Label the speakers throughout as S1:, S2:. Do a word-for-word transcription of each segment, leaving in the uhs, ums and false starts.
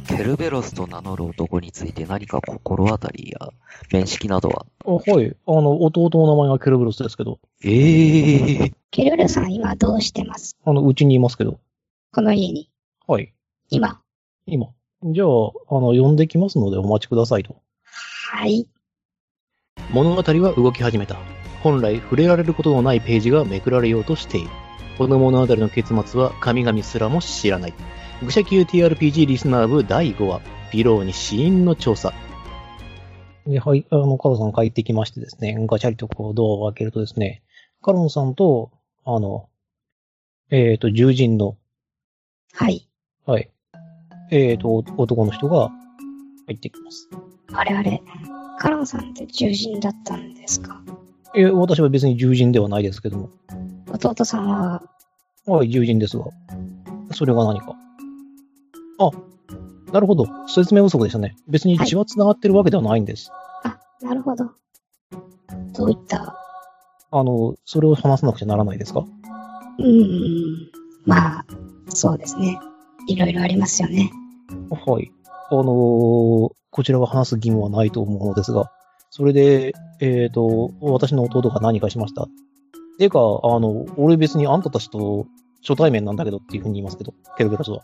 S1: ケルベロスと名乗る男について何か心当たりや面識などは？
S2: あ、はい。あの、弟の名前がケルベロスですけど。
S1: ええー。
S3: ケルベロスさん今どうしてます？
S2: あの、うちにいますけど。
S3: この家に？
S2: はい。
S3: 今？
S2: 今。じゃあ、あの、呼んできますのでお待ちくださいと。
S3: はい。
S2: 物語は動き始めた。本来触れられることのないページがめくられようとしている。この物語の結末は神々すらも知らない。愚者級 ティーアールピージー リスナー部だいごわ、ピローに死因の調査。で、はい、あの、カロンさん帰ってきましてですね、ガチャリとこうドアを開けるとですね、カロンさんと、あの、えっと、獣人の、
S3: はい。
S2: はい。えっと、男の人が入ってきます。
S3: あれあれ、カロンさんって獣人だったんですか？
S2: え、私は別に獣人ではないですけども。
S3: 弟さんは？
S2: はい、獣人ですが。それが何か。あ、なるほど。説明不足でしたね。別に血は繋がってるわけではないんです。
S3: はい、あ、なるほど。どういった
S2: あの、それを話さなくちゃならないですか？
S3: うーん。まあ、そうですね。いろいろありますよね。
S2: はい。あのー、こちらが話す義務はないと思うのですが、それで、えっと、私の弟が何かしました。ていうか、あの、俺別にあんたたちと初対面なんだけどっていうふうに言いますけど、ケルベロスは。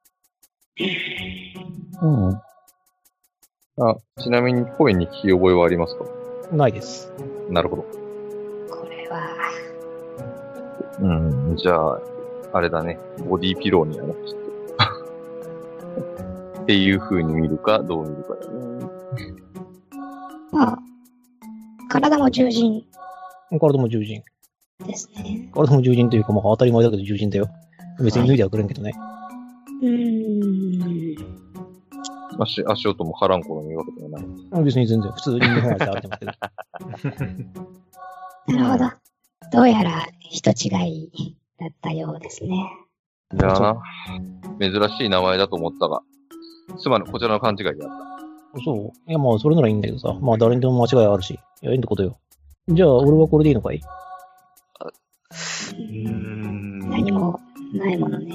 S4: うん。あ、ちなみに声に聞き覚えはありますか？
S2: ないです。
S4: なるほど。
S3: これは。
S4: うん、じゃあ、あれだね。ボディーピローにやろう、きっと。っていう風に見るか、どう見るかだね。
S3: まあ、体も獣人。
S2: 体も獣人。
S3: ですね。
S2: 体も獣人というか、まあ当たり前だけど獣人だよ。別に脱いではくれんけどね。
S3: うーん。
S4: 足、足音も腹んこの見るわけではない。
S2: 別に全然、普通に日本足で歩いてますけど。
S3: なるほど。どうやら人違いだったようですね。
S4: いやーな。珍しい名前だと思ったが、すまぬ、こちらの勘違いであった。
S2: そういや、まあ、それならいいんだけどさ。まあ、誰にでも間違いあるし。いや、いいってことよ。じゃあ、俺はこれでいいのかい？
S1: うーん。
S3: 何もないものね。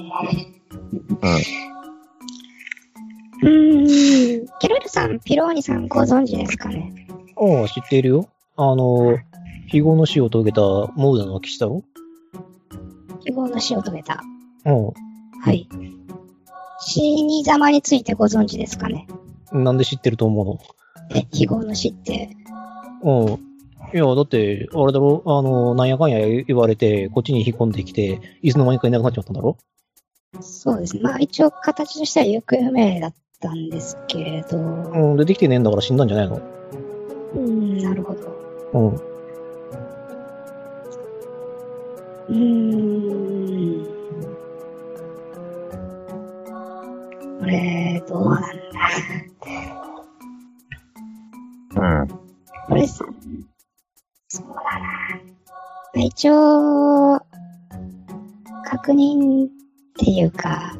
S4: うん。
S3: うーん。ケルベルさん、ピローニさんご存知ですかね？
S2: ああ、知っているよ。あの、非業の死を遂げたモーダの騎士だろ？
S3: 非業の死を遂げた。
S2: うん。
S3: はい。死に様についてご存知ですかね？
S2: なんで知ってると思うの？
S3: え、非業の死って。
S2: うん。いや、だって、あれだろ、あの、なんやかんや言われて、こっちに引っ込んできて、いつの間にかいなくなっちまったんだろ？
S3: そうですね。まあ一応形としては行方不明だったんですけれど。
S2: うん、で、できてねえんだから死んだんじゃないの？
S3: うん、なるほど。
S2: うん。
S3: うーん。これ、どうなんだ。
S4: うん。
S3: これさ、そうだな。一応、確認っていうか、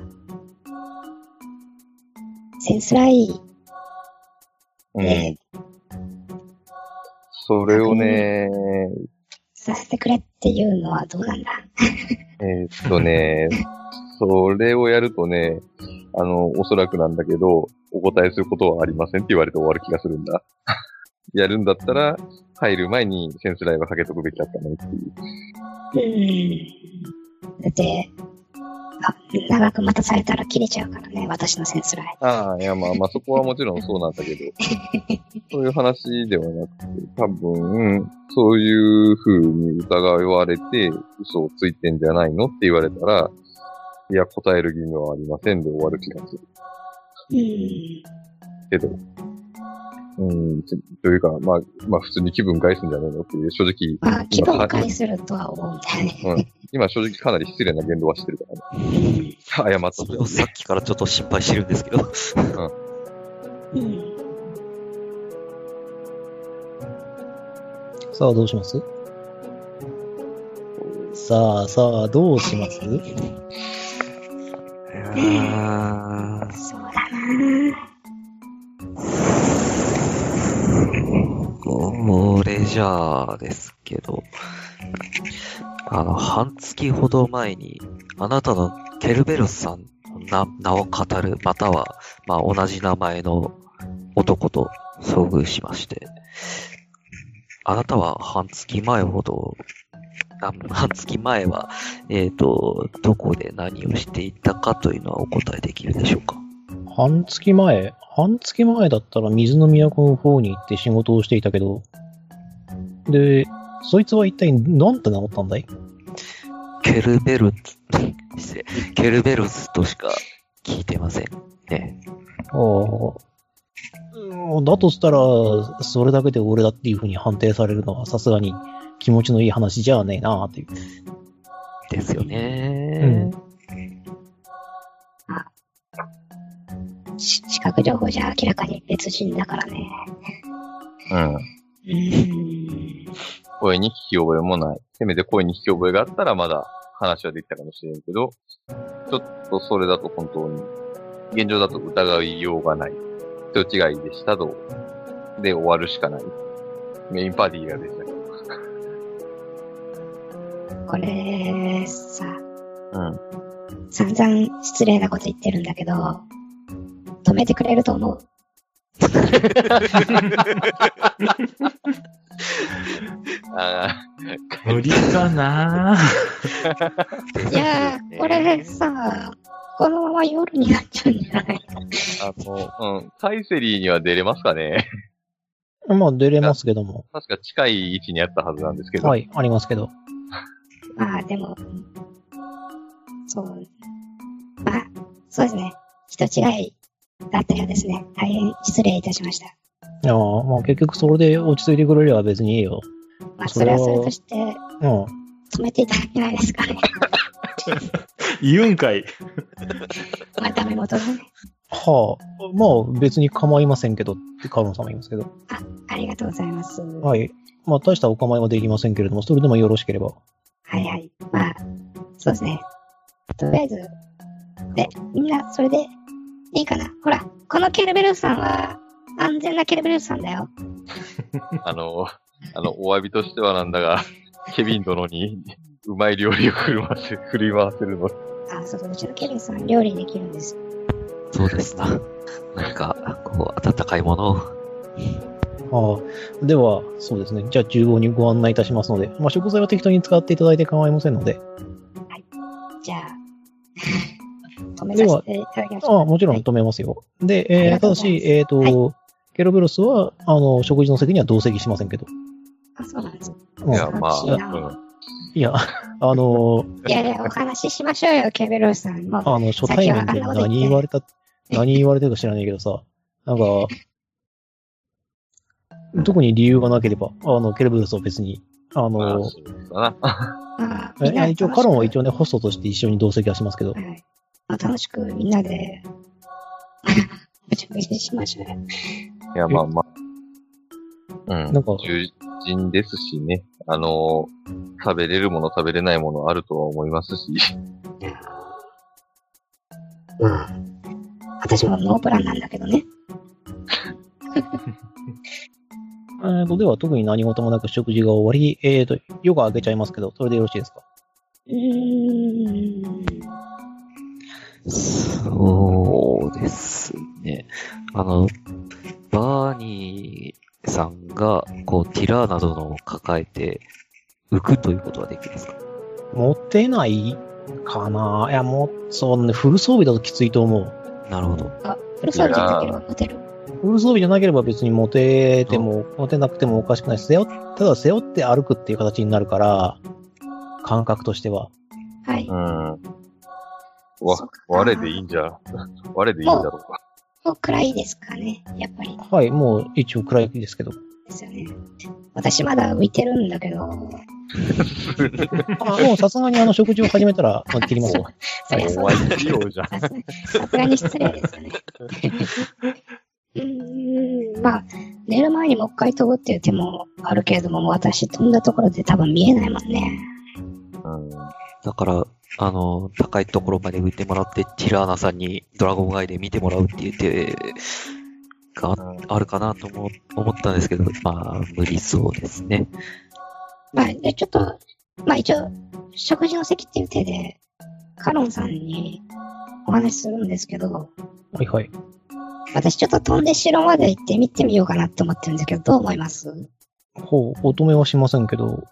S3: センスライで、
S4: うん、それをね、
S3: させてくれっていうのはどうなんだ。
S4: えーっとね、それをやるとね、あの、おそらくなんだけど、お答えすることはありませんって言われて終わる気がするんだ。やるんだったら、入る前にセンスライはかけとくべきだったねっていう。
S3: うーん。だって、あ、長く待たされたら切れちゃうからね、私のセンスライ。
S4: ああ、いやまあまあそこはもちろんそうなんだけど、そういう話ではなくて、多分、そういう風に疑われて嘘をついてんじゃないのって言われたら、いや、答える義務はありませんで終わる気がする。
S3: うーん。
S4: けど、うん、というか、まあ、まあ普通に気分害すんじゃねえのっていう、正直。
S3: まあ、気分害するとは思うんだよね。
S4: うん。今正直かなり失礼な言動はしてるからね。謝った
S1: それをさっきからちょっと心配してるんですけど。
S3: うん。うん。
S2: さあ、どうします？さあ、さあ、どうします？
S1: いやー、
S3: そうだな
S1: これじゃあですけど、あの、半月ほど前に、あなたのケルベロスさんな名を語る、または、まあ、同じ名前の男と遭遇しまして、あなたは半月前ほど、あ半月前は、えっと、どこで何をしていたかというのはお答えできるでしょうか？
S2: 半月前半月前だったら水の都の方に行って仕事をしていたけど、で、そいつは一体何て名乗ったんだい？
S1: ケルベルツ、失礼、ケルベルスとしか聞いてませんね。
S2: ああ。だとしたら、それだけで俺だっていう風に判定されるのはさすがに気持ちのいい話じゃねえなっていう。
S1: ですよね。
S3: うん。あ、視覚情報じゃ明らかに別人だからね。
S4: うん。
S3: うーん。
S4: 声に聞き覚えもない。せめて声に聞き覚えがあったらまだ話はできたかもしれんけど、ちょっとそれだと本当に、現状だと疑いようがない。人違いでしたと。で終わるしかない。メインパーティーがでしたけど。
S3: これ、さ、
S4: うん。
S3: 散々失礼なこと言ってるんだけど、止めてくれると思う。
S4: あ
S5: 無理かな。
S3: いやー、これさ、このまま夜になっちゃうんじゃない
S4: あの、うん。カイセリーには出れますかね？
S2: まあ出れますけども。
S4: 確か近い位置にあったはずなんですけど。
S2: はい、ありますけど。
S3: まあでも、そう、まあ、そうですね。人違いだったようですね。大変失礼いたしました。
S2: いやー、まあ結局それで落ち着いてくれれば別にいいよ。
S3: まあそれはそれとして、
S2: うん。
S3: 止めていただけないですかね。
S5: 言うんかい。
S3: まあダメ元だね。
S2: はあ、まあ別に構いませんけどってカロンさんも言いますけど。
S3: あ、ありがとうございます。
S2: はい。まあ大したお構いはできませんけれども、それでもよろしければ。
S3: はいはい。まあ、そうですね。とりあえず、で、みんなそれでいいかな。ほら、このケルベルスさんは安全なケルベルスさんだよ。
S4: あの、あの、お詫びとしてはなんだが、ケビン殿にうまい料理を振る舞わせ、振り回せるの。
S3: あ、そうそう、うちのケビンさん料理できるんです。
S1: そうですな。何か、こう、温かいものを。
S2: ああ、では、そうですね。じゃあ、厨房にご案内いたしますので、まあ、食材は適当に使っていただいて構いませんので。
S3: はい。じゃあ、止めさせていただきましょう。
S2: ああ、もちろん止めますよ。はい、で、えー、ただし、えっ、ー、と、はい、ケロベロスは、あの、食事の席には同席しませんけど。
S3: あ、そうなんです。
S4: いや、まあ、うん、
S2: いや、あの、
S3: いやいや、お話ししましょうよ、ケベロスさん。も
S2: あの、初対面で何言われた、何言われてるか知らないけどさ、なんか、特に理由がなければ、あの、ケルベロスは別に、あの、
S3: あ
S2: え一応、カロンは一応ね、ホストとして一緒に同席はしますけど。はい。
S3: まあ、楽しくみんなで、お食事しましょうよ。
S4: いや、まあまあ。うん。なんか、従人ですしね。あの、食べれるもの、食べれないものあるとは思いますし。
S3: まあ、私もノープランなんだけどね。
S2: えーと、では特に何事もなく食事が終わり、えーと、夜が明けちゃいますけど、それでよろしいですか？
S3: うーん。
S1: そうですね。あの、バーニーさんが、こう、ティラーなどのを抱えて、浮くということはできますか？
S2: 持てないかな。いや、もう、そうね、フル装備だときついと思う。
S1: なるほど。
S3: あ、フル装備じゃなければ持てる。
S2: フル装備じゃなければ別に持てても、持てなくてもおかしくない。背負ただ背負って歩くっていう形になるから、感覚としては。
S3: はい。
S4: うん。わ、我でいいんじゃ、我でいいんだろうか。
S3: もう暗いですかね、やっぱり。
S2: はい、もう一応暗いですけど。
S3: ですよね。私まだ浮いてるんだけど。あ、
S2: もうさすがにあの食事を始めたら、まあ、切りますよ。
S3: そりゃそう
S4: じゃん。
S3: さすがに失礼ですよね。うーん、まあ、寝る前にもう一回飛ぶっていう手もあるけれども、私飛んだところで多分見えないもんね。
S1: うん。だから、あの、高いところまで浮いてもらって、ティラーナさんにドラゴンアイで見てもらうっていう手があるかなと思思ったんですけど、まあ、無理そうですね。
S3: まあ、で、ちょっと、まあ一応、食事の席っていう手で、カロンさんに、 お話しするんですけど、
S2: はいはい。
S3: 私ちょっと飛んで城まで行って見てみようかなって思ってるんですけど、どう思います？
S2: ほう、お止めはしませんけど。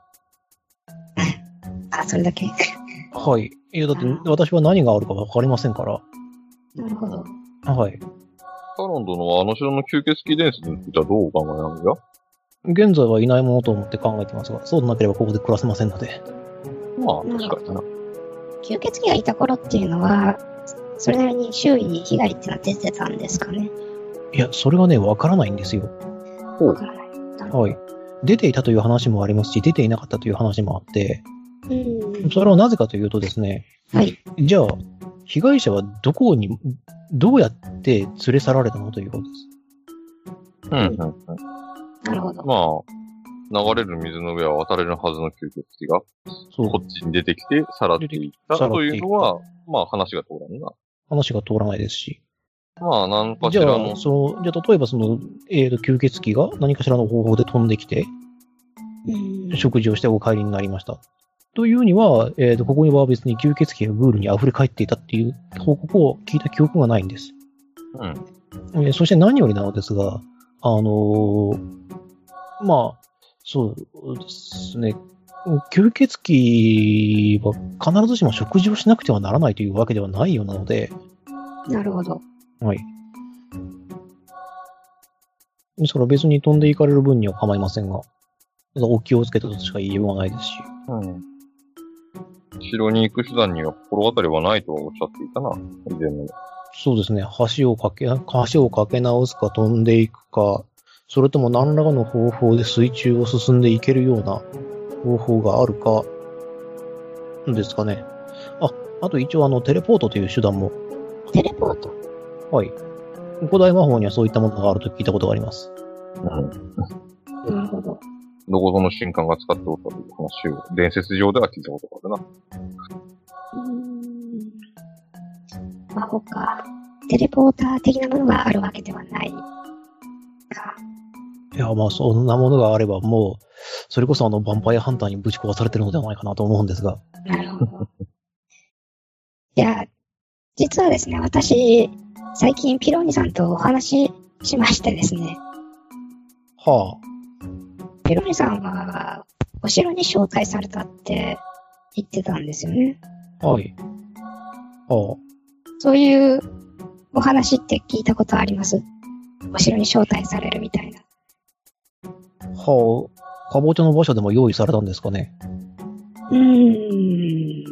S3: あ、それだけ
S2: はい。いや、だって私は何があるかわかりませんから。
S3: なるほど。
S2: はい。
S4: カロン殿はあの城の吸血鬼伝説についてはどうお考えなのや？
S2: 現在はいないものと思って考えていますが、そうでなければここで暮らせませんので。
S4: まあ、確かにな。
S3: 吸血鬼がいた頃っていうのは、それなりに周囲に被害ってのは出てたんですかね？
S2: いや、それがね、わからないんですよ。
S3: わからない。
S2: はい。出ていたという話もありますし、出ていなかったという話もあって、
S3: うん。
S2: それはなぜかというとですね、
S3: はい。
S2: じゃあ、被害者はどこに、どうやって連れ去られたのということです。
S4: うん、うん、うん。
S3: なるほど。
S4: まあ、流れる水の上は渡れるはずの吸血鬼が、
S2: そう。
S4: こっちに出てきて、さらっていったというのは、まあ話が通らんな。
S2: 話が通らないですし。
S4: まあ、何かし
S2: じゃ
S4: らの。
S2: あ、その、じゃあ、例えばその、えっと、吸血鬼が何かしらの方法で飛んできて、
S3: うん。
S2: 食事をしてお帰りになりました。というには、えっと、ここには別に吸血鬼がグールに溢れ返っていたっていう報告を聞いた記憶がないんです。
S4: うん。
S2: えーそして何よりなのですが、あのーまあ、そうですね。吸血鬼は必ずしも食事をしなくてはならないというわけではないようなので、
S3: なるほど。
S2: はい。ですから別に飛んでいかれる分には構いませんが、ただお気をつけたとしか言いようがないですし。
S4: うん。城に行く手段には心当たりはないとはおっしゃっていたな、以前の。
S2: そうですね。橋を架け、橋を架け直すか飛んでいくか、それとも何らかの方法で水中を進んでいけるような方法があるか、ですかね。あ、あと一応あの、テレポートという手段も。
S3: テレポート。
S2: はい。古代魔法にはそういったものがあると聞いたことがあります。
S4: うん。
S3: なるほど。
S4: どこぞの神官が使っておったという話を、伝説上では聞いたことがあるな。
S3: うーん。魔法か。テレポーター的なものがあるわけではないか。
S2: いや、まあそんなものがあればもう、それこそあの、ヴァンパイアハンターにぶち壊されてるのではないかなと思うんですが。
S3: なるほど。いや、実はですね、私、最近ピローニさんとお話ししましてですね、
S2: は
S3: ピローニさんはお城に招待されたって言ってたんですよね。
S2: あ、はい。は
S3: そういうお話って聞いたことあります？お城に招待されるみたいな。
S2: あ、はあ、かぼちゃの馬車でも用意されたんですかね。
S3: うーん。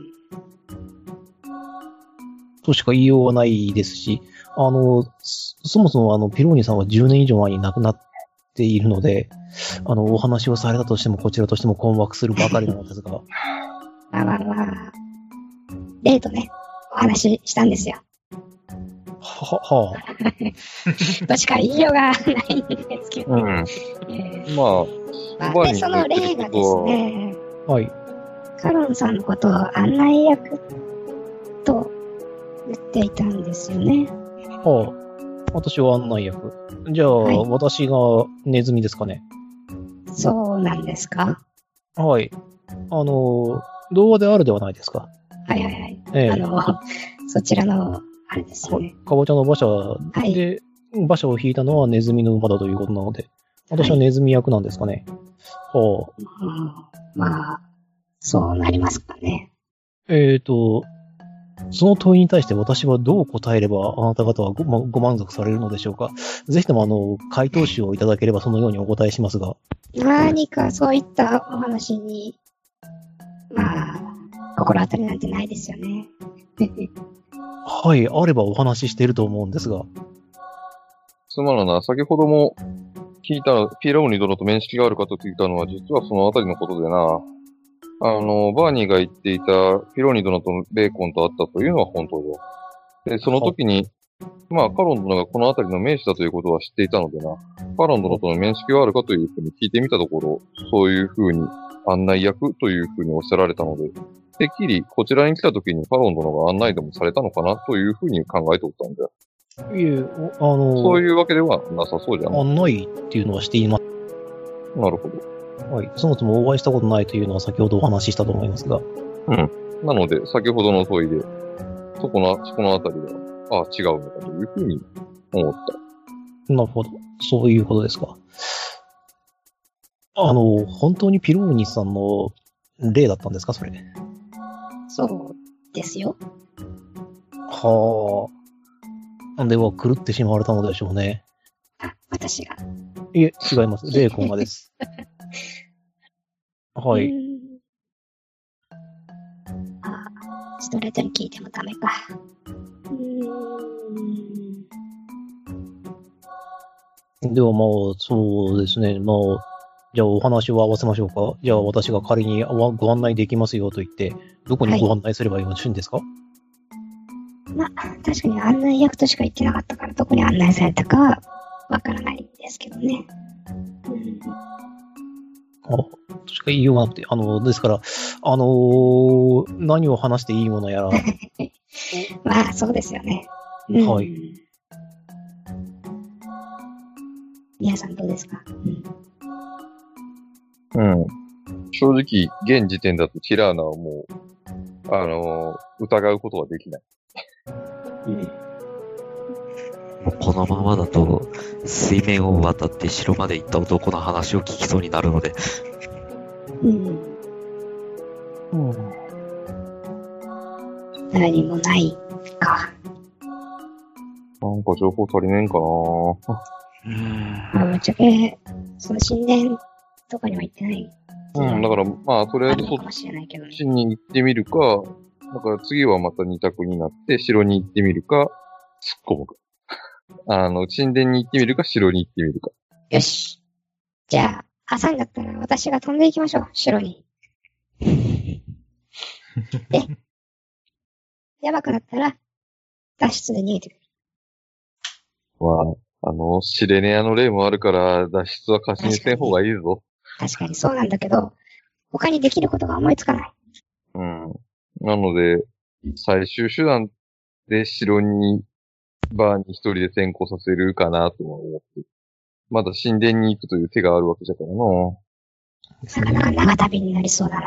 S2: としか言いようがないですし、あの、そそもそもあの、ピローニさんはじゅうねん以上前に亡くなっているので、あの、お話をされたとしても、こちらとしても困惑するばかりなのですが。
S3: まあまあまあ、例とね、お話ししたんですよ。
S2: は、はあ。
S3: としか言いようがないんですけど。
S4: うん。
S3: えー
S4: まあ、
S3: まあ、で、その例がですね、
S2: はい。
S3: カロンさんのことを案内役と言っていたんですよね。
S2: はあ。私は案内役。じゃあ、
S3: はい
S2: 私がネズミですかね。
S3: そうなんですか？
S2: はい。あの、童話であるではないですか。
S3: はいはいはい。
S2: ええ
S3: あの、そちらの、あれですよね。
S2: かぼちゃの馬車
S3: はい
S2: で、馬車を引いたのはネズミの馬だということなので、私はネズミ役なんですかね。はあ。
S3: うんまあ、そうなりますかね。
S2: えーと、その問いに対して私はどう答えればあなた方はご,、ま、ご満足されるのでしょうか。ぜひともあの、回答集をいただければそのようにお答えしますが。
S3: 何かそういったお話に、まあ、心当たりなんてないですよね。
S2: はい、あればお話ししていると思うんですが。
S4: すまぬな、先ほども聞いた、ピーラオニ殿と面識があるかと聞いたのは、実はそのあたりのことでな。あの、バーニーが言っていたピローニ殿とベーコンと会ったというのは本当だ。で、その時に、まあ、カロン殿がこのあたりの名士だということは知っていたのでな。カロン殿との面識があるかというふうに聞いてみたところ、そういうふうに案内役というふうにおっしゃられたので、てっきりこちらに来た時にカロン殿が案内でもされたのかなというふうに考えておったんだよ。
S2: いえ、あの、
S4: そういうわけではなさそうじゃない。
S2: 案内っていうのはしています。
S4: なるほど。
S2: はい。そもそもお会いしたことないというのは先ほどお話ししたと思いますが。
S4: うん。なので、先ほどの問いで、 そこの、そこのあたりは、ああ、違うのかというふうに思った。
S2: なるほど。そういうことですか。あの、本当にピローニさんの例だったんですか、それ。
S3: そうですよ。
S2: はあ。では、狂ってしまわれたのでしょうね。
S3: あ、私が。
S2: いえ、違います。レイコンがです。は
S3: う
S2: い。
S3: ーんあ、ストレートに聞いてもダメか。うーん。
S2: では、まあ、そうですね。まあ、じゃあお話を合わせましょうか。じゃあ私が仮にわご案内できますよと言って、どこにご案内すればよろしいんですか？
S3: まあ、確かに案内役としか言ってなかったから、どこに案内されたかはわからないんですけどね。うん
S2: あ、としか言いようがなくて、あの、ですから、あのー何を話していいものやら、
S3: まあ、そうですよね。うん
S2: はい。
S3: 皆さんどうですか？うん
S4: うん。正直、現時点だとティラーナはもう、あのー疑うことはできない。
S1: もうこのままだと、水面を渡って城まで行った男の話を聞きそうになるので、
S3: うん。
S2: うん
S3: 何もないか。
S4: なんか情報足りねえんかな。
S1: うーん。
S3: まあ、ぶっちゃけ、その神殿とかには行ってない。
S4: うん、だから、まあ、とりあえずそっ
S3: あるのかもしれないけどね。
S4: ちに行ってみるか、だから次はまた二択になって、城に行ってみるか、突っ込むか。あの、神殿に行ってみるか、城に行ってみるか。
S3: よし。じゃあ、朝になったら私が飛んでいきましょう、城に。で、やばくなったら、脱出で逃げてくる。
S4: まあ、あの、シレネアの例もあるから、脱出は過信せん方がいいぞ。
S3: 確かにそうなんだけど、他にできることが思いつかない。
S4: うん。なので、最終手段で城に、バーに一人で先行させるかなとは思って。まだ神殿に行くという手があるわけじゃからな。
S3: なかなか長旅になりそうだな。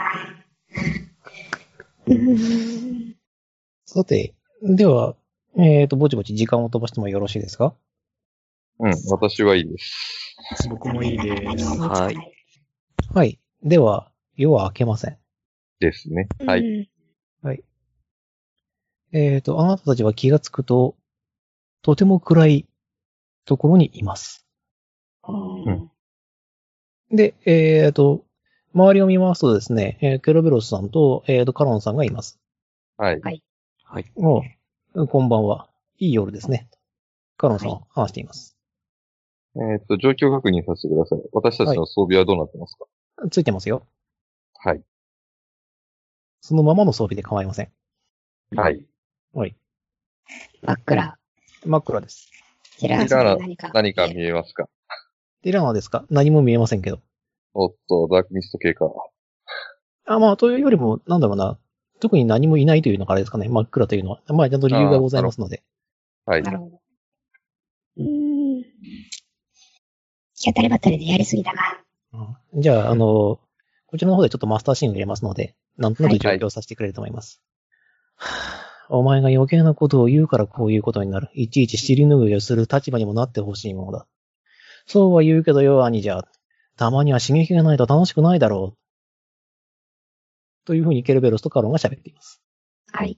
S3: うーん。
S2: さて、では、えっと、ぼちぼち時間を飛ばしてもよろしいですか？
S4: うん、私はいいです。
S5: 僕もいいです
S3: 何も思いつかない。
S2: はい。では、夜は明けません。
S4: ですね。はい。
S3: うん
S2: はい。えっと、あなたたちは気がつくと、とても暗いところにいます。
S3: うん
S2: で、えっと、周りを見ますとですね、えーケロベロスさんと、えっと、カロンさんがいます。
S4: はい。
S1: はい。
S2: おうこんばんは。いい夜ですね。カロンさんは話しています。
S4: えーっと、状況確認させてください。私たちの装備はどうなってますか？
S2: ついてますよ。
S4: はい。
S2: そのままの装備で構いません。
S4: はい。
S2: はい。
S3: 真っ暗。
S2: 真っ暗です。
S3: ティラーナさんに何か。
S4: 何か見えますか？
S2: ティラーナですか？何も見えませんけど。
S4: おっと、ダークミスト系か。
S2: あ、まあ、というよりも、なんだろうな。特に何もいないというのがあれですかね。真っ暗というのは。まあ、ちゃんと理由がございますので。
S4: はい。
S3: なるほど。うーん。行き当たりばったりでやりすぎたか。
S2: うんじゃあ、あの、こちらの方でちょっとマスターシーンを入れますので、なんとなく状況させてくれると思います。はぁお前が余計なことを言うからこういうことになる。いちいち尻拭いをする立場にもなってほしいものだ。そうは言うけどよ、兄じゃ。たまには刺激がないと楽しくないだろう。というふうにケルベロスとカロンが喋っています。
S3: はい。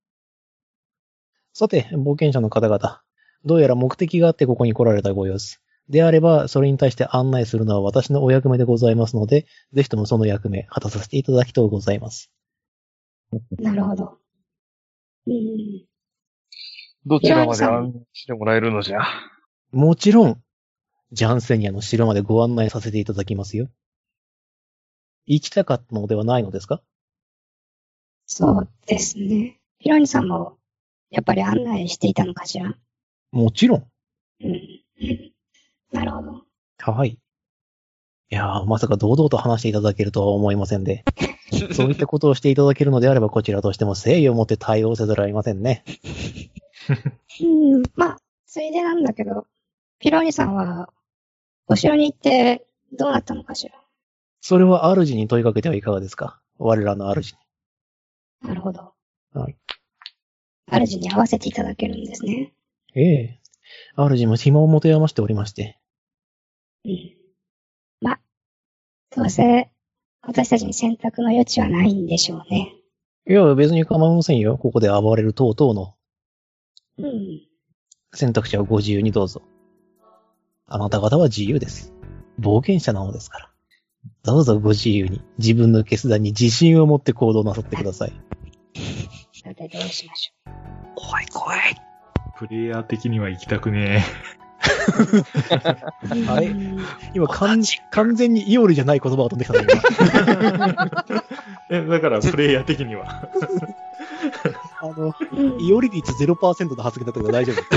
S2: さて、冒険者の方々。どうやら目的があってここに来られたご様子。であれば、それに対して案内するのは私のお役目でございますので、ぜひともその役目、果たさせていただきとうございます。
S3: なるほど。うーん。
S4: どちらまで案内してもらえるのじゃ。
S2: もちろん、ジャンセニアの城までご案内させていただきますよ。行きたかったのではないのですか？
S3: そうですね。ヒロニさんも、やっぱり案内していたのかしら。
S2: もちろん。
S3: うん。なるほど。
S2: はい。いやー、まさか堂々と話していただけるとは思いませんで。そういったことをしていただけるのであれば、こちらとしても誠意を持って対応せざるを得ませんね。
S3: うん。まあ、ついでなんだけど、ヒロニさんは、お城に行って、どうなったのかしら。
S2: それは主に問いかけてはいかがですか？我らの主に。
S3: なるほど。
S2: はい。
S3: 主に合わせていただけるんですね。
S2: ええ。主も暇を持て余しておりまして。
S3: うん。ま、どうせ、私たちに選択の余地はないんでしょうね。
S2: いや、別に構いませんよ。ここで暴れる等々の。
S3: うん。
S2: 選択肢はご自由にどうぞ。あなた方は自由です。冒険者なのですから。どうぞご自由に、自分の決断に自信を持って行動なさってください。
S3: さて、どうしましょう。
S1: 怖い怖い。
S5: プレイヤー的には行きたくね
S2: あれ今完、完全にイオリじゃない言葉が飛んできたね、
S5: え。え、だからプレイヤー的には。
S2: あの、イオリ率 ゼロパーセント の発言だったけど大丈夫。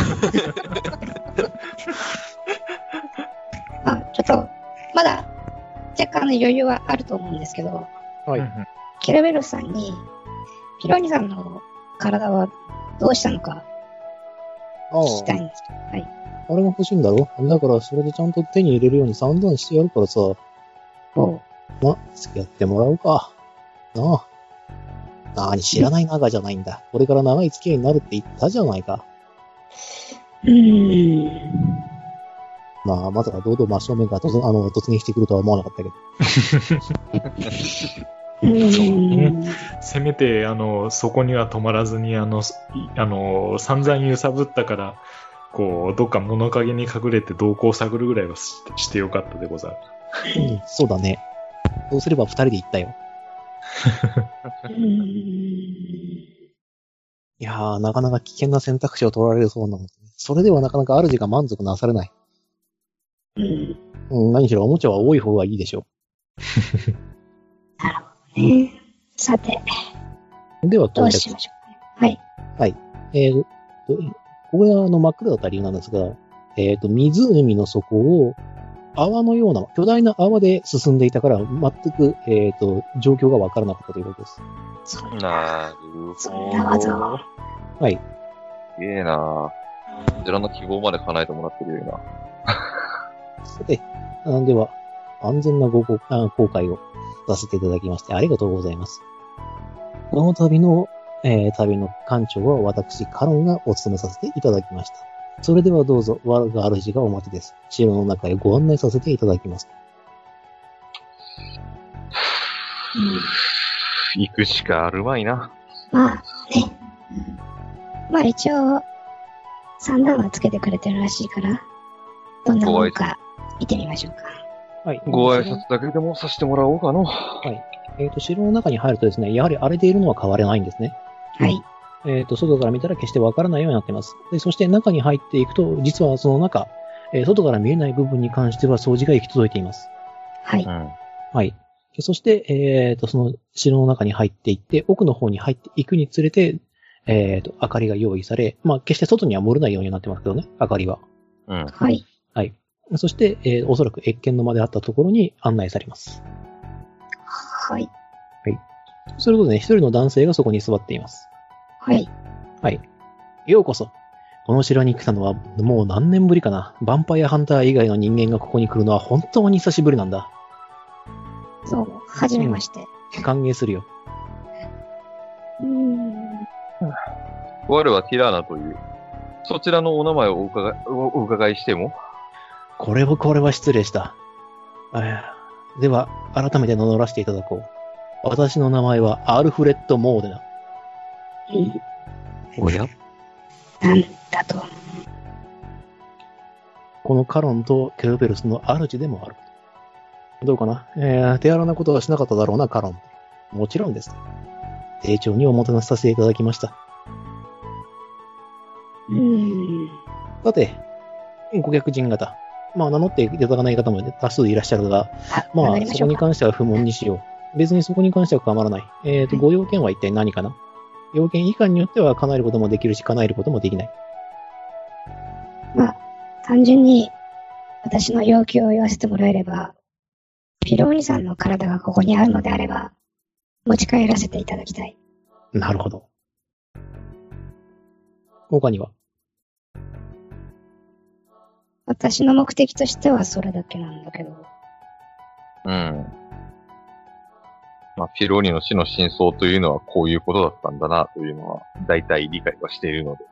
S3: あ、ちょっと、まだ、若干の余裕はあると思うんですけど、
S2: はい。
S3: ケルベロスさんに、ピロニさんの体はどうしたのか、聞きたいんですけど、はい。
S2: あれが欲しいんだろ？だからそれでちゃんと手に入れるように算段してやるからさ。
S3: おう。
S2: ま、付き合ってもらおうか。なあ。なに知らない仲じゃないんだ。これから長い付き合いになるって言ったじゃないか。
S3: うーん。
S2: まあ、まさか堂々真正面から突あの突撃してくるとは思わなかったけど。
S3: うーん。
S5: せめて、あの、そこには止まらずに、あの、あの、散々揺さぶったから、こう、どっか物陰に隠れて動向を探るぐらいはし、してよかったでござる。
S2: うん、そうだね。そうすれば二人で行ったよ。
S3: うーん。
S2: いやー、なかなか危険な選択肢を取られるそうなので、それではなかなか主が満足なされない。
S3: うん。
S2: うん、何しろおもちゃは多い方がいいでしょ
S3: なるほどね。さて、
S2: う。では、
S3: どうしましょうかね。はい。
S2: えーと、これがあの真っ暗だった理由なんですが、えっ、と、湖の底を泡のような、巨大な泡で進んでいたから、全く、えっ、と、状況がわからなかったということです。
S3: そんな、
S4: なる
S3: そ
S4: ほ
S3: んな技を。
S4: ど。
S2: はい。
S4: すげえなこちらの希望まで叶えてもらってるよな。
S2: さて、あでは、安全なご公あ公開をさせていただきまして、ありがとうございます。この旅の、えー、旅の館長は私、カロンがお務めさせていただきました。それではどうぞ、我が主がお待ちです。城の中へご案内させていただきます。
S3: うん。
S4: 行くしかあるまいな。
S3: まあ、ね。うん、まあ一応、三段はつけてくれてるらしいから、どんなものか見てみましょうか。
S2: はい。
S4: ご挨拶だけでもさせてもらおうかの。
S2: はい。えっ、と、城の中に入るとですね、やはり荒れているのは変わらないんですね。
S3: はい。
S2: えっ、と、外から見たら決してわからないようになっています。で、そして中に入っていくと、実はその中、えー外から見えない部分に関しては掃除が行き届いています。
S3: はい。
S4: うん。
S2: はい。でそして、えっ、と、その城の中に入っていって、奥の方に入っていくにつれて、えっ、と、明かりが用意され、まあ、決して外には漏れないようになってますけどね、明かりは。
S4: うん。
S3: はい。
S2: はい。そして、えーおそらく謁見の間であったところに案内されます。
S3: はい。
S2: それとね、一人の男性がそこに座っています。
S3: はい。
S2: はい。ようこそ。この城に来たのはもう何年ぶりかな。ヴァンパイアハンター以外の人間がここに来るのは本当に久しぶりなんだ。
S3: どうも、はじめまして。
S2: 歓迎するよ。
S3: うーん。
S4: 我はティラーナという、そちらのお名前をお伺い、おお伺いしても？
S2: これはこれは失礼した。えーでは、改めて名乗らせていただこう。私の名前はアルフレッド・モーデナ。
S3: うん。
S1: おや
S3: なんだと。
S2: このカロンとケルベルスの主でもある。どうかな、えー、手荒なことはしなかっただろうな、カロン。もちろんです。丁重におもてなしさせていただきました。
S3: うーん。
S2: さて、ご客人方。まあ、名乗っていただかない方も多数いらっしゃるが、
S3: あ、
S2: まあ
S3: わかり、ま
S2: そこ
S3: しょうか。
S2: に関しては不問にしよう。別にそこに関しては構わない。えっ、と、ご要件は一体何かな？要件以下によっては叶えることもできるし、叶えることもできない。
S3: まあ、単純に、私の要求を言わせてもらえれば、ピローニさんの体がここにあるのであれば、持ち帰らせていただきたい。
S2: なるほど。他には？
S3: 私の目的としてはそれだけなんだけど。
S4: うん。 まあ、ピローニの死の真相というのはこういうことだったんだなというのは、大体理解はしているので。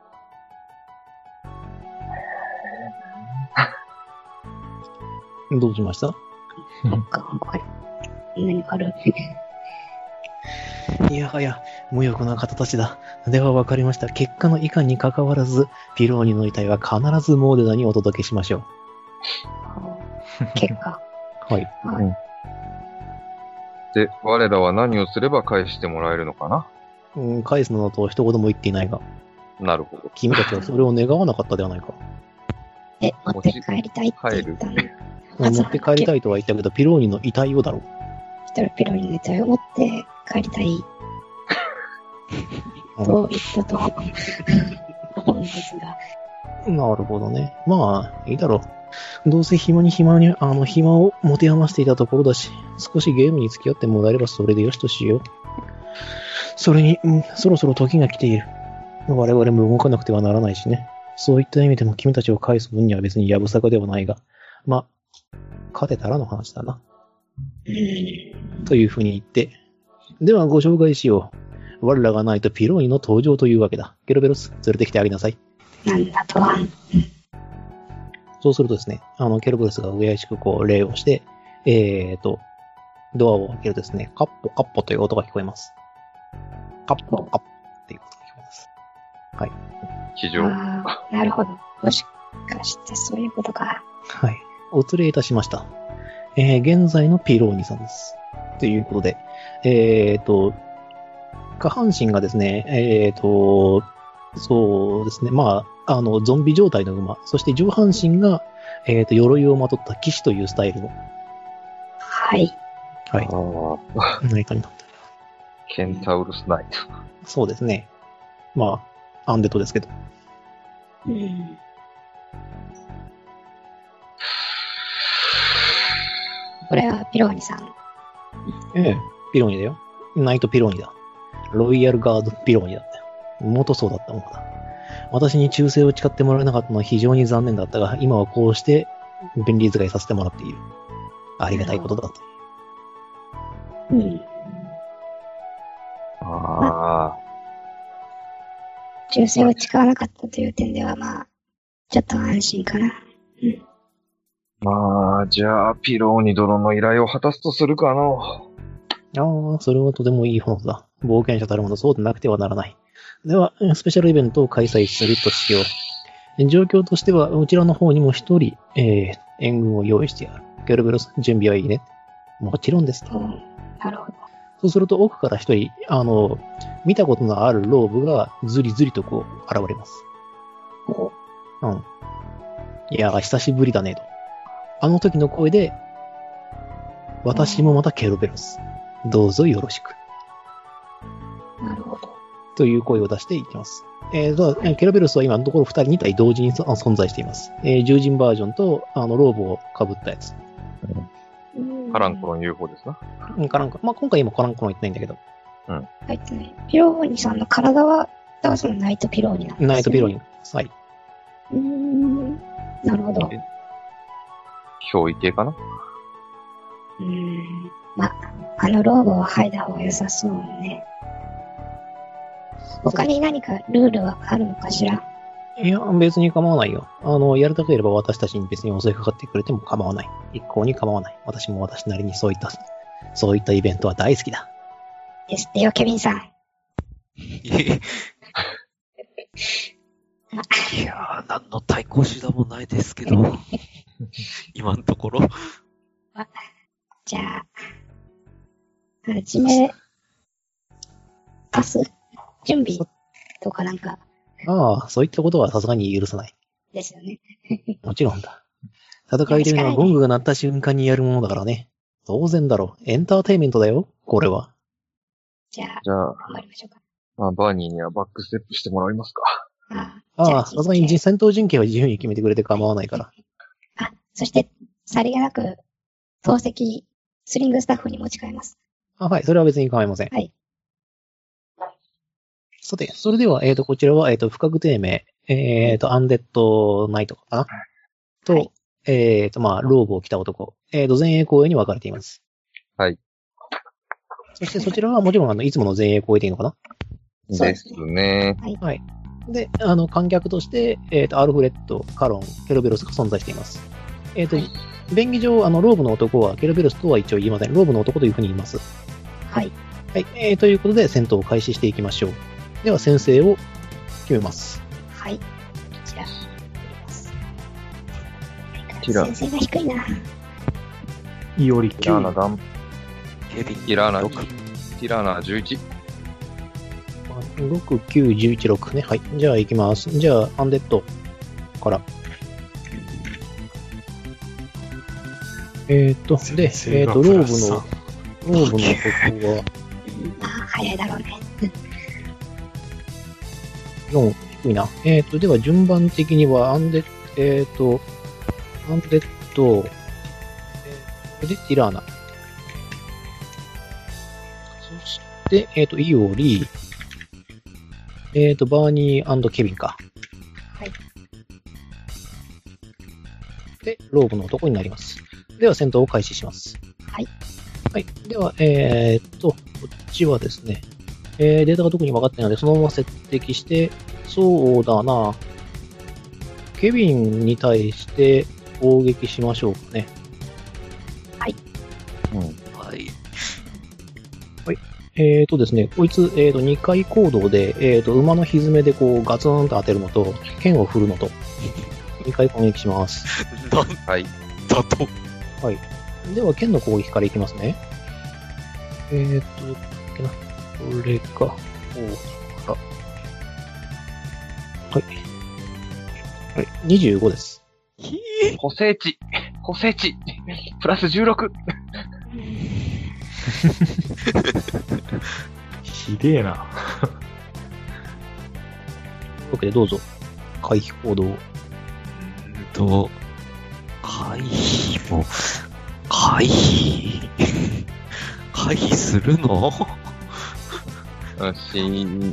S2: どうしました？
S3: なんか、他に何かある？
S2: いやはや、無欲な方たちだ。では分かりました。結果のいかんに関わらず、ピローニの遺体は必ずモーデナにお届けしましょ
S3: 結果。
S2: う。はい。
S3: はい
S4: で、我らは何をすれば返してもらえるのかな？
S2: うん、返すのだと一言も言っていないが、
S4: なるほど。
S2: 君たちはそれを願わなかったではないか。
S3: え、持って帰りたいって言ったの。
S2: 持って帰りたいとは言ったけど、ピローニの遺体をだろう。
S3: 一人ピロリのネタを持って帰りたいと言ったと思うんですが。
S2: なるほどね。まあ、いいだろう。どうせ暇に暇に、あの、暇を持て余していたところだし、少しゲームに付き合ってもらえればそれでよしとしよう。それに、うん、そろそろ時が来ている。我々も動かなくてはならないしね。そういった意味でも君たちを返す分には別にやぶさかではないが、まあ、勝てたらの話だな。というふうに言って、ではご紹介しよう。我らがないとピローニの登場というわけだ。ケルベロス、連れてきてあげなさい。
S3: なんだとは。
S2: そうするとですね、あの、ケルベロスが上しくこう礼をして、えーと、ドアを開けるとですね、カッポカッポという音が聞こえます。カッポカッポっていう音が聞こえます。はい。
S4: 非常。
S3: ああ、なるほど。もしかしてそういうことか。
S2: はい。お連れいたしました。えー、現在のピローニさんです。ということで、えーと、下半身がですね、えーと、そうですね、まあ、あの、ゾンビ状態の馬、そして上半身が、えーと、鎧をまとった騎士というスタイルの。
S3: はい。
S2: はい。
S4: ああ、
S2: 何かになった。
S4: ケンタウルスナイト。
S2: そうですね。まあ、アンデッドですけど。
S3: うん。これはピローニさん。
S2: ええ、ピローニだよ。ナイトピローニだ。ロイヤルガードピローニだったよ。元そうだったもんだ。私に忠誠を誓ってもらえなかったのは非常に残念だったが、今はこうして便利使いさせてもらっている。ありがたいことだと。
S3: うん。
S4: ああ、
S3: 忠誠を誓わなかったという点では、まあ、ちょっと安心かな。うん。
S4: まあ、じゃあ、ピローニ殿の依頼を果たすとするかの。
S2: ああ、それはとてもいいことだ。冒険者たるものそうでなくてはならない。では、スペシャルイベントを開催するとしよう。状況としては、うちらの方にも一人、えー、援軍を用意してやる。ケルベロス、準備はいいね。もちろんです。
S3: うんなるほど。
S2: そうすると奥から一人、あの、見たことのあるローブがずりずりとこう、現れます。
S3: お
S2: うん。いや、久しぶりだね、と。あの時の声で、私もまたケルベロス。どうぞよろしく。
S3: なるほど。
S2: という声を出していきます。えーと、ケルベロスは今のところふたりに体同時に存在しています。えー、獣人バージョンと、あの、ローブを被ったやつ。
S3: うん
S4: カランコロン ユーフォー ですな。
S2: うん、カランコ。まあ、今回今カランコロン言ってないんだけど。
S3: 入ってない。ピローニさんの体は、だからそのナイトピローニなんですよね。
S2: ナイトピローニ。はい。
S3: うーん。なるほど。
S4: 憑依系かな？
S3: うーん。ま、あのローブは剥いだ方が良さそうね。他に何かルールはあるのかしら？
S2: いや、別に構わないよ。あの、やりたければ私たちに別に襲いかかってくれても構わない。一向に構わない。私も私なりにそういった、そういったイベントは大好きだ。
S3: ですってよ、ケビンさん。
S1: いやー、何の対抗手段もないですけど、今のところ。
S3: じゃあ、はじめ、パス準備とかなんか、
S2: ああ、そういったことはさすがに許さない。
S3: ですよね。
S2: もちろんだ。戦いというのはゴングが鳴った瞬間にやるものだからね。当然だろう。エンターテインメントだよ、これは。
S3: じゃあ、
S4: じゃあ、
S3: 頑張りましょうか。
S4: まあ、バーニーにはバックステップしてもらいますか。
S3: ああ、じゃ
S2: ああ、さすがに戦闘陣形は自由に決めてくれて構わないから。
S3: あ、そして、さりげなく、透析、スリングスタッフに持ち替えます。
S2: あ、はい、それは別に構いません。
S3: はい。
S2: さて、それでは、えっ、と、こちらは、えっ、と、不確定名、えっ、と、アンデッドナイトかなと、
S3: はい
S2: えっ、と、まあ、ローブを着た男、えっ、と、前衛後衛に分かれています。
S4: はい。
S2: そしてそちらはもちろん、あの、いつもの前衛超えていいのかな？
S4: ですね。
S2: はい。で、あの、観客として、えっ、と、アルフレッド、カロン、ケルベロスが存在しています。えっ、と、便宜上、あの、ローブの男は、ケルベロスとは一応言いません。ローブの男というふうに言います。
S3: はい。
S2: はい。えー、ということで、戦闘を開始していきましょう。では、先生を決めます。
S3: はい。こちら。
S4: キラ
S3: 先生が低いな。
S5: イオリ
S4: キラーナダン。
S1: ケビン。
S4: キラーナ
S1: ろく。
S4: キラーナじゅういち。
S2: ろく、きゅう、じゅういち、ろくね。はい。じゃあ、行きます。じゃあ、アンデッドから。えっ、と、で、えっ、
S5: 先生が
S2: と、ローブ
S5: プラス
S2: の、ローブの男は
S3: ああ、早いだろうね。
S2: よん、低いな。えっ、と、では順番的には、アンデッ、えっ、と、アンデッド、えー、で、ティラーナ。そして、えっ、と、イオリ、えっ、と、バーニー&ケビンか。
S3: はい。
S2: で、ローブの男になります。では、戦闘を開始します。
S3: はい。
S2: はい。では、えーっと、こっちはですね、えー、データが特に分かってないので、そのまま設定して、そうだな、ケビンに対して攻撃しましょうかね。
S4: うん。
S1: はい。
S2: えーとですね、こいつ、えーと、にかい行動で、えーと、馬の蹄でこう、ガツンと当てるのと、剣を振るのと、にかい攻撃します。
S1: なん
S4: はい。
S1: だと。
S2: では、剣の攻撃からいきますね。えーと、どっけな。これか、こうから。はい。はい、にじゅうごです。
S1: ひ
S4: 補正値。補正値。プラスじゅうろく。
S5: ひでえな。
S2: というわけで、どうぞ。回避行動を。
S1: ーんと、回避も、回避回避するの
S4: し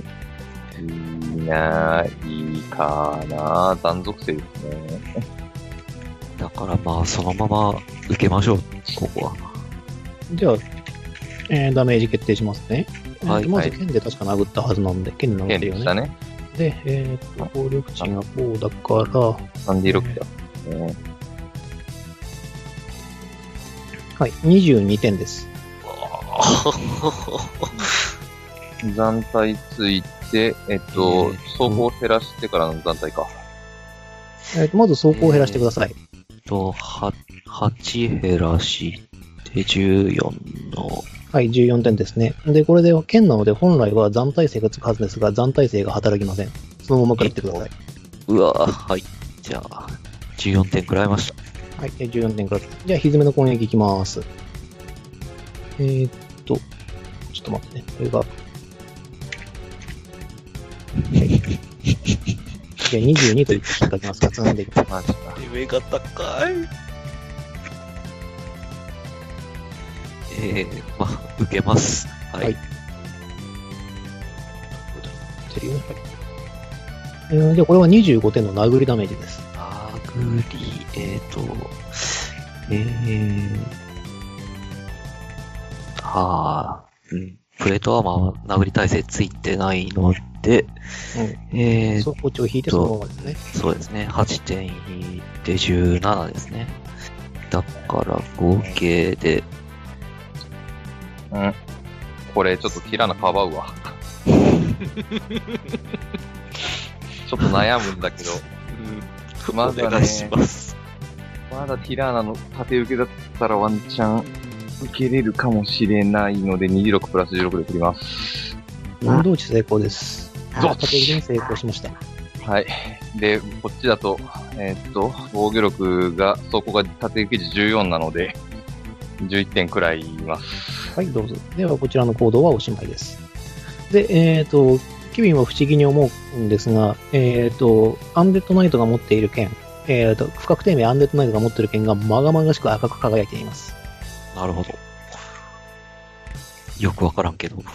S4: ないかな。断続性ですね。
S1: だからまあ、そのまま受けましょう、ここは。
S2: じゃあ、えー、ダメージ決定しますね。
S1: はい
S2: えーとまず、剣で確か殴ったはずなんで、剣で殴っ
S4: 剣
S2: てるよね。
S4: でしたね。
S2: で、えーと、効力値がこうだから、
S4: サンディロックだ。ね
S2: はい、にじゅうにてんです。
S4: 残体ついて、えっと、
S1: えー
S4: 走行を減らしてからの残体か。
S2: えーと、まず走行を減らしてください。
S1: と、は、はち減らしてじゅうよんの、
S2: はい、じゅうよんてんですね。で、これで、剣なので本来は残体制がつくはずですが、残体制が働きません。そのまま食らってください。
S1: うわぁ、はい。じゃあ、じゅうよんてんくらいました。
S2: はい、でじゅうよんてんくらって。じゃあ、蹄の攻撃いきます。えーっと、ちょっと待ってね。これが、はいじゃあにじゅうにと言って引っかけますか。つなんでいきます。
S4: マジか。
S1: 夢が高い。えー、まあ、受けます。はい。
S2: はいてるよね。はい。えー、じゃあこれはにじゅうごてんの殴りダメージです。
S1: 殴り、えーと、えー、あー、うん。プレートはまあ、殴り耐性ついてないので、えー、
S2: 走行値を引いてそのままですね。
S1: そうですね。はちてん引いてじゅうななですね。だから合計で、
S4: うん。これちょっとキラーナかばうわ。ちょっと悩むんだけど、まだね
S1: お願いします。
S4: まだティラーナの縦受けだったらワンチャン受けれるかもしれないので、にじゅうろくプラスじゅうろくで振ります。
S2: 運動値成功です。
S4: ゾッ
S2: 縦受けに成功しました。
S4: はい。で、こっちだと、えーっと、防御力が、そこが縦受け値じゅうよんなので、じゅういってんくらいいます。
S2: はい、どうぞ。では、こちらの行動はおしまいです。で、えっ、と、ケビンは不思議に思うんですが、えっ、と、アンデッドナイトが持っている剣、えっ、と、不確定名アンデッドナイトが持っている剣がまがまがしく赤く輝いています。
S1: なるほど。よくわからんけど。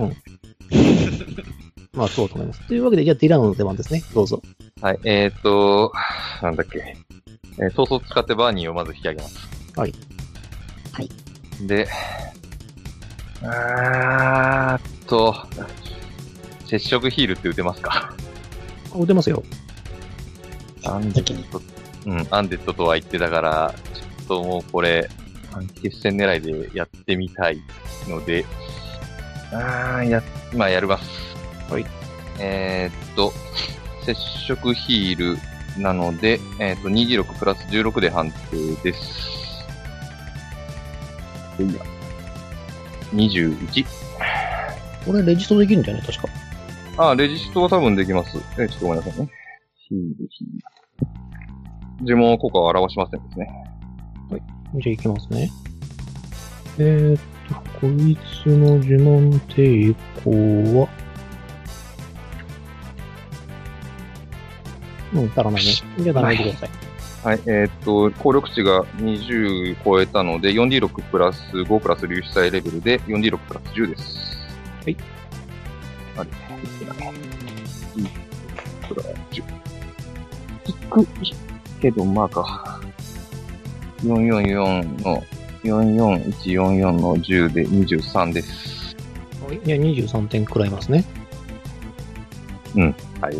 S2: まあ、そうと思います。というわけで、じゃあ、ティラノの出番ですね。どうぞ。
S4: はい。えーっと、なんだっけ。えー、闘争使ってバーニーをまず引き上げます。
S2: はい。
S3: はい。
S4: で、 あーっと、接触ヒールって打てますか？
S2: 打てますよ。
S4: アンデッド、うん、アンデッドとは言ってたから、ちょっともうこれ、短期決戦狙いでやってみたいので、あー、や、まあやります。
S2: はい。
S4: えーっと、接触ヒールなので、えーっと、にじゅうろくプラスじゅうろくで判定です。いや。にじゅういち。
S2: これレジストできるんじゃない確か。
S4: あ、レジストは多分できます。え、ちょっとごめんなさいね。ヒール、ヒール。呪文効果を表しませんですね。
S2: じゃあ行きますね。えーっと、こいつの呪文抵抗は、うん、足らないね。じゃあダメでください。
S4: はい、えーっと、効力値がにじゅう超えたので、よんディーろく プラスごプラス粒子体レベルで よんディーろく プラスじゅうです。
S2: はい。
S4: あれ、いくらプラスじゅう。いく、けど、まあか。よんよんよんの、よんよんいちよんよんのじゅうでにじゅうさんです。
S2: はい。じゃあにじゅうさんてんくらいますね。
S4: うん。はい。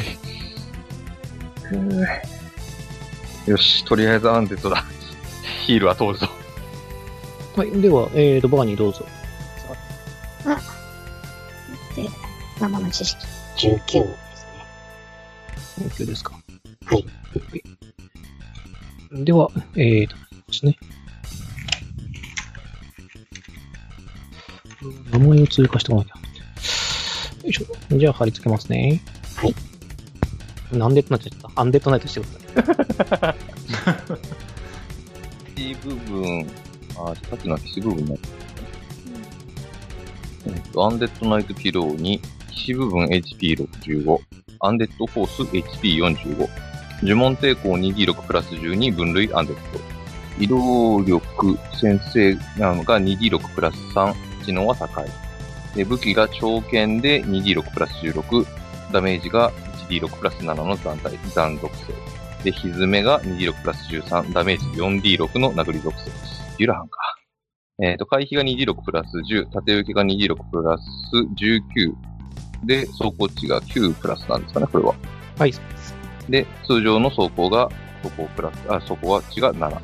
S4: よし、とりあえずアンデッドだ。ヒールは通るぞ。
S2: はい。では、えーと、バーニーどうぞ。
S3: あ、で、まあまあの知識、じゅうきゅうですね。
S2: きゅうですか。
S3: はい。
S2: では、えーと、ですね。名前を追加しておかなきゃ。よいしょ。じゃあ貼り付けますね。
S3: はい。
S2: なんでとなっちゃった。アンデッドナイトしてください。
S4: キー部分、あ、さっきの騎士部分になってる、ね。うんと、アンデッドナイトピローに、騎士部分 エイチピーろくじゅうご、アンデッドフォース エイチピーよんじゅうご、呪文抵抗 にディーろく プラスじゅうに分類アンデッド。移動力先生なのが にディーろく プラスさん、知能は高い。で、武器が長剣で にディーろく プラスじゅうろく、ダメージが いちディーろく プラスななの残体、残属性。で、歪めが にディーろく プラスじゅうさん、ダメージ よんディーろく の殴り属性です。ユラハンか。えっと、回避が にディーろく プラスじゅう、縦受けが にディーろく プラスじゅうきゅう、で、走行値がきゅうプラスなんですかね、これは。
S2: はい。
S4: で、通常の走行が、走行プラス、あ、走行は値がななです。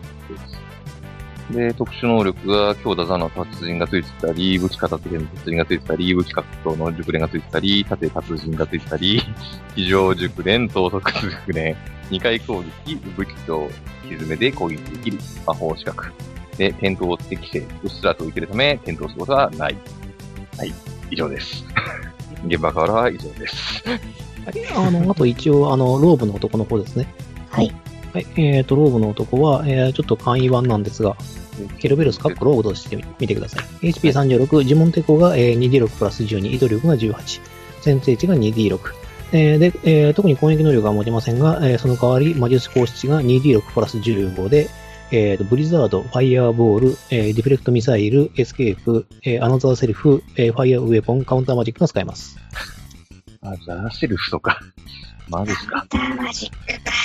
S4: で、特殊能力が、強打座の達人がついてたり、武器片手の達人がついてたり、武器格闘の熟練がついてたり、盾達人がついてたり、非常熟練、統率熟練、にかい攻撃、武器と歪めで攻撃できる魔法資格。で、転倒適正、うっすらと生きるため、転倒することはない。はい、以上です。現場からは以上です。
S2: はい、あの、あと一応、あの、ローブの男の方ですね。
S3: はい。
S2: はい、えーと、ローブの男は、えー、ちょっと簡易版なんですが、ケルベロスカッコローブとしてみてください。エイチピーさんじゅうろく、呪文抵抗が、えー、にディーろく プラスじゅうに、移動力がじゅうはち、先制値が にディーろく。えー、で、えー、特に攻撃能力は持ちませんが、えー、その代わり魔術講師値が にディーろく プラスじゅうごで、えーと、ブリザード、ファイヤーボール、えー、ディフレクトミサイル、エスケープ、えー、アナザーセルフ、えー、ファイヤーウェポン、カウンターマジックが使えます。
S4: あ、ザーセルフとか。マジっすか。
S3: カウンターマジックか。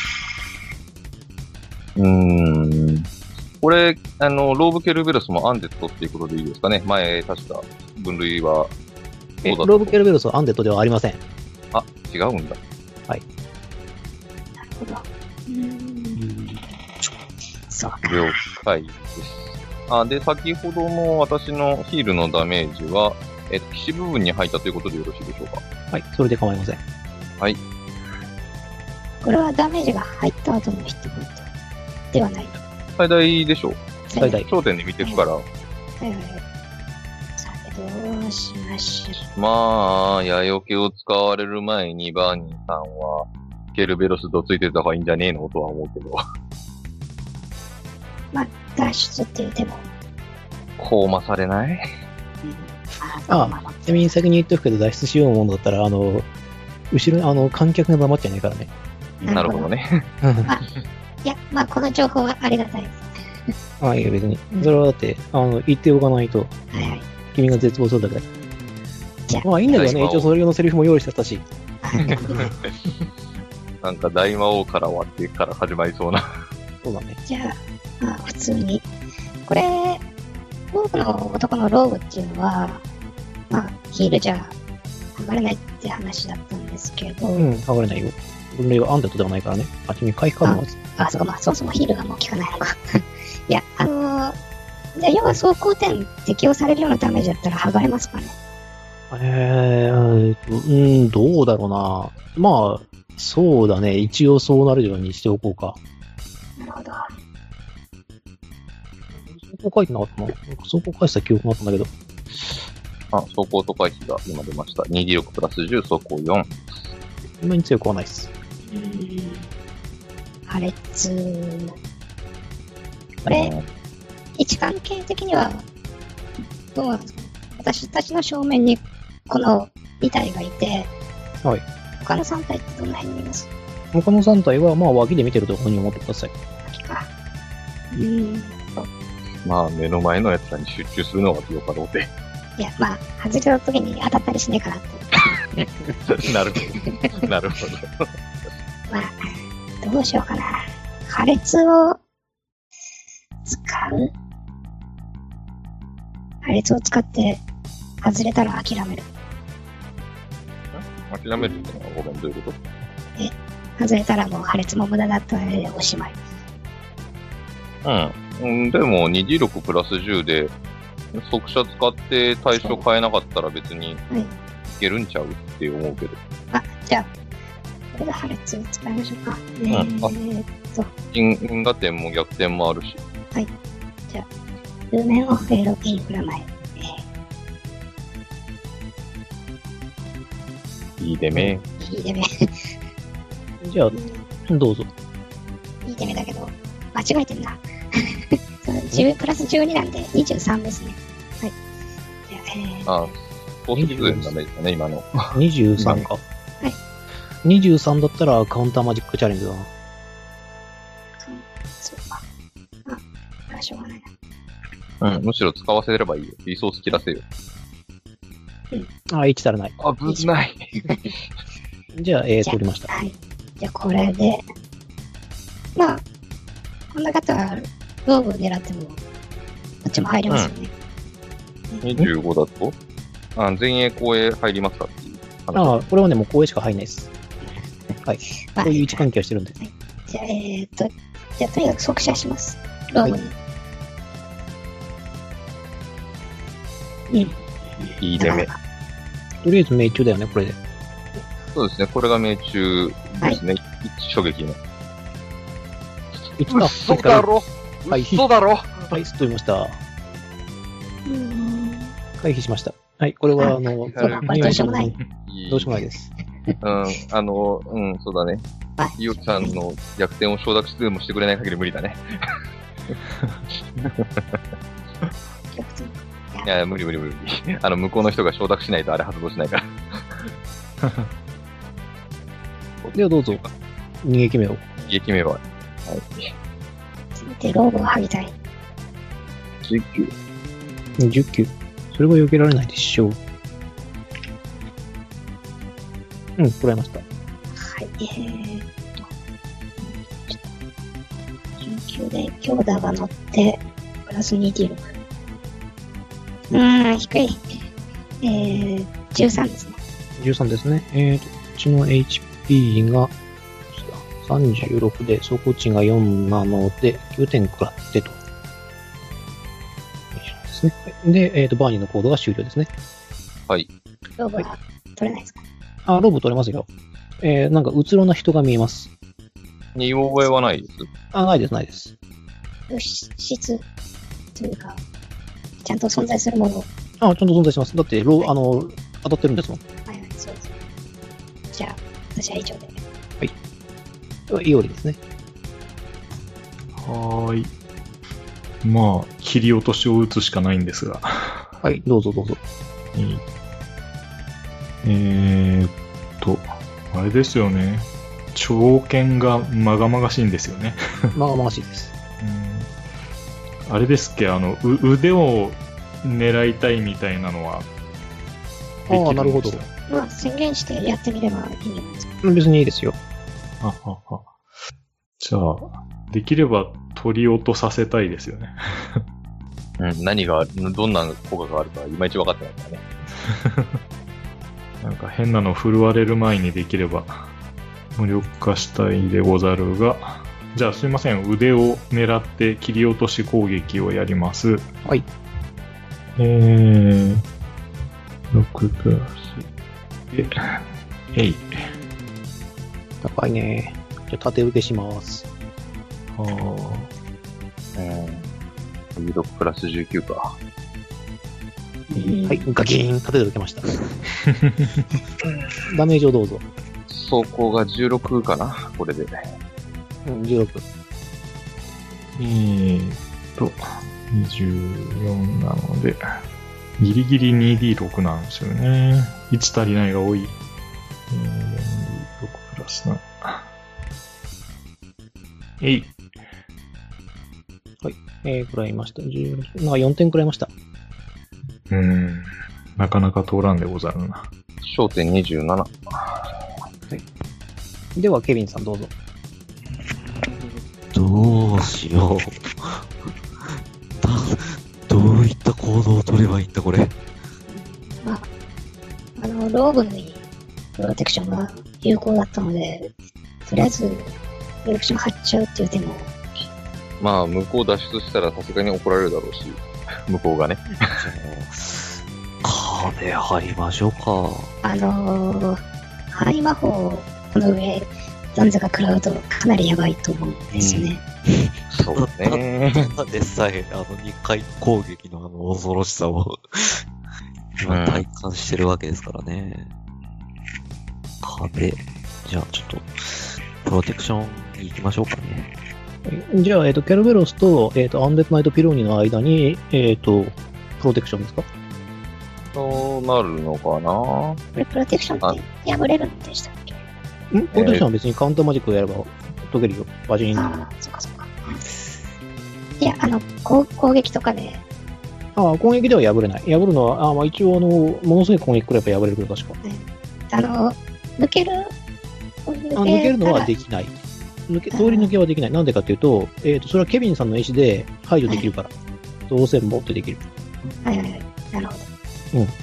S4: うーん。これ、あの、ローブケルベロスもアンデッドっていうことでいいですかね。前、確か、分類は、
S2: え、ローブケルベロスはアンデッドではありません。
S4: あ、違うんだ。
S3: なるほど。うーん。そうか。
S4: 了解です。あ、で、先ほどの私のヒールのダメージは、えっと、騎士部分に入ったということでよろしいでしょうか。
S2: はい、それで構いません。
S4: はい。
S3: これはダメージが入った後のヒットポイントではないと。
S4: 最大でしょう。
S2: 最大。
S4: 頂点で見ていくから。
S3: はいはいはい。さて、どうしましょ
S4: まあ、矢よけを使われる前にバーニーさんは、ケルベロスとついてた方がいいんじゃねえのとは思うけど。
S3: う。まあ、脱出っていう手も。
S4: こうまされない？
S2: ああ、ちなみに先に言っておくけど、脱出しようものだったら、あの、後ろに、あの、観客が黙っちゃいないからね。
S4: なるほどね。
S3: いや、まあ、この情報はありがたいです。
S2: ああ、いや別に。それはだって、あの、言っておかないと、
S3: はいはい。
S2: 君が絶望するだけだ。
S3: じゃあ、
S2: まあいいんだけどね、一応それ用のセリフも用意してたし。
S4: なんか大魔王からはってから始まりそうな。
S2: そうだね。
S3: じゃあ、まあ、普通に。これ、 多くの男のローブっていうのは、まあ、ヒールじゃ剥がれないって話だったんですけど、
S2: うん、剥がれないよ。分類はアンデッドではないからね。あ、君回避カードは
S3: あ、そうか、まあ、そもそもヒールがもう効かないのか。いや、あのー、じゃあ要は走行点適用されるようなダメージだったら剥がれますかね。
S2: えーっと、うーん、どうだろうな。まあ、そうだね。一応そうなるようにしておこうか。
S3: なるほど。
S2: 走行書いてなかったな。なんか走行返した記憶があったんだけど。
S4: あ、走行と回避が今出ました。にディーろくプラスじゅう、走行よん。
S2: そんなに強くはないっす。
S3: うーん。破裂。これ、位置関係的には、どうなんですかね。私たちの正面にこのに体がいて、
S2: はい。
S3: 他のさん体ってどんな辺にいます？
S2: 他のさん体は、まあ、脇で見てるところに思ってください。
S3: 脇か。うーん。
S4: まあ、目の前のやつらに集中するのがよかろうで。
S3: いや、まあ、外れた時に当たったりしねえかなって。
S4: なるほど。なるほど。
S3: まあ、どうしようかな。破裂を使う？破裂を使って外れたら諦める。
S4: 諦めるってのはごめん、どういうこと？
S3: 外れたらもう破裂も無駄だったのでおしまい。
S4: うん。うん、でも、にディーろくプラスじゅうで、速射使って対象変えなかったら別にい
S3: はい。
S4: けるんちゃうって思うけど。
S3: あ、じゃあ、これで破裂を使いましょうか。え
S4: んあ
S3: ーっと、
S4: 因因果点も逆転もあるし。
S3: ルーメンをフェードインプラマイ。
S4: いい出目。
S3: いい出目。
S2: じゃあ、どうぞ。
S3: いい出目だけど、間違えてんな。じゅうプラスじゅうになんでにじゅうさんですね。はい。じゃあ、えー、
S4: あ、高速通のダメですかね、今の。
S2: にじゅうさんか。
S3: はい。
S2: にじゅうさんだったらカウンターマジックチャレンジだな。
S3: そうか。あ、あしょうがないな。
S4: うん、むしろ使わせればいいよ。リソース切らせよ。
S2: あ、いち足らない。
S4: 危ない。
S2: じゃあ、えー、
S3: じゃあ
S2: 取りました。
S3: はい。じゃあ、これで、まあ、こんな方は、ローブ狙っても、こっちも入りますよね。
S4: にじゅうごだとあ、前衛後衛入りますかっていう話。
S2: ああ、これはね、もう公営しか入んないです。はい。
S3: まあ
S2: そういう位置関係をしてるんで。
S3: じゃあ、えーっと、じゃあ、とにかく速射します。ローブに。うん。
S4: いい出目。
S2: とりあえず命中だよね、これで。
S4: そうですね、これが命中ですね。一衝撃の。
S2: いちか。
S4: 嘘だろ
S2: はい
S4: 嘘だろ
S2: はい、すっ飛びました。
S3: うん。
S2: 回避しました。はい、これは、あの、
S3: そうだ、これどうしようもない。
S2: どうしようもないです。
S4: うん、あの、うん、そうだね。
S3: あ、
S4: いおちゃんの逆転を承諾してもしてくれない限り無理だね。いや、無理無理無理。あの、向こうの人が承諾しないとあれ発動しないから。
S2: ではどうぞ、逃げ決めを。
S4: 逃げ決めは。はい。
S3: で、ローブを剥ぎたい。
S4: じゅうきゅう。
S2: じゅっきゅう。それは避けられないでしょう。うん、こらえました。
S3: はい、えー、じゅうきゅうで強打が乗って、プラスにディーろく。うーん、低い。えー、じゅうさんですね。
S2: じゅうさんですね。えーと、こっちの エイチピー が、さんじゅうろくで、走行値がよんなので、きゅうてん食らってと。ですね。で、えーと、バーニーのコードが終了ですね。
S4: はい。
S3: ローブは取れないですか？
S2: あ、ローブ取れますよ。えー、なんか、うつろな人が見えます。
S4: 見覚えはないです。
S2: あ、ないです、ないです。
S3: 物質というか、ちゃんと存在するものを。
S2: あ、ちゃんと存在します。だって、ロー、あの、当たってるんですもん。
S3: はいはい、そうです。じゃあ、私は以上で。
S2: はい。いおりですね。
S5: はーい。まあ、切り落としを打つしかないんですが。
S2: はい、どうぞどうぞ。
S5: えーっと、あれですよね。長剣がまがまがしいんですよね。
S2: まがまがしいです。
S5: うん、あれですっけ、あの、う腕を狙いたいみたいなのはできるんですか？
S2: ああ、なるほど。
S3: まあ、宣言してやってみればいいんじゃないですか。
S2: 別にいいですよ。
S5: ははは。じゃあ、できれば取り落とさせたいですよね。
S4: うん、何がある、どんな効果があるかいまいち分かってないからね。
S5: なんか変なの振るわれる前にできれば無力化したいでござるが、じゃあすいません、腕を狙って切り落とし攻撃をやります。
S2: はい。
S5: えー、ろくプラス、え、えい。
S2: 高いね。じゃあ縦受けします。
S5: あー。
S4: うん。じゅうろくプラスじゅうきゅうか。
S2: はい、ガキーン縦で受けました。ダメージをどうぞ。
S4: 走行がじゅうろくかなこれで。
S2: うん、じゅうろく。
S5: えーっと、にじゅうよんなので、ギリギリ にディーろく なんですよね。いち足りないが多い。えー、よんディーろく プラスなな。えい。
S2: はい。えー、くらいました。じゅうろく。なんかよんてんくらいました。
S5: うーん。なかなか通らんでござるな。
S4: 焦点にじゅうなな。
S2: はい。では、ケビンさんどうぞ。
S1: どうしよう。どういった行動を取ればいいんだ、これ。
S3: まあ、あの、ローブにプロテクションが有効だったので、とりあえず、プロテクション貼っちゃうっていう手も。
S4: まあ、向こう脱出したらさすがに怒られるだろうし、向こうがね。
S1: 壁張りましょうか。
S3: あのー、範魔法、この上、ザンザが食らうとかなりやばいと思うんですよね。
S4: うん、そうね。
S1: ただでさえ、あのにかい攻撃のあの恐ろしさを今体感してるわけですからね。壁。じゃあちょっと、プロテクションに行きましょうかね。
S2: じゃあ、えっ、ー、と、ケルベロスと、えっ、ー、と、アンデッドナイトピローニの間に、えっ、ー、と、プロテクションですか？
S4: そうなるのかな。
S3: これプロテクションって破れるんでしたっけ？
S2: んプロテクションは別にカウンターマジックをやれば解けるよ。バジーン。
S3: ああ、そっかそっか。いや、あの、攻攻撃とかで。
S2: ああ、攻撃では破れない。破るのは、あまあ一応、あの、ものすごい攻撃くらいやっぱ破れるけど、確か。
S3: ね、あの、抜ける
S2: 抜けあ抜けるのはできない。抜け、通り抜けはできない。なんでかっていうと、えっ、ー、と、それはケビンさんの意思で排除できるから。はい、動線持ってできる。
S3: はいはいはい。なるほど。
S2: うん。だ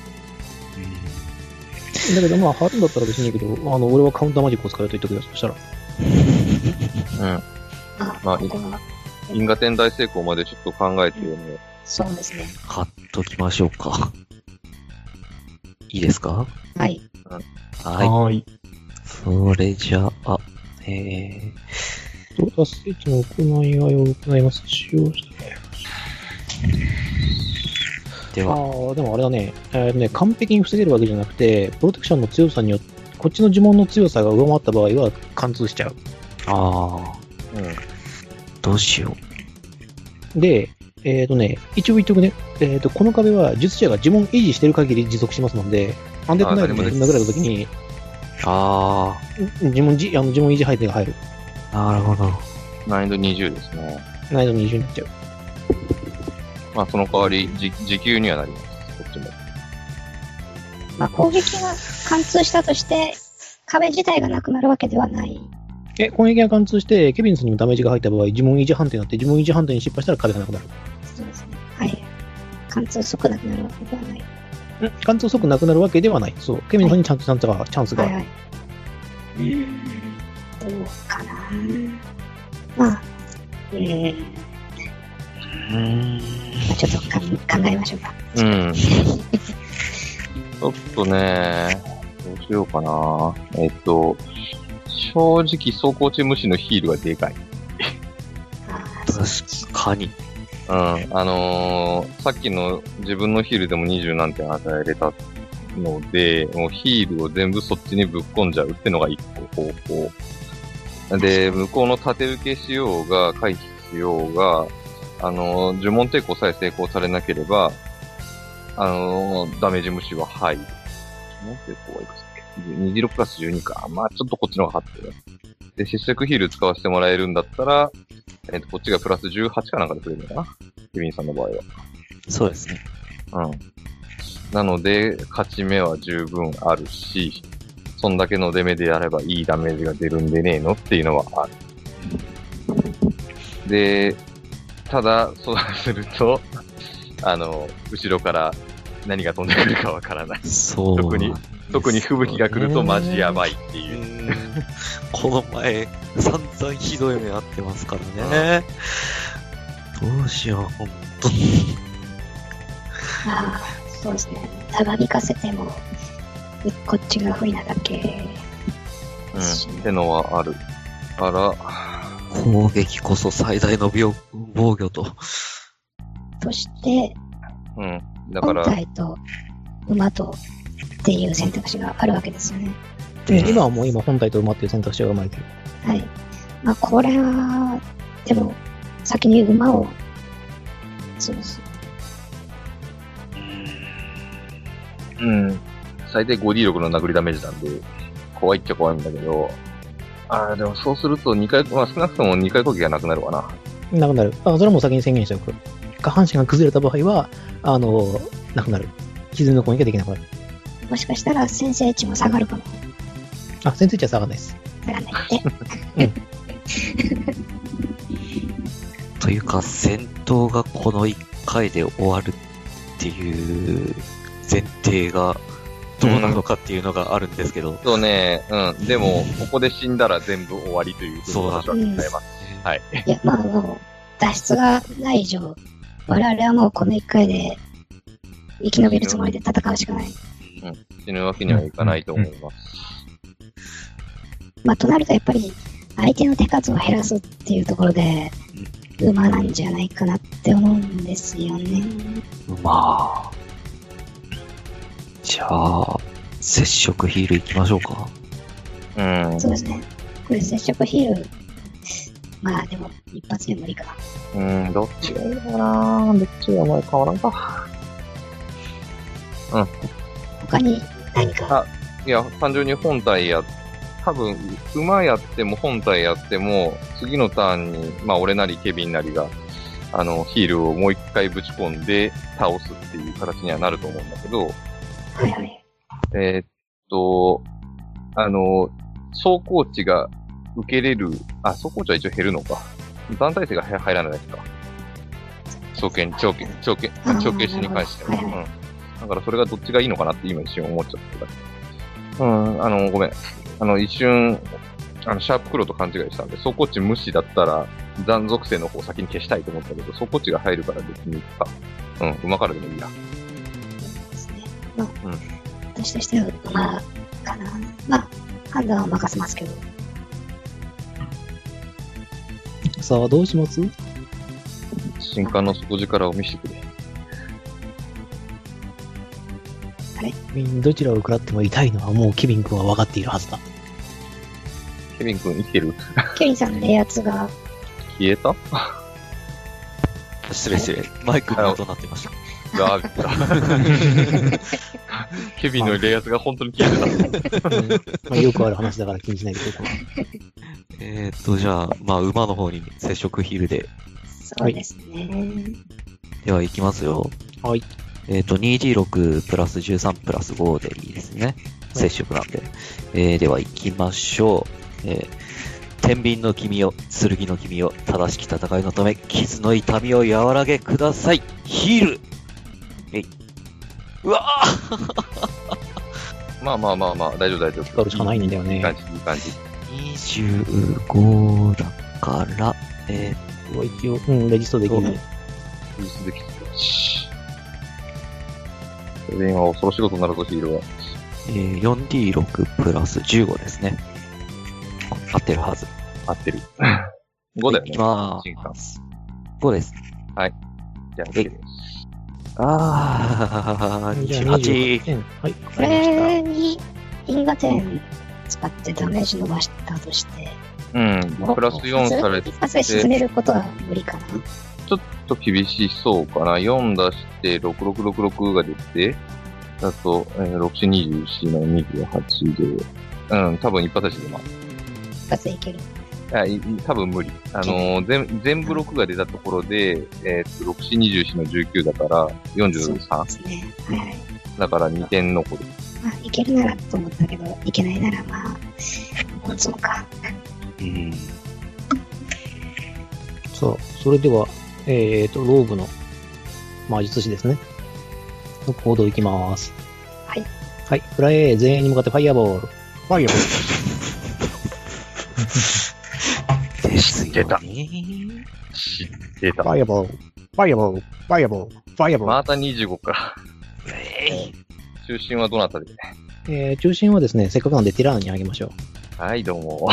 S2: けどまあ、貼るんだったら別にいいけど、あの、俺はカウンターマジックを使うと言っとくよ、そしたら。
S4: うん。
S3: あ、
S4: まあ、
S3: ここは
S4: 因果点大成功までちょっと考えてよね。
S3: そうですね。
S1: 貼っときましょうか。いいですか？
S3: はい。
S1: はい。
S5: はーい。
S1: それじゃあ、え
S2: ー。と、脱出の行いがを行います。使用した。
S1: では。
S2: ああ、でもあれだね、えー、ね、完璧に防げるわけじゃなくて、プロテクションの強さによって、こっちの呪文の強さが上回った場合は貫通しちゃう。
S1: ああ。うん。どうしよ
S2: う。で、えっ、ー、とね、一応言っとくね、えっ、ー、と、この壁は術者が呪文維持してる限り持続しますので、アンデッドナイトで殴られた時に、
S1: ああ。
S2: 呪文、あの呪文維持配点が入る。
S1: なるほど。
S4: 難易度にじゅうですね。
S2: 難易度にじゅうになっちゃう。
S4: まあ、その代わり、じ時給にはなります。こっちも。
S3: まあ、攻撃が貫通したとして、壁自体がなくなるわけではない。
S2: え、攻撃が貫通して、ケビンスにもダメージが入った場合、呪文維持判定になって、呪文維持判定に失敗したら壁がなくなる。
S3: そうですね。はい。貫通即なくなるわけではない。
S2: ん貫通即なくなるわけではない。そう。ケビンさんにちゃんとチャンスが、チャンスが。はいはい。
S3: うん。どうかな。まあ、うん。うん。ちょっとか考えましょうか。
S4: うん。ちょっとね、どうしようかな。えっと、正直、走行中無視のヒールがでかい。
S1: 確かに。
S4: うん。あのー、さっきの自分のヒールでもにじゅう何点与えれたので、もうヒールを全部そっちにぶっ込んじゃうってのが一個方法。で、向こうの縦受けしようが、回避しようが、あのー、呪文抵抗さえ成功されなければ、あのー、ダメージ無視は入る。呪文抵抗はいくつだっけ ?にじゅうろく プラスじゅうにか。まあちょっとこっちの方が勝ってる。で、接触ヒール使わせてもらえるんだったら、えっと、こっちがプラスじゅうはちかなんかでくれるのかなケビンさんの場合は。
S1: そうですね。
S4: うん。なので、勝ち目は十分あるし、そんだけの出目でやればいいダメージが出るんでねえのっていうのはある。で、ただ、そうすると、 あの、後ろから何が飛んでくるかわからない。
S1: そう。
S4: 特に、特に吹雪が来るとマジやばいっていう。
S1: うんこの前、散々ひどい目あってますからね。どうしよう、ほんとに。
S3: ああ、そうですね。長引かせても、こっちが不利なだけ。
S4: うん。ってのはある。から、
S1: 攻撃こそ最大の防防御と。
S3: そして、
S4: うん。だから、
S3: 本体と馬とっていう選択肢があるわけですよね。
S2: で今はもう今本体と馬っていう選択肢が生まれてる。
S3: はい。まあ、これは、でも、先に馬を、そうです。
S4: うん。最低 ごディーろく の殴りダメージなんで、怖いっちゃ怖いんだけど、ああ、でもそうするとにかい、まあ少なくともにかい攻撃がなくなるわな。
S2: なくなる。あ、それはもう先に宣言しておく。下半身が崩れた場合は、あの、なくなる。歪みの攻撃ができなくなる。
S3: もしかしたら先制値も下がるかも。
S2: あ、先制値は下がらないです。
S3: 下がらないって。
S1: というか、戦闘がこのいっかいで終わるっていう前提がどうなのかっていうのがあるんですけど。
S4: そうね、うん。でも、ここで死んだら全部終わりというふうに私は考えます。はい。
S3: いや、まあもう、脱出がない以上、我々はもうこのいっかいで生き延びるつもりで戦うしかない。
S4: うん。死ぬわけにはいかないと思います。
S3: まあ、となるとやっぱり、相手の手数を減らすっていうところで、馬なんじゃないかなって思うんですよね。
S1: まあ。じゃあ、接触ヒール行きましょうか。
S4: うん。
S3: そうですね。これ接触ヒール、まあでも、一発で無理かな。
S4: うん、どっちがいいのかな。どっちがお前変わらんか。うん。
S3: 他に何か。
S4: あ、いや、単純に本体や、多分、馬やっても本体やっても、次のターンに、まあ俺なりケビンなりが、あの、ヒールをもう一回ぶち込んで倒すっていう形にはなると思うんだけど、
S3: はいはい。
S4: えー、っと、あの、走行値が受けれる、あ、走行値は一応減るのか。団体性が入らないですか。長剣、長剣、長剣、長剣士に関しては。うん。だからそれがどっちがいいのかなって今一瞬思っちゃった。うん、あの、ごめん。あの、一瞬、あの、シャープクロと勘違いしたんで、走行値無視だったら、残属性の方を先に消したいと思ったけど、走行値が入るから別にいいか。うん、馬からでもいいや。
S3: ですね。まあ、
S4: うん、
S3: 私としては馬かな。まあ、判断は任せますけど。
S2: さあ、どうします？
S4: 新刊の底力を見せてくれ。
S3: あれ？
S2: どちらを食らっても痛いのはもうケビン君は分かっているはずだ。
S4: ケビン君生きてる？
S3: ケビンさんの冷圧が
S4: 消えた？
S1: 失礼失礼。マイクが音鳴ってました。
S4: が、ケビンの冷圧が本当に消えてた。
S2: まあ、よくある話だから気にしないでください。
S1: えーっと、じゃあ、まあ、馬の方に接触ヒールで。
S3: そうですね。
S1: では、行きますよ。
S2: はい。
S1: えーっと、にディーろく プラスじゅうさんプラスごでいいですね。接触なんで。えー、では、行きましょう。えー、天秤の君よ、剣の君よ、正しき戦いのため、傷の痛みを和らげください。ヒールえい。うわ
S4: まあまあまあまあ、大丈夫大丈夫。
S2: 使うしかないんだよね。
S4: いい感じ、いい感じ。
S1: にじゅうごだから、え
S2: これは一応、うん、レジストできない。
S4: リースできたし。それで今恐ろしいことになるぞ、ヒールは。
S1: ー、えー、よんディーろく プラスじゅうごですね。合ってるはず。
S4: 合ってる。ごだよね。
S1: いきま
S4: 新刊
S1: ーす。ごです。
S4: じゃあ、OK です。
S1: あー、に
S2: じゃあ
S1: じゅうはち。
S2: にじゅうはちてん。はい。
S3: これに因果点使ってダメージ伸ばしたとして、
S4: うん。プラスよんされて、
S3: 一発で沈めることは無理かな。
S4: ちょっと厳しそうかな。よん出して、ろくろくろくろくが出て、あと、えー、ろく、にじゅうよんのにじゅうはちで、うん、多分一発でま
S3: 一発でいける。
S4: あ、い多分無理。あのー、全、全部ろくが出たところで、えっと、ろく、にじゅうよんのじゅうきゅうだから、よんじゅうさん。
S3: そうですね。はいはい。
S4: だからにてん残る。
S3: まあ、いけるならと思ったけど、いけないならまあ、持つのか。
S1: うん。
S2: さあ、それでは、えーと、ローブの魔術師ですね。の行動いきます。
S3: はい。
S2: はい。フライ A 全員に向かってファイアボール。ファイアボール。
S1: です
S4: 出た
S1: よね。
S4: 知ってた。
S2: ファイアボール。ファイアボール。ファイアボール。ファイアボール。
S4: またにじゅうごか。
S1: え
S4: 中心はどなたで？
S2: えー、中心はですね、せっかくなんでティラーナにあげましょう。
S4: はい、どうも。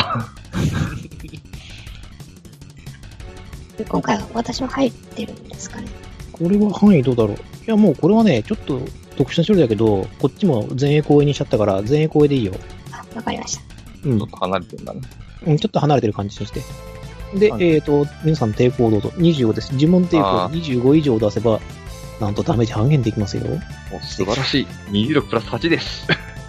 S3: で今回は私も入ってるんですかね。
S2: これは範囲どうだろう。いや、もうこれはね、ちょっと特殊な処理だけど、こっちも前衛後衛にしちゃったから、前衛後衛でいいよ。
S3: あ、わかりました。
S2: うん。
S4: ちょっと離れてんだね。
S2: うん、ちょっと離れてる感じにして。で、
S4: はい
S2: えっ、と、皆さん抵抗どうぞ。にじゅうごです。呪文抵
S4: あー
S2: 抗にじゅうご以上出せば、なんとダメージ半減できますよ。
S4: お素晴らしい。にじゅうろくプラスはちです。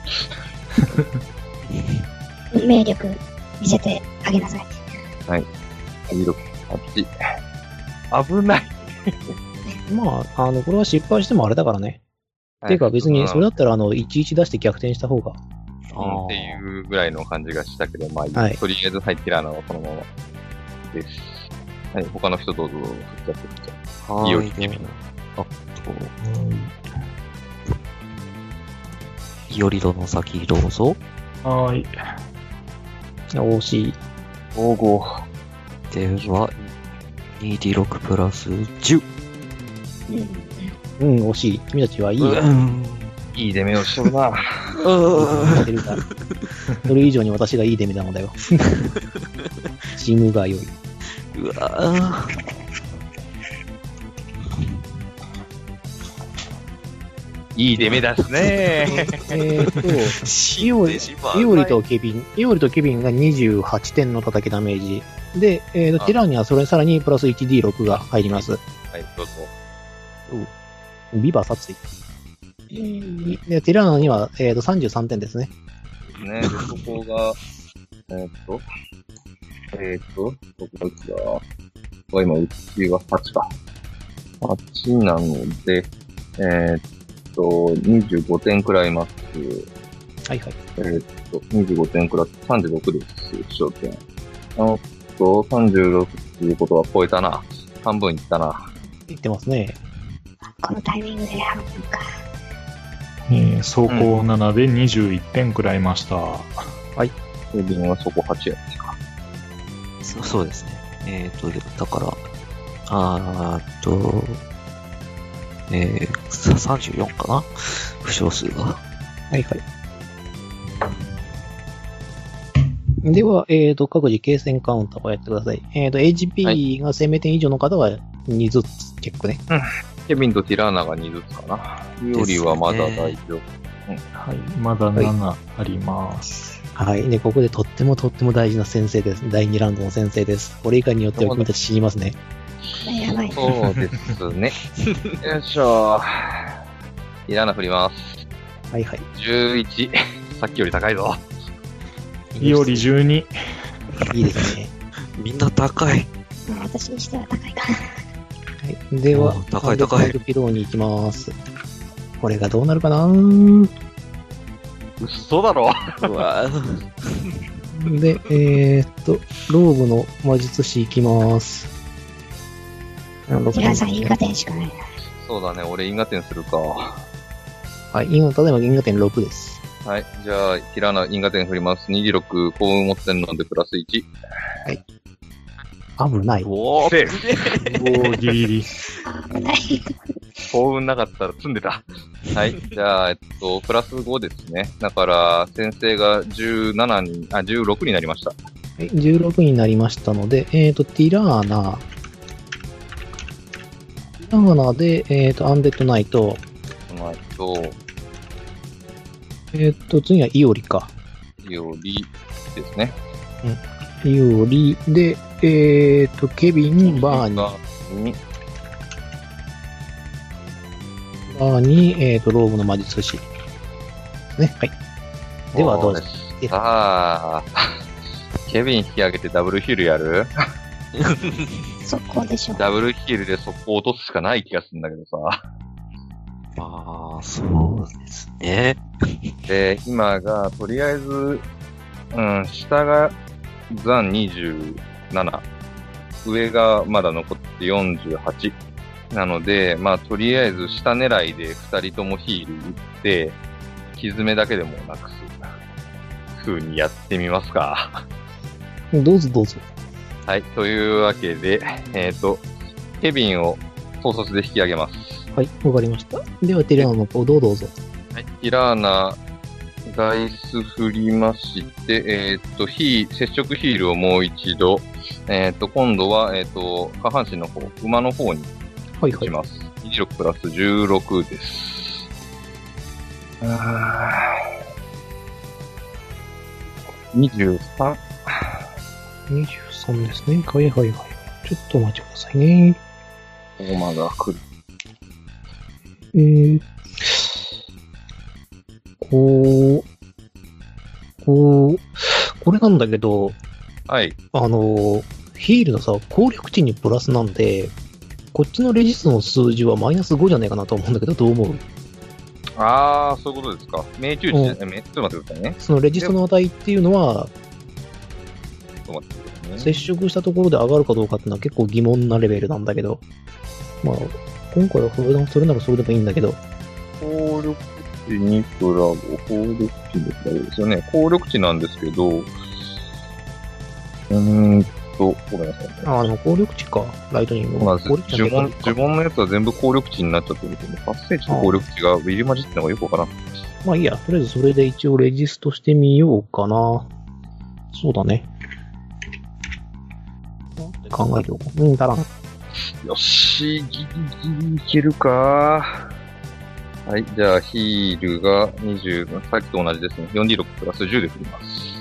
S3: 魅力見せてあげなさい。
S4: にじゅうろく、はち。危ない。
S2: まあ、あの、これは失敗してもあれだからね。ていうか別に、それだったら、あの、いちいち出して逆転した方が。
S4: うんっていうぐらいの感じがしたけど、まあいい、
S2: はい
S4: とりあえず入ってる穴はこのままです。はい、他の人どうぞ、振っちゃって振っちゃって。いいよ
S1: はい、でも、あと、いおり殿先どうぞ。
S5: はーい。
S2: 惜しい。
S4: ごご。
S1: では、にディーろく プラスじゅう。
S3: うん。
S2: うん、惜しい。君たちはいいよ。
S1: うん。
S4: いい出目をしとるな。
S2: してるからそれ以上に私がいいデメなのだよ。チームが良い。
S1: うわぁ。
S4: いい出目ですね。
S2: えーっと、イオリイオリとケビン、イオリとケビンがにじゅうはちてんの叩きダメージ。で、えーと、
S4: あ
S2: ティラーにはそれさらにプラス いちディーろく が入ります。
S4: はい、どうぞ。
S2: ビバ殺意。
S3: うん。
S2: で、ティラーナには、えーと、さんじゅうさんてんですね。
S4: ね、で、そこが、えーっと、えーっと、そこがうちだ。これ今、うちがはちか。はちなので、えーっと、にじゅうごてんくらいます。
S2: はいはい。
S4: えーっと、にじゅうごてんくらい、さんじゅうろくです、焦点。あと、さんじゅうろくっていうことは超えたな。半分いったな。
S2: 言ってますね。
S3: このタイミングで半分か。
S5: えー、走行ななでにじゅういってんくらいました。
S4: ケビンはそこはちやったか。
S1: そそうですね。えっ、と、だから、あーっと、えー、ささんじゅうよんかな負傷数が。
S2: はいはい。では、えーと、各自継戦カウンターをやってください。えーと、エイチピー がせんめいてん以上の方はにずつチェックね。
S4: ケビンとティラーナがにずつかな。よりはまだ大丈夫。
S5: はい。まだななあります。
S2: はい。で、ここでとってもとっても大事な先生です。だいにラウンドの先生です。これ以下によっては君たち死にますね。
S3: やばい。
S4: そうですね。よいしょ。ティラーナ振ります。
S2: はいはい。
S4: じゅういち。さっきより高いぞ。
S5: いおりじゅうに。
S2: いいですね。
S1: みんな高い。
S3: まあ私にしては高いかな。
S2: はい。では
S1: お、高い高い
S2: ハンドサイド起動に行きます。これがどうなるかなー
S4: 嘘だろ。
S1: うわぁ。
S2: で、えーっと、ローブの魔術師行きます。
S3: 皆さん、因果点しかないな。
S4: そうだね、俺因果点するか。
S2: はい、因果、例えば因果点ろくです。
S4: はい。じゃあ、ティラーナ因果点振ります。にじゅうろく、幸運持ってんのでプラスいち。
S2: 危ない。
S1: おー、
S4: セーフ。
S5: おー、ギリギリ。
S3: 危ない。
S4: 幸運なかったら積んでた。はい。じゃあ、えっと、プラスごですね。だから、先生がじゅうななに、あ、じゅうろくになりました。
S2: はい、じゅうろくになりましたので、えーと、ティラーナ、ティラーナで、えーと、アンデッドナイト、
S4: その後、
S2: えーと、次はイオリか。
S4: よりですね。
S2: イオリで、えーと、ケビン、バーニー、
S4: バーに、
S2: バーニー、えーと、ローブの魔術師。ですね。はい。では、どうぞ。
S4: す。さあ、ケビン引き上げてダブルヒールやる？
S3: 速攻でしょ。
S4: ダブルヒールで速攻落とすしかない気がするんだけどさ。
S1: まあ、そうですね。
S4: で、今が、とりあえず、うん、下が残にじゅうなな。上がまだ残ってよんじゅうはち。 なので、まあ、とりあえず下狙いで二人ともヒール打って、傷めだけでもなくす風にやってみますか。
S2: どうぞどうぞ。
S4: はい。というわけで、えっ、と、ケビンを統率で引き上げます。
S2: はい、わかりました。では、ティラーナの行動をどうぞ。
S4: はい。ティラーナ、ダイス振りまして、えっ、と、ヒー、接触ヒールをもう一度、えっ、と、今度は、えっ、と、下半身の方、馬の方に
S2: はいはい。
S4: 打ちます。にじゅうろくプラスじゅうろくです。あーにじゅうさん。
S2: にじゅうさんですね。はいはいはい。ちょっとお待ちくださいね。
S4: ここまだ来る。
S2: えー、こう、こう、これなんだけど、
S4: はい。
S2: あの、ヒールのさ、効力値にプラスなんで、こっちのレジスの数字はマイナスごじゃないかなと思うんだけど、どう思う？
S4: あー、そういうことですか。命中値で、めちょっと待ってくださいね。
S2: そのレジストの値っていうのは、
S4: ちょっと待ってくださいね。
S2: 接触したところで上がるかどうかっていうのは結構疑問なレベルなんだけど、まあ、今回はそれそれならそれでもいいんだけど、
S4: 効力値にプラゴ、効力値にプラゴですよね。効力値なんですけど、うーんと、ごめんなさいね。
S2: ああ、でも効力値か、ライトニング。
S4: そうなんです。
S2: 効力値
S4: 呪文、
S2: の結果
S4: 呪文のやつは全部効力値になっちゃってるんですよね。発生値と効力値が入り混じってるのがよくわからん。
S2: まあいいや、とりあえずそれで一応レジストしてみようかな。そうだね。考えておこう。うん、足らん。
S4: よし、ギリギリいけるか。はい、じゃあヒールがにじゅう、さっきと同じですね。よんディーろく プラスじゅうで振ります。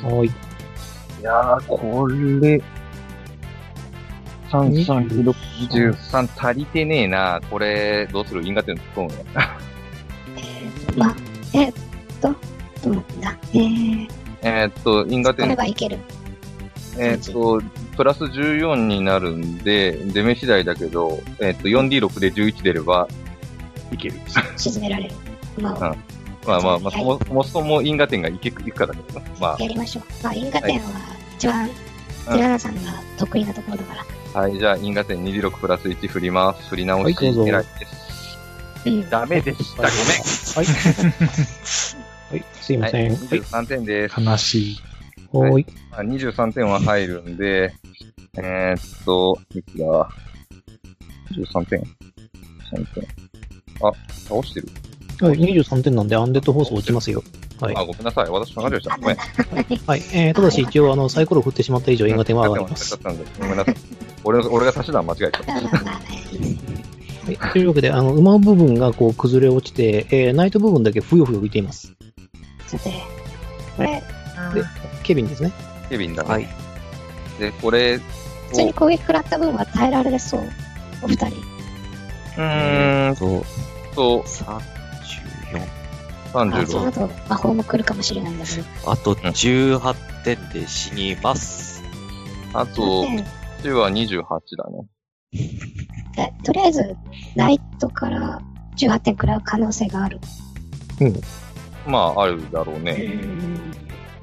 S2: はい。
S4: いやー、これ、さん、さん、にじゅうさん足りてねえな。これ、どうする因果点そうなの
S3: えー、まあ、えーっと、どうなんだ。えー、
S4: えーっと、因果
S3: これ
S4: 点、
S3: はいける。
S4: えーっと、プラスじゅうよんになるんで、出目次第だけど、えーっと、よんディーろく でじゅういち出れば、いける。
S3: 沈められる。まあ、
S4: うんまあまあまあ、そもそもそも因果点がいけいくかだけどね。ま
S3: やりましょう。まあ、因果点は一番、ティラナさんが得意なところだから。
S4: あ、はい、じゃあ因果点にじゅうろくプラスいち振ります。振り直し、
S2: はいどうぞ
S4: 狙いです。
S3: うん。
S4: ダメでした。ごめん。
S2: はい。はい、すいません。
S4: はい、
S2: はい。
S4: にじゅうさんてんです。
S5: 悲しい。
S2: はーい。
S4: まあ、にじゅうさんてんは入るんで、えー、っと、いくら ?にじゅうさんてん。さんてん。あ、倒してる。
S2: はい、にじゅうさんてんなんでアンデッドフォース落ちますよ。はい。
S4: あ、ごめんなさい。私考えてました。ごめん。
S2: はい。えー、ただし一応、あの、サイコロを振ってしまった以上、因果点は上がります。
S4: ごめんなさい。俺の、俺が足し算間違えた。
S3: まあまあまあ、いいですね。
S2: はい。というわけで、あの、馬部分がこう崩れ落ちて、えー、ナイト部分だけふよふよ浮いています。
S3: さて、これ、
S2: で、ケビンですね。
S4: ケビンだね。
S1: はい。
S4: で、これ、
S3: 普通に攻撃食らった分は耐えられそう。お二人。
S4: うーん
S1: と、
S4: と、
S1: さんじゅうよん。
S3: あ、その
S4: さんじゅうろく。
S3: 後、魔法も来るかもしれないんだけど。
S1: あとじゅうはってんで死にます。
S4: あと、
S3: で
S4: こっちはにじゅうはちだね。
S3: えとりあえず、ナイトからじゅうはってん食らう可能性がある。
S2: うん。
S4: まあ、あるだろう
S3: う
S4: ね。
S3: ん。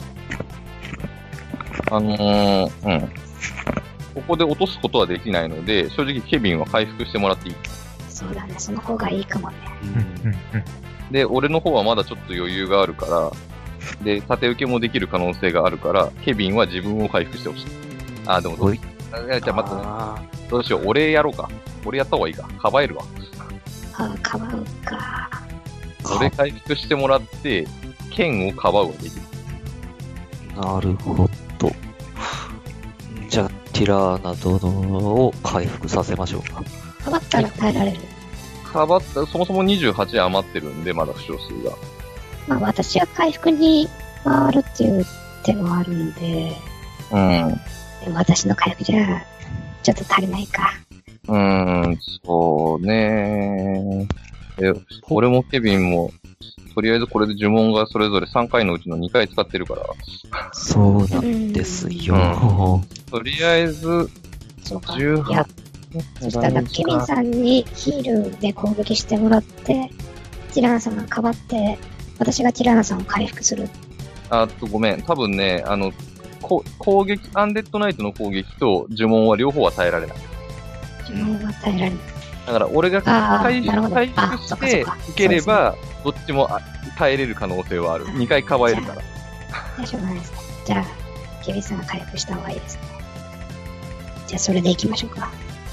S4: あのー、うん。ここで落とすことはできないので、正直ケビンは回復してもらっていい。
S3: そうだね、その方がいいかもね。
S5: うんうん
S4: で、俺の方はまだちょっと余裕があるから、で、縦受けもできる可能性があるから、ケビンは自分を回復してほしい。あ、でもどう
S1: ほい
S4: あじゃあ待ってね。
S1: あ
S4: どうしよう。俺やろうか。俺やった方がいいか。かばえるわ。
S3: ああ、かばうか。
S1: ー
S4: 俺回復してもらって、剣をかばうはできる。
S1: なるほど。じゃあ、ティラーナ殿を回復させましょうか。
S3: かばったら耐えられる。
S4: かばった、そもそもにじゅうはち余ってるんで、まだ負傷数が。
S3: まあ私は回復に回るっていう手もあるんで、
S4: うん。
S3: でも私の回復じゃ、ちょっと足りないか。
S4: うーん、そうねえ、俺もケビンも、とりあえずこれで呪文がそれぞれさんかいのうちのにかい使ってるから、
S1: そうなんですよ。
S4: とりあえず、
S3: そうか。
S4: じゅうはち
S3: いや、そしたらケビンさんにヒールで攻撃してもらって、ティラーナさんがかばって、私がティラーナさんを回復する。
S4: あとごめん、多分ね、あの、こ攻撃、アンデッドナイトの攻撃と呪文は両方は耐えられない。
S3: 呪文は耐えられない。
S4: だから俺が
S3: あー
S4: 回
S3: なるほど
S4: 回復
S3: あそっ
S4: して
S3: かそっか
S4: 受ければ、どっちもあ耐えれる可能性はある。にかいかばえるから。
S3: じゃあしょうがないですね。じゃあ、ケビンさんが回復した方がいいですね。じゃあ、それでいきましょうか。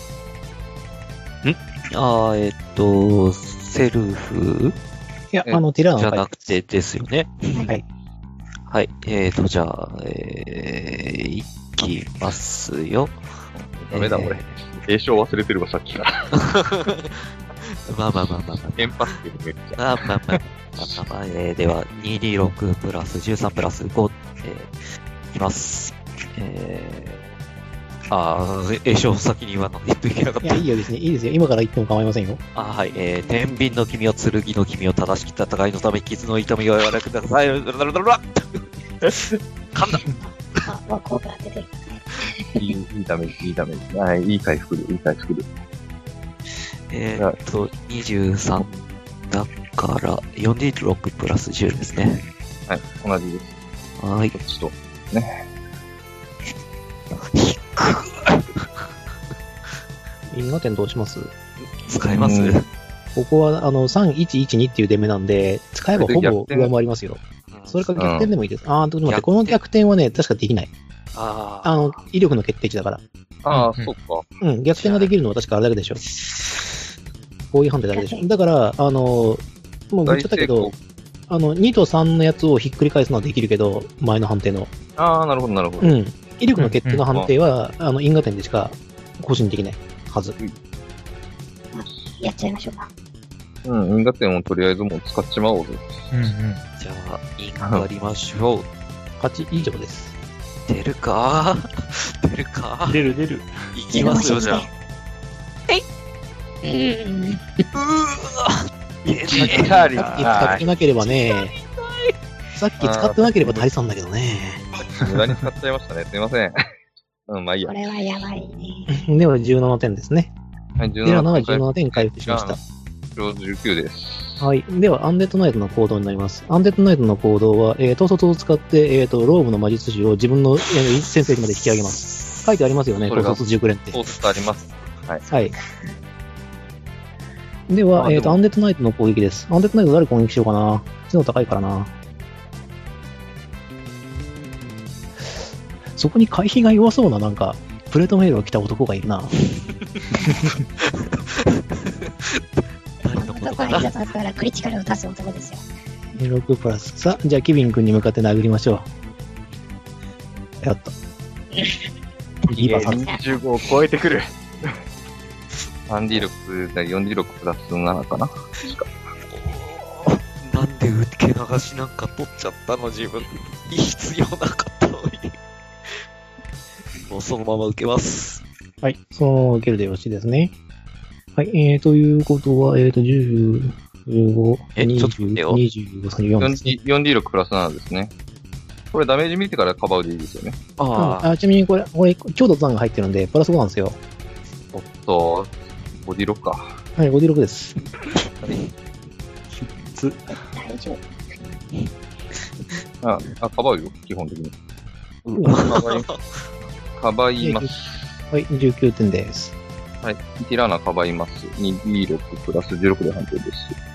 S1: あー、えっと、セルフ
S2: いや、
S4: え
S2: あの、ティラーナ
S1: じゃ
S2: の回
S1: なくてですよね。
S2: はい。
S1: はい。えーと、じゃあ、えー、いきますよ。
S4: ダメだ、
S1: えー
S4: 俺。栄称忘れてるわ、さっきから。
S1: まあまあまあまあまあ。
S4: テンパってる、めっちゃ。
S1: まあまあまあまあまあまあ、えー、では、にじゅうろくプラスじゅうさんプラスご、えー、いきます。えー、あー、栄唱先に言わないといけなかっ
S2: いや、
S1: た。
S2: いいよですね。いいですよ。今から言っても構いませんよ。
S1: あーはい、えー、天秤の君を剣の君を正しき戦いのため、傷の痛みを柔らかくください。噛んだ。
S3: あ、ワコーブラ出てる。
S4: いい、いいダメージ、いいダメージ。はい、いい回復で、いい回復で。
S1: えーっと、にじゅうさんだから、よんじゅうろくプラスじゅうですね。
S4: はい、同じです。
S1: はい。
S4: こっちと。
S2: 因果点どうします？
S1: 使えます、
S4: うん
S2: ここは、あの、さんいちいちにっていう出目なんで、使えばほぼ上回りますよ。それか逆転でもいいです。あー、ちょっと待って、この逆転はね、確かできない。
S1: あー
S2: あの、威力の決定値だから。
S4: ああ、
S5: うん
S4: そっか。
S2: うん、逆転ができるのは確かあれだけでしょ。こういう判定だけでしょ。だから、あの、もう言っちゃったけど、あの、にとさんのやつをひっくり返すのはできるけど、前の判定の。
S4: ああ、なるほど、なるほど。
S2: うん。威力の決定の判定は、あの、因果点でしか更新できないはず。
S3: やっちゃいましょうか。
S4: うん、因果点をとりあえずもう使っちまおうぜ。
S5: うんうん。
S1: じゃあ、インクやりましょう。
S2: 勝ち以上です。
S1: 出るか出るか
S5: 出る出る。
S1: いきますよ、じゃあ。
S3: うん。
S1: うーわ出
S4: チ
S1: ね
S4: ャーリ
S2: さっき使ってなければね、さっき使ってなければ足りそうなんだけどね。
S4: 無駄に使っちゃいましたね。すいません。うん、まあいいや
S3: こ。れはやばいね。
S2: ではじゅうななてんですね。
S4: はい、
S2: デラナはじゅうななてん回復しました。
S4: じゅうきゅうです。
S2: はい。では、アンデッドナイトの行動になります。アンデッドナイトの行動は、えー、統率を使って、えっ、と、ローブの魔術師を自分の、えー、先生まで引き上げます。書いてありますよね、
S4: それが
S2: 統率じゅうく連って。
S4: そうあります。はい。
S2: はい。では、えっ、と、
S4: あでも
S2: アンデッドナイトの攻撃です。アンデッドナイト誰攻撃しようかな。知能高いからな。そこに回避が弱そうな、なんか、プレートメールを着た男がいるな。
S1: 誰のこと
S3: 男は
S1: かな
S3: 必殺からクリティカルを出す男ですよ。
S2: ろくプラス。さあ、じゃあ、ケビン君に向かって殴りましょう。やった。
S4: いや、
S2: 今さ
S4: にじゅうごを超えてくる。さんディーろく、よんディーろくプラスななかな。
S1: なんで受け流しなんか取っちゃったの自分。必要なかったのに。もうそのまま受けます。
S2: はい。そのまま受けるでよろしいですね。はい。えー、ということは、えーと、じゅう、じゅうご、
S1: え
S2: にじゅう、
S1: ちょっと待ってよ
S2: にじゅうご、さんじゅうよんですね。
S4: よんディーろくプラスななですね。これダメージ見てからカバーでいいですよね。
S2: うん
S1: ああ、
S2: あちなみにこれ、これ、強度残が入ってるんで、プラスごなんですよ。
S4: おっと、ボディロックか。
S2: はい、ごじゅうろくです。
S3: 大丈夫。
S4: あ、あ、かばうよ、基本的に。
S2: うん
S4: かばい、かばいます。
S2: はい、じゅうきゅうてんです。
S4: はい。ティラーナかばいます。にディーろくプラスじゅうろくで判定です。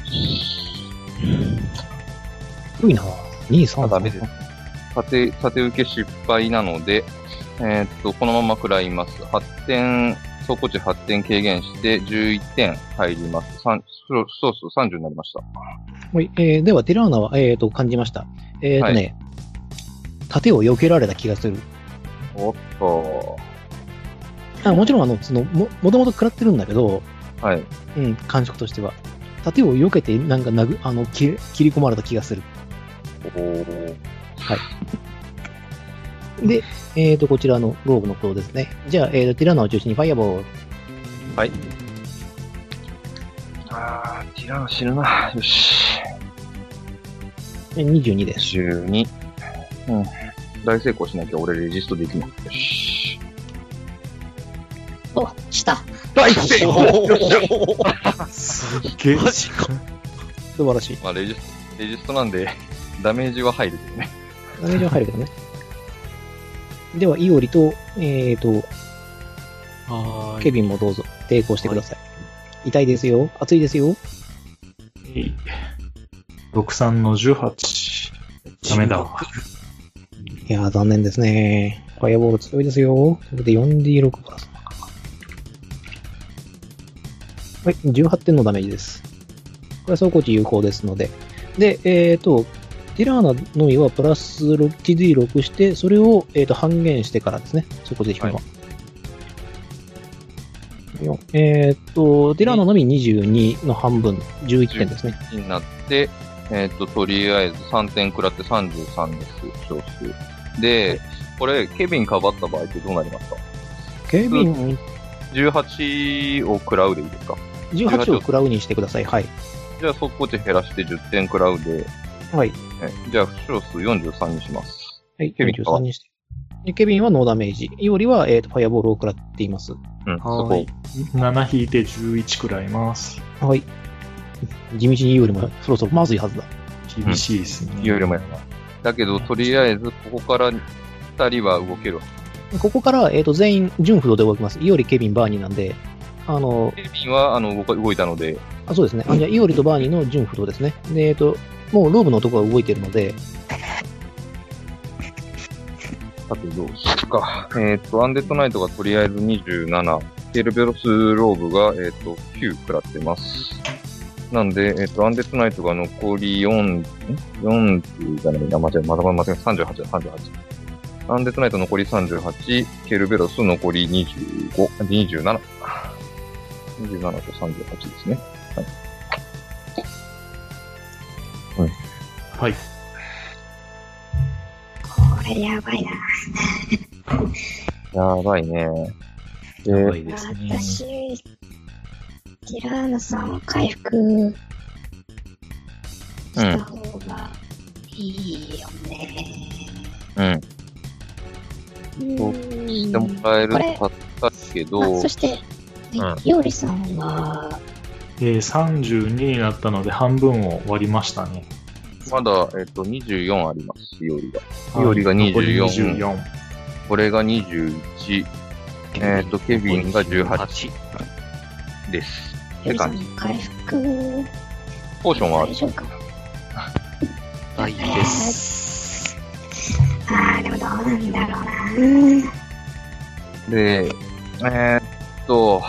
S2: 低いなに、さん、
S4: あ、ダメです。縦、縦受け失敗なので、えーっと、このまま食らいます。はってん、走行値はってん軽減してじゅういってん入ります。三そうそうそう、さんじゅうになりました。
S2: はい、えー、では、ティラーナは、えーと、感じました。えーとね、盾を避けられた気がする。
S4: おっと、
S2: あもちろん、あの、その、も、もともと食らってるんだけど、
S4: はい。
S2: うん、感触としては。盾を避けて、なんか、なぐ、あの、切切り込まれた気がする。
S4: おー。
S2: で、えーと、こちらのローブの行動ですね。じゃあ、えーと、ティラーナを中心にファイアボール。
S4: はい。あー、ティラーナ死ぬな。よし。
S2: えにじゅうにです。
S4: じゅうに。うん。大成功しなきゃ俺レジストできない。よし。
S3: お、した。
S4: 大成功
S5: すっげえ。
S1: マジか。
S2: 素晴らしい。
S4: まあ、レジスト、レジストなんで、ダメージは入るけどね。
S2: ダメージは入るけどね。では、イオリと、えーと、
S1: は
S2: ケビンもどうぞ、抵抗してください。 痛いですよ。熱いですよ。
S5: えい。ろくさんのじゅうはち。ダメだわ。
S2: いやー、残念ですね。ファイアボール強いですよ。それで よんディーろく プラス。はい、じゅうはちてんのダメージです。これは走行値有効ですので。で、えっ、ー、と、ティラーナのみはプラス ティーディーろく して、それを、えー、と半減してからですね。走行値低めは。はいえっ、ー、と、ティラーナのみにじゅうにの半分、じゅういってんですね。
S4: になって、えっ、ー、と、とりあえずさんてん食らってさんじゅうさんです、少数。で、これ、ケビンかばった場合ってどうなりますか？
S2: ケビン、
S4: じゅうはちを食らうでいいですか？
S2: じゅうはちを食らうにしてください。はい。
S4: じゃあ、速攻値減らしてじゅってん食らうで。
S2: はい。
S4: じゃあ、負傷数よんじゅうさんにします。
S2: はい、ケビンよんじゅうさんにして。でケビンはノーダメージ。イオリは、えっ、ー、と、ファイアボールを食らっています。
S4: うん、そこ。
S5: なな引いてじゅういちくらいます。
S2: はい。地道にイオリもそろそろまずいはずだ。
S5: 厳しいですね。
S4: イオリもやな。だけど、とりあえず、ここからふたりは動ける。
S2: ここから、えっ、ー、と、全員、順不動で動きます。イオリ、ケビン、バーニーなんで、あの、
S4: ケビンは、あの、動か動いたので。
S2: あ、そうですね。あ、じゃあ、イオリとバーニーの順不動ですね。で、えっ、ー、と、もうローブの男が動いているので、
S4: さてどうしようか。えっ、ー、と、アンデッドナイトがとりあえずにじゅうなな、ケルベロスローブが、えっ、ー、と、きゅう食らってます。なんで、えっ、ー、と、アンデッドナイトが残りよん、ん ?よん じゃないな、間違え、まだまだ間違え、さんじゅうはちだ、さんじゅうはち。アンデッドナイト残りさんじゅうはち、ケルベロス残りにじゅうご、にじゅうなな。にじゅうななとさんじゅうはちですね。はい。うん、
S5: はい。
S3: これやばいな。
S4: やばいね。
S5: やばいですね。
S3: 私、ティラーナさんを回復した方がいいよね。
S4: うん。そうしてもらえると助かるけど。
S3: そして、うん、イオリさんは、
S5: えー、さんじゅうにになったので半分を割りましたね。
S4: まだ、えっと、にじゅうよんあります、イオリが。イオリがにじゅうよん。にじゅうよん。これがにじゅういち。えっと、ケビンがじゅうはち。です。
S3: って感じ。回復。
S4: ポーションはある。
S3: 大丈夫かな？
S1: ないです。
S3: あー、でもどうなんだろうな。
S4: で、えー、っと、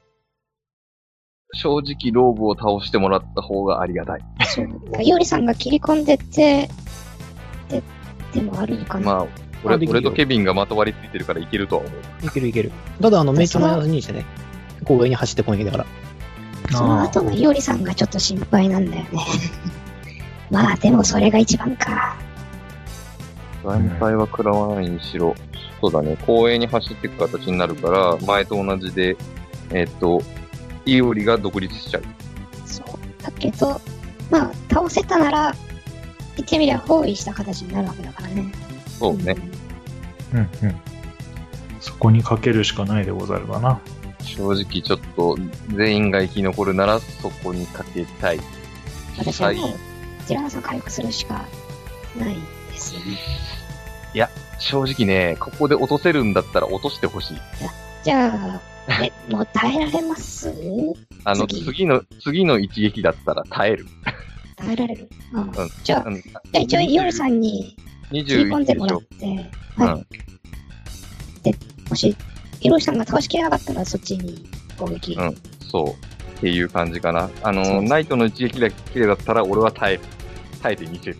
S4: 正直ローブを倒してもらった方がありがたい。
S3: イオリさんが切り込んでって、で、でもあるのかな。
S4: まあ、俺、俺とケビンがまとわりついてるからいけるとは思う。
S2: いけるいける。ただ、あの、めっちゃマイナスにしてね。こう上に走ってこないだから。
S3: その後のイオリさんがちょっと心配なんだよね。まあ、でもそれが一番か。
S4: 残敗は食らわないにしろ。そうだね。後衛に走っていく形になるから、前と同じで、えー、っと、イオリが独立しちゃう。
S3: そう。だけど、まあ、倒せたなら、言ってみれば包囲した形になるわけだからね。
S4: そうね。
S5: うんうん。そこにかけるしかないでござるわな。
S4: 正直ちょっと、全員が生き残るならそこにかけたい。
S3: 私はもう、ティラーナさん回復するしかないですよね。
S4: いや、正直ね、ここで落とせるんだったら落としてほしい。
S3: じゃあ、え、もう耐えられます？
S4: あの、次, 次の、次の一撃だったら耐える。
S3: 耐えられる。うん。
S4: うん、
S3: じゃあ、うん、じゃあ一応イオルさんに切り込んでもらって、はい。うん、で、もし、イオルさんが倒しきれなかったらそっちに攻撃。
S4: うん、そう。っていう感じかな。あの、ナイトの一撃だけだったら俺は耐える。耐えてみせる。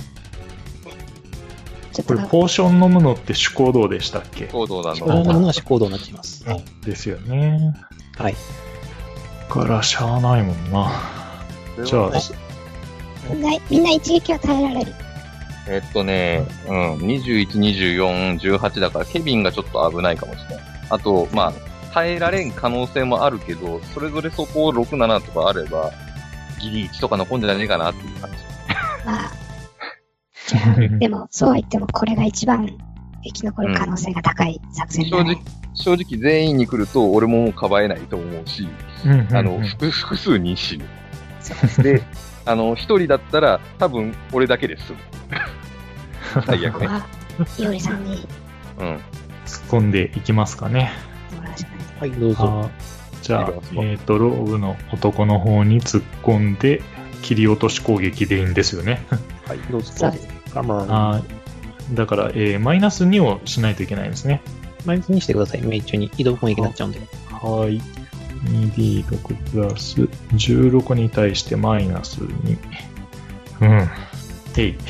S5: これポーション飲むのって手行動でしたっけ？
S4: 手行動なの。
S2: 手行動のは手行動になっています。
S5: ですよね。
S2: はい。
S5: からしゃあないもんな。じゃあ、
S3: みんな、みんな一撃は耐えられる。
S4: えっとね、うん、にじゅういち、にじゅうよん、じゅうはちだからケビンがちょっと危ないかもしれない。あと、まあ、耐えられん可能性もあるけど、それぞれそこをろく、ななとかあれば、ギリいちとか残んじゃねえかなっていう感じ。
S3: まあ。でも、そうは言っても、これが一番生き残る可能性が高い作戦だね、
S4: うん、正直、正直全員に来ると、俺ももうかばえないと思うし、うんうんうん、あの、複、複数に死ぬ。で、あの、一人だったら、多分、俺だけで済む。最悪ね。
S3: イオリさんに。
S4: うん。
S5: 突っ込んでいきますかね。
S2: はい、どうぞ。
S5: じじゃあ
S4: リバース、も
S5: えっ、と、ローブの男の方に突っ込んで、切り落とし攻撃でいいんですよね。
S4: はい。
S2: どうぞ。
S3: そうです。
S2: カモン。
S5: はい。だから、えーマイナスにをしないといけないんですね。
S2: マイナスにしてください。命中に移動攻撃になっちゃうんで。
S5: はい。にディーろく プラスじゅうろくに対してマイナスに。うん。てい。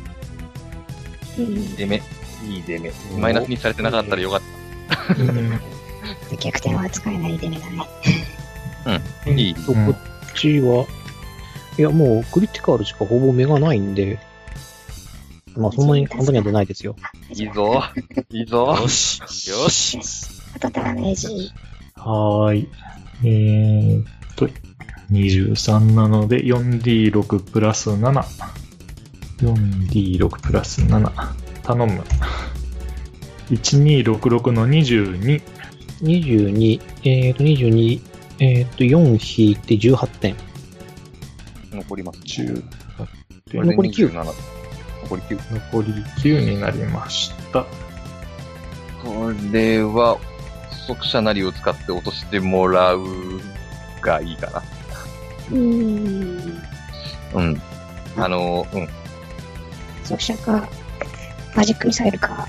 S3: うん。
S4: 出目。いい出目。マイナスにされてなかったらよかっ
S5: うん
S3: 逆転は使えないデメだね。
S4: た。いい。
S2: えっと、こっちは、いや、もうクリティカルしかほぼ目がないんで、まあそんなに簡単には出ないですよ。
S4: いいぞ。いいぞ。
S1: よし。よし。
S3: よし。あとダメージ。
S5: はーい。えーっと、にじゅうさんなので よんディーろく プラスなな。よんディーろく プラスなな。頼む。いちにーろくろくのにじゅうに。
S2: にじゅうに、えっと、にじゅうに、えっと、よん引いてじゅうはってん。
S4: 残ります。
S5: じゅう
S4: これで
S2: 残りきゅう
S4: にじゅうなな。残りきゅう。
S5: 残りきゅうになりました。
S4: これは、速射なりを使って落としてもらうがいいかな。
S3: うーん。
S4: うん。あの、うん。
S3: 速射か、マジックミサイルか。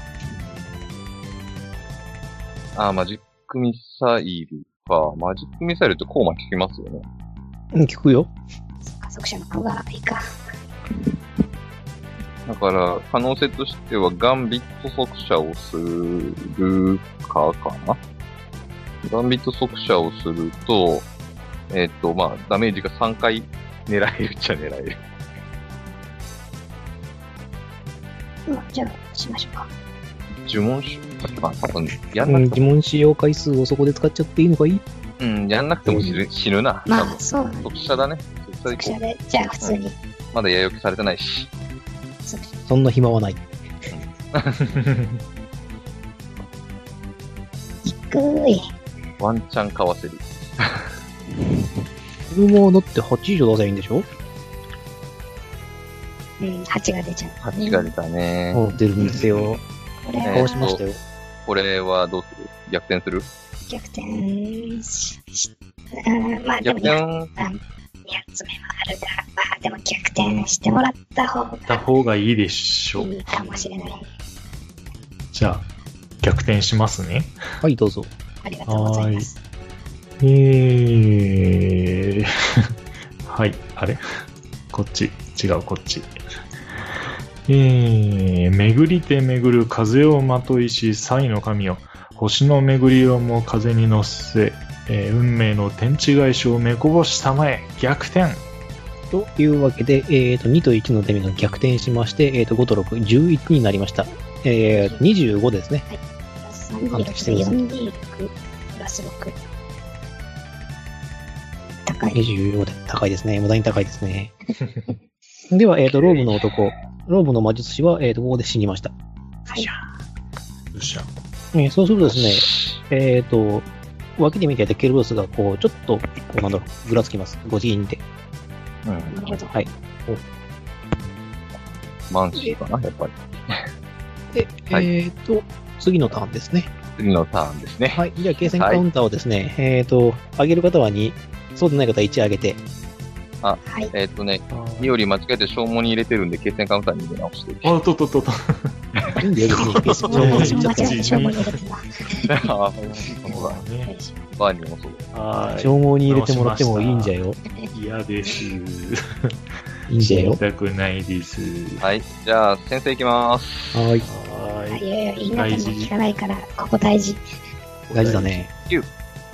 S4: あ、マジックミサイルか。マジックミサイルってコーマ効きますよね。
S2: うん、聞くよ。
S3: そっか、速射の方がいいか。
S4: だから、可能性としては、ガンビット速射をするか、かな。ガンビット速射をすると、えっ、と、まあ、ダメージがさんかい狙えるっちゃ狙える。
S3: うん、じゃあ、しましょうか。
S4: 呪文種まあ、多分、やん
S2: う、
S4: なんくても、
S2: 呪文使用回数をそこで使っちゃっていいのかい？
S4: うん、やんなくても死ぬ死ぬな。
S3: まあ、
S4: 多分
S3: そう。
S4: 速射だね。速射でこ
S3: 速射で、じゃあ普通に、
S4: う。まだやよけされてないし。
S3: 速射。
S2: そんな暇はない。
S3: 低い。
S4: ワンチャンかわせる。
S2: 車を乗ってはち以上出せばいいんでしょ？
S3: うん、はちが出ちゃう。
S4: はちが出たね。
S2: うん、出るんですよ。
S3: これ
S4: えー
S2: 倒
S3: は
S2: しましたよ。
S4: これはどうする逆転する
S3: 逆転し、しうん、まあでも
S4: 逆
S3: や、
S4: 転、
S3: やつ目はあるが、まあでも逆転してもらった方
S5: た
S3: が
S5: 方がいいでしょう。
S3: いいかもしれない。
S5: じゃあ、逆転しますね。
S2: はい、どうぞ。
S3: ありがとうございます。
S5: えー、はい、あれこっち、違う、こっち。えー、巡りて巡る風をまといし、才の神よ。星の巡りをも風に乗せ、えー運命の天地返しをめこぼしたまえ、逆転。
S2: というわけで、えっと、にといちのデメが逆転しまして、えっと、ごとろく、じゅういちになりました。えー、にじゅうごですね。
S3: プラス さんディーろく で よんディーろく、プラスろく。高い。
S2: にじゅうごで高いですね。無駄に高いですね。では、えっと、ローブの男。ローブの魔術師は、えっと、ここで死にました。
S3: はい。
S5: よっしゃ。
S2: えーそうするとですね、えっと、脇で見ていたケルロスが、こう、ちょっと、こう、なんだろう、ぐらつきます。ごじんで。
S4: うん。
S3: なるほど。
S2: はい。
S4: マンシーかな、やっぱり。
S2: で、
S4: はい
S2: えっと、次のターンですね。
S4: 次のターンですね。
S2: はい。じゃあ、継戦カウンターをですね、えっと、上げる方はに、そうでない方はいち上げて、
S3: はい。
S4: えっ、とね、により間違えて消耗に入れてるんで、決戦カウンターに入れ直してる。
S5: あ、とっとっとっと。
S2: いいんだよ、別に。消し
S3: も
S2: 消耗
S3: う、
S2: しちゃって
S3: 間違えて消耗に入れてた。
S4: ああ、そうだ。
S5: ね。
S4: バーニーもそう
S5: はい。
S2: 消耗に入れてもらってもいいんじゃよ。
S5: 嫌です。
S2: いいんじゃよ。
S5: 痛くないです。
S4: だ。はい。じゃあ、先生いきます。
S2: はい。
S5: はい
S3: いやいや、言いながらも聞かないから、ここ大事。
S2: 大事だね。
S4: きゅう。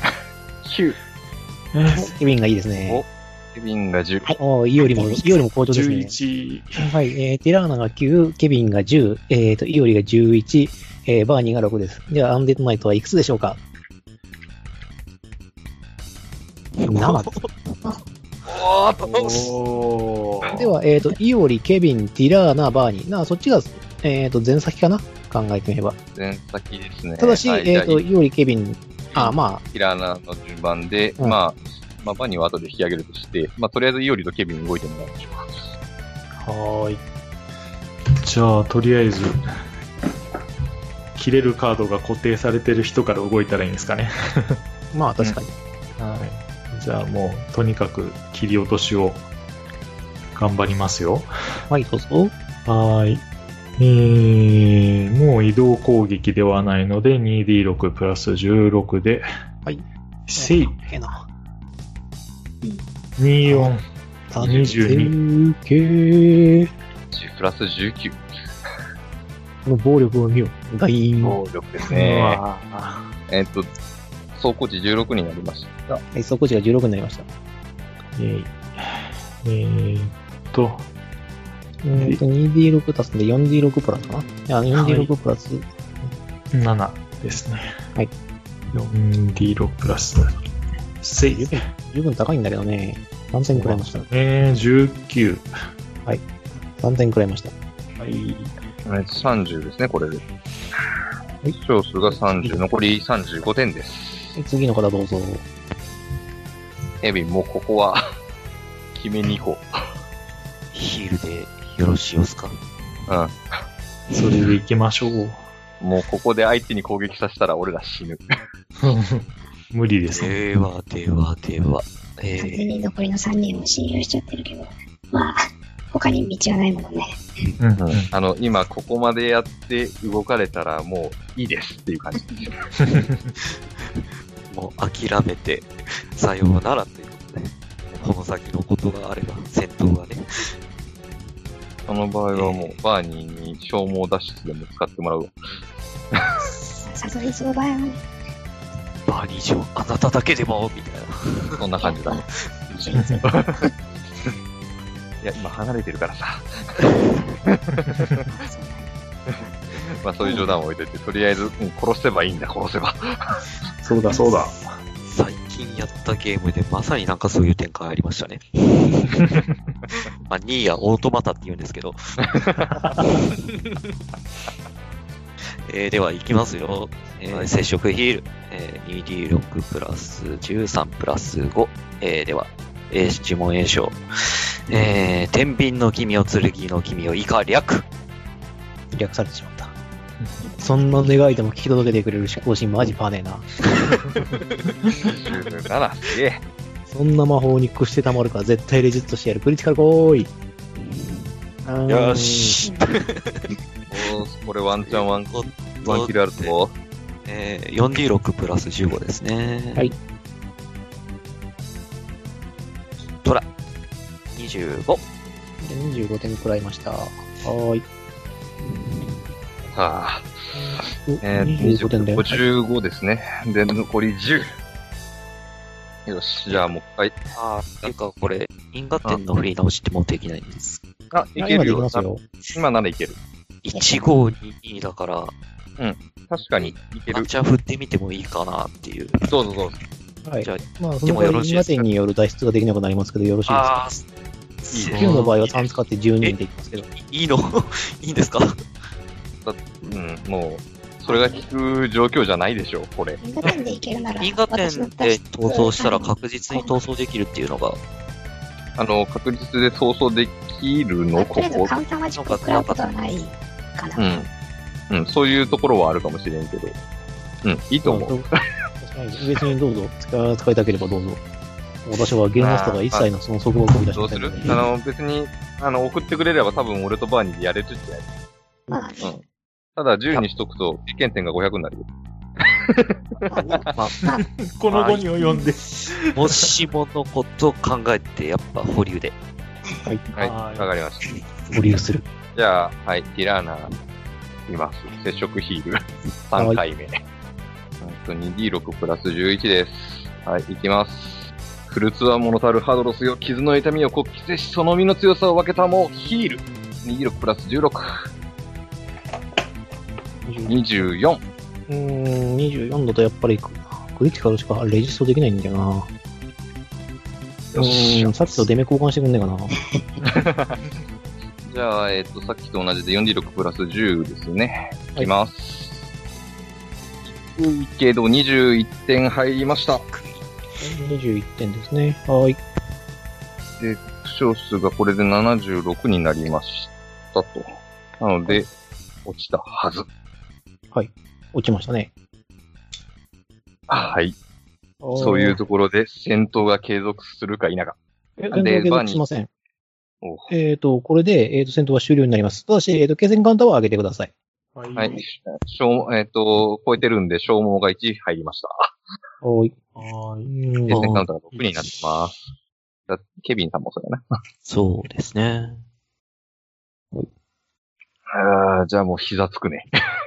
S2: ケビンがいいですね。
S4: ケビンがじゅう。
S2: おー、いいよりも、いいよりも好調ですね。
S5: じゅういち。
S2: はい、えー、ティラーナがきゅう、ケビンがじゅう、えーと、イオリがじゅういち、えー、バーニーがろくです。では、アンデッドナイトはいくつでしょうか？ なな です。
S4: おーっと、
S5: おー。
S2: では、えーと、イオリ、ケビン、ティラーナ、バーニー。な、そっちが、えーと、前先かな？考えてみれば。
S4: 前先ですね。
S2: ただし、
S4: はい
S2: えーと、
S4: じゃ
S2: イオリ、ケビン、あ、ま
S4: あ、キラーナの順番で、
S2: うん
S4: まあ、まあ、バーニーは後で引き上げるとして、まあ、とりあえずイオリとケビン動いてもらいましょうか。
S5: はーい。じゃあ、とりあえず、切れるカードが固定されてる人から動いたらいいんですかね。
S2: あ、まあ、確かに。
S5: はい。じゃあもう、とにかく切り落としを頑張りますよ。
S2: はい、どうぞ。
S5: はーい。えー、もう移動攻撃ではないので にディーろく プラスじゅうろくで、
S2: はい。
S5: せい、
S2: ええな。
S5: にじゅうよん、にじゅうに。
S2: けー。
S4: じゅうプラスじゅうきゅう。
S2: この暴力を見よう。大員。
S4: 暴力です
S5: う
S4: ね。
S5: わ
S4: えっと、走行値じゅうろくになりました。
S2: はい、走行値がじゅうろくになりました。
S5: ーえー、えーっと、
S2: えーと、にディーろく 足すんで よんディーろく プラスかな。あ、よんディーろく プラス、
S5: ななですね。
S2: はい。
S5: よんディーろく プラス、せい。
S2: 十分、十分高いんだけどね。さんぜんくらいました。
S5: えー、じゅうきゅう。
S2: さんぜんくらいました。
S5: はい。
S4: えっとさんじゅうですね、これで。小数がさんじゅう、残りさんじゅうごてんです。
S2: はい、次の方どうぞ。
S4: エビン、もうここは、決めに行こ
S1: ヒールでよろしいですか？
S4: う。
S5: それで行きましょう。
S4: うん。もうここで相手に攻撃させたら俺ら死ぬ。
S5: 無理ですね。
S1: では、では、では。え
S3: 完全
S1: ー、
S3: に残りのさんにんを信用しちゃってるけど、まあ、他に道はないものね。
S5: うんうん
S4: あの、今ここまでやって動かれたらもういいですっていう感じですよ。
S1: もう諦めて、さようならということで、この先のことがあれば、戦闘がね。
S4: その場合はもうバーニーに消耗脱出でも使ってもらうわ。
S3: さすがにその場合はね、
S1: バーニー上、あなただけでも、みたいな。
S4: そんな感じだね。いや、今離れてるからさ。まあそういう冗談を置いといて、とりあえず、うん、殺せばいいんだ、殺せば。
S5: そうだそうだ。
S1: 最近やったゲームでまさになんかそういう展開ありましたね。まあ、ニーヤオートマタって言うんですけど。えー、では行きますよ。えー、接触ヒール、えー、にディーろく プラスじゅうさんプラスご。えー、では、えー、呪文詠唱。えー、天秤の君を剣の君を以下略。
S2: 略されてしまった。そんな願いでも聞き届けてくれる思考心マジパーねえな。
S4: じゅうなな、すげえ。
S2: そんな魔法に屈してたまるから絶対レジットしてやる。クリティカルコーイ。
S1: よし。
S4: おーこれワンチャンワン、
S1: おっと
S4: ワンキルあると。
S1: えー、よんディーろく プラスじゅうごですね。
S2: はい。
S1: トラ。にじゅうご。
S2: でにじゅうごてんくらいました。はーい。
S4: はあ。
S2: お
S4: えー、
S2: にじゅうごてんだよ。
S4: ごじゅうごですね。で、残りじゅう。よし、じゃあもう一回。
S1: ああ、なんかこれ、因果点の振り直しってもうできないんです。
S4: あ、いけるよ
S2: 今できま。すよ。
S4: 今ならいける。
S1: いちごににだから、
S4: 確かにいける
S1: ワン。チャン振ってみてもいいかなっていう。
S4: どうぞどうぞ。
S2: はい
S1: じゃあ。
S2: まあ、そ
S1: でも
S2: の場合、因果
S1: よろしいですか
S2: 点による脱出ができなくなりますけど、よろしいですか？
S1: あ、
S4: いいね
S2: きゅうの場合はさん使ってじゅうにでいきますけど。
S1: いいのいいんですか？
S4: うん、もう、それが効く状況じゃないでしょう、これ。
S3: 因果点でいけるなら、
S1: 因果点
S3: 私の
S1: で逃走したら
S3: 脱出
S1: 確実に逃走できるっていうのが、
S4: あの、確実で逃走できるの、ここ
S3: とりあえずカ。ウンターマジックを食らうことはないかな。
S4: うん。うん、そういうところはあるかもしれんけど。うん、いいと思う。
S2: 確かに別にどうぞ。使使いたければどうぞ。私はゲームマスターが一切のその束縛を出して
S4: どうする
S2: ませんので。
S4: あの、別に、あの、送ってくれれば多分俺とバーニーでやれるってやる。
S3: まあね、
S4: うん。ただじゅうにしとくと、経験点がごひゃくになるよ。
S3: まあね、
S1: まあ、
S3: まあ、
S5: この後に及んで。
S1: もしものことを考えて、やっぱ保留で。
S2: はい。
S4: はい、
S5: はい
S4: わかりました。
S2: 保留する。
S4: じゃあ、はい、ティラーナ、います。接触ヒール。さんかいめ。うんと にディーろく プラスじゅういちです。はい、いきます。フルツはモノタルハドロスよ、傷の痛みをこっきせし、その身の強さを分けたもヒール。にディーろく プラスじゅうろく。にじゅうよん。
S2: うーん、にじゅうよんだとやっぱりククリティカルしかレジストできないんだよな。
S4: よ
S2: う
S4: し
S2: ーん、さっきとデメ交換してくんねえかな。
S4: じゃあ、えっ、と、さっきと同じで よんディーろく プラスじゅうですね。いきます。いいけど、にじゅういってん入りました。
S2: にじゅういってんですね。はーい。
S4: で、負傷数がこれでななじゅうろくになりましたと。なので、落ちたはず。
S2: 落ちましたね。
S4: はい。 そういうところで戦闘が継続するか否か。
S2: え、戦闘は継続しません。
S4: お
S2: えっ、と、これで、えっ、と、戦闘は終了になります。ただし、えっ、と、継戦カウンターは上げてください。
S5: は
S4: はい。消えっ、と、超えてるんで消耗がいち入りました。
S2: おい。
S5: はーい。
S2: うん
S4: 継戦カウンターがろくになってます。だケビンさんもそうやな。
S1: そうですね。
S4: あーじゃあもう膝つくね。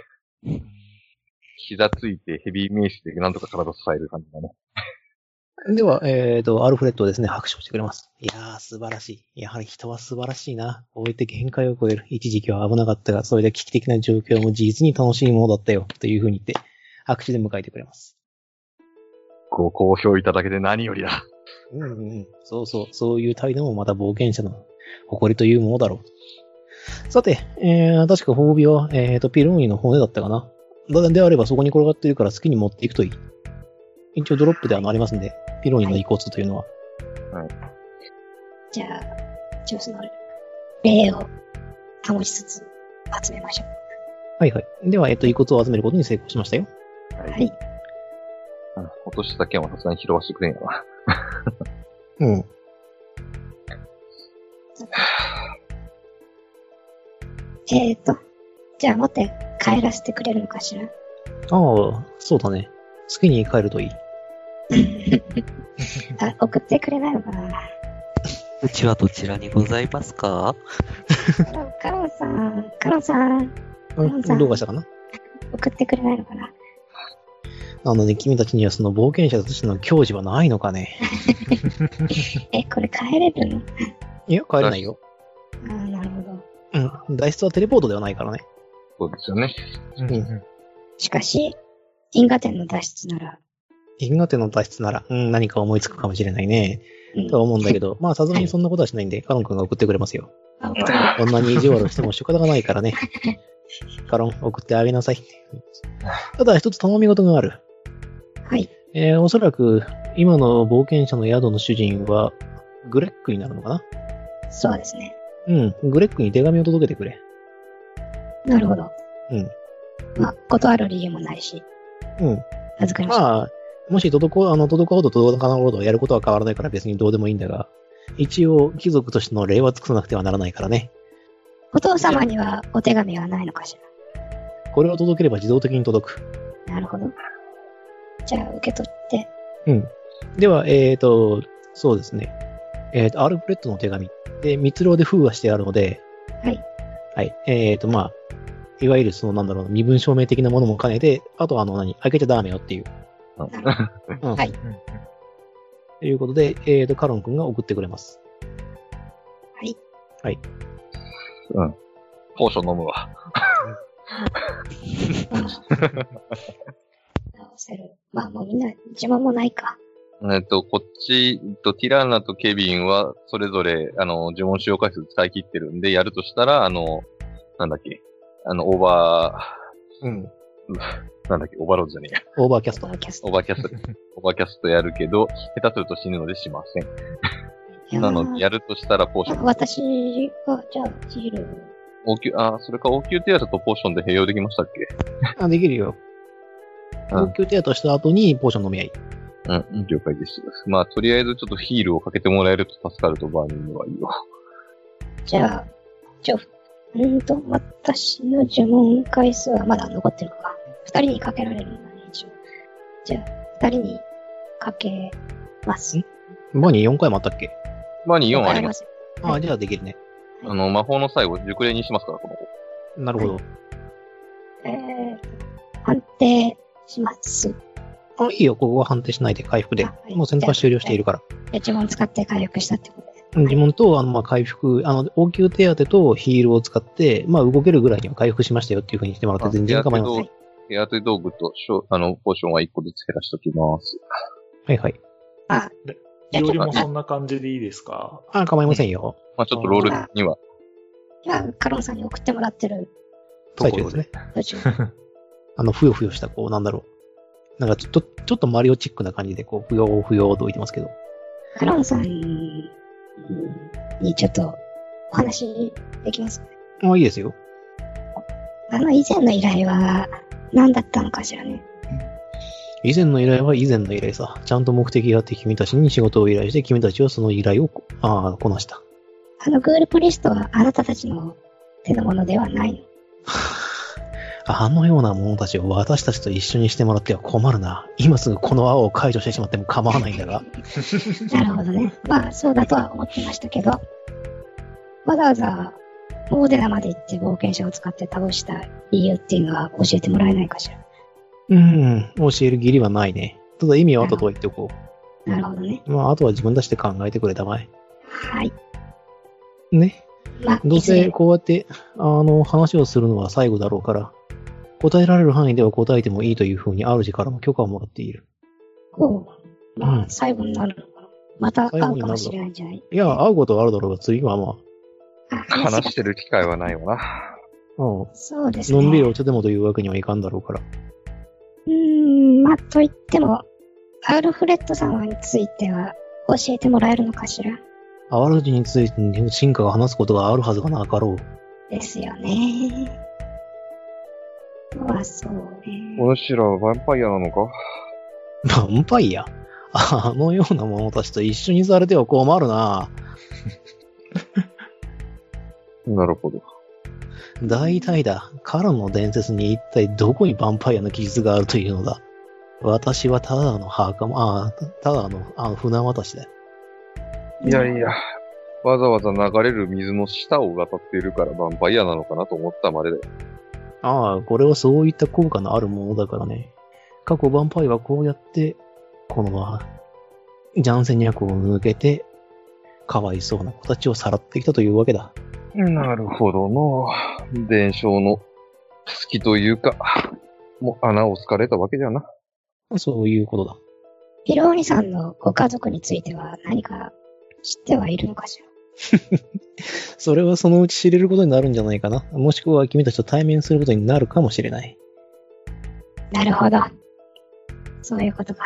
S4: 膝ついてヘビーメイスでなんとか体支える感じだね。
S2: では、えっ、と、アルフレッドですね、拍手をしてくれます。いやー、素晴らしい。やはり人は素晴らしいな。こうやって限界を超える。一時期は危なかったが、それで危機的な状況も事実に楽しいものだったよ。というふうに言って、拍手で迎えてくれます。
S4: ご好評いただけて何よりだ。
S2: うんうんうん。そうそう。そういう態度もまた冒険者の誇りというものだろう。さて、えー、確か褒美は、えっ、と、ピローニの骨だったかな。だであればそこに転がっているから好きに持っていくといい。一応ドロップであのありますんで、ピローニの遺骨というのは。
S3: じゃあ、一応その、霊を保ちつつ集めましょう。
S2: はいはい。では、えっ、と、遺骨を集めることに成功しましたよ。
S3: はい。
S4: うん落とした剣はさすがに拾わせてくれんやな。
S2: うん。
S3: えーと、じゃあ持って帰らせてくれるのかしら。
S2: ああ、そうだね。好きに帰るといい。
S3: あ、送ってくれないのかな。
S1: うちはどちらにございますか？
S3: カロン、カロンさん、カロンさん、
S2: うん、どうかしたかな。
S3: 送ってくれないのかな。
S2: なので、君たちにはその冒険者としての矜持はないのかね。
S3: え、これ帰れるの？
S2: いや、帰れないよ。
S3: ああ、なるほど。
S2: うん。脱出はテレポートではないからね。
S4: そうですよね。
S5: うんうん
S3: しかし、因果点の脱出なら、
S2: 因果点の脱出なら、うん、何か思いつくかもしれないね。
S3: うん
S2: とは思うんだけど、まあ、さすがにそんなことはしないんで、カロン君が送ってくれますよ。
S3: あ送って
S2: こんなに意地悪しても仕方がないからね。カロン、送ってあげなさい。ただ、一つ頼み事がある。
S3: はい。
S2: えー、おそらく、今の冒険者の宿の主人は、グレックになるのかな。
S3: そうですね。
S2: うん、グレックに手紙を届けてくれ。
S3: なるほど。
S2: うん。
S3: まあ、断る理由もないし、
S2: うん。
S3: 預かりました。
S2: まあ、もし届こう、あの、届こうと届かないほどやることは変わらないから別にどうでもいいんだが、一応、貴族としての礼は尽くさなくてはならないからね。
S3: お父様にはお手紙はないのかし
S2: これを届ければ自動的に届く。
S3: ら。なるほど。じゃあ、受け取って、
S2: うん。では、えーと、そうですね。えーと、アルフレッドの手紙。で、密漏で封話してあるので、
S3: はい。
S2: はい。えーと、まあ、いわゆるその、なんだろう、身分証明的なものも兼ねて、あとはあの、何、開けちゃダメよっていう。
S3: なるほど。
S2: うん。
S3: はい。
S2: ということで、えーと、カロン君が送ってくれます。
S3: はい。
S2: はい。
S4: うん。ポーション飲むわ。
S3: 直せる。まあ、もうみんな自慢もないか。
S4: えっと、こっち、えっと、ティラーナとケビンは、それぞれ、あの、呪文使用回数使い切ってるんで、やるとしたら、あの、なんだっけ、あの、オーバ
S2: うん。
S4: ー、なんだっけ、オーバーロードじゃねえや。
S2: オーバーキャスト
S3: ポ。ーキャスト。
S4: オーバーキャスト、オーバーキャストやるけど、下手すると死ぬのでしません。
S3: いやー
S4: なので、やるとしたらポーション。
S3: 私が、じゃあ、ヒール。
S4: 応急、あ、それか応急手当とポーションで併用できましたっけ？
S2: あ、できるよ。
S4: うん
S2: 応急手当した後にポーション飲み合い。
S4: うん、了解です。まあ、とりあえずちょっとヒールをかけてもらえると助かるとバーニングはいいよ。
S3: じゃあ、じゃあ、うーんと、私の呪文回数はまだ残ってるか。二人にかけられるんだね、一応。じゃあ、二人にかけます。
S2: バーによんかいもあったっけ？
S4: バーニーよんあります。
S3: すよ。
S2: ああ、
S3: はい
S2: じゃあできるね。
S4: あの、魔法の最後、熟練にしますから、この子。
S2: なるほど。
S3: えー、判定します。
S2: あ、いいよ、ここは判定しないで回復で
S3: あは。い
S2: もう戦闘は終了しているから。
S3: で呪文使って回復したってことです。
S2: 呪文と、あの、まあ、回復、あの、応急手当とヒールを使って、まあ、動けるぐらいには回復しましたよっていう風にしてもらって全然構いません。
S4: 手当て道具と、しょあの、ポーションはいっこずつ減らしときます。
S2: はいはい。
S3: あ、
S5: いろりもそんな感じでいいですか？
S2: あ、構いませんよ。
S4: まあちょっとロールには。
S3: 今、カロンさんに送ってもらってる
S2: 最中ですね。
S3: 途中。
S2: あの、ふよふよした、こう、なんだろう。なんかちょっと、ちょっとマリオチックな感じで、こう、ふよふよと置いてますけど。
S3: カロンさんにちょっとお話できますか？
S2: あ、いいですよ。
S3: あの以前の依頼は何だったのかしらね。
S2: 以前の依頼は以前の依頼さ。ちゃんと目的があって君たちに仕事を依頼して、君たちはその依頼をああこなした。
S3: あのグールプリストはあなたたちの手のものではないの。
S2: あのような者たちを私たちと一緒にしてもらっては困るな。今すぐこの青を解除してしまっても構わないんだが。
S3: なるほどね。まあ、そうだとは思ってましたけど、わざわざ、オーデナまで行って冒険者を使って倒した理由っていうのは教えてもらえないかしら。
S2: うん、教える義理はないね。ただ意味は後とは言っておこ
S3: う。なるほどね。
S2: まあ、あとは自分たちで考えてくれたまえ。
S3: はい。
S2: ね。
S3: まあ、
S2: どうせこうやって、あの、話をするのは最後だろうから、答えられる範囲では答えてもいいというふうに主からも許可をもらっている。
S3: おう。まあ、うん、最後になるのかな。また会うかもしれないんじゃない？
S2: いや、会うことはあるだろうが、次はま
S4: あ。話してる機会はないわな。
S2: うん。
S3: そうですね。
S2: のんびりお茶でもというわけにはいかんだろうから。
S3: うーん、まあ、と言っても、アルフレッド様については教えてもらえるのかしら。
S2: アワルジについて進化が話すことがあるはずがなかろ
S3: う。ですよね。まあ、そうね。
S4: お主らはヴァンパイアなのか？
S2: ヴァンパイア？あのような者たちと一緒にされては困るな。
S4: なるほど。
S2: 大体だ。カロンの伝説に一体どこにヴァンパイアの記述があるというのだ。私はただの墓も、ああ、ただの、あの船渡しだ。
S4: いやいや、わざわざ流れる水の下を渡っているからヴァンパイアなのかなと思ったまでだよ。
S2: ああ、これはそういった効果のあるものだからね。過去ヴァンパイアはこうやって、この、ジャンセニャクを抜けて、かわいそうな子たちをさらってきたというわけだ。
S4: なるほどの。伝承の隙というか、もう穴を突かれたわけじゃな。
S2: そういうことだ。
S3: ピローニさんのご家族については何か知ってはいるのかしら？
S2: それはそのうち知れることになるんじゃないかな。もしくは君たちと対面することになるかもしれない。
S3: なるほど。そういうことか。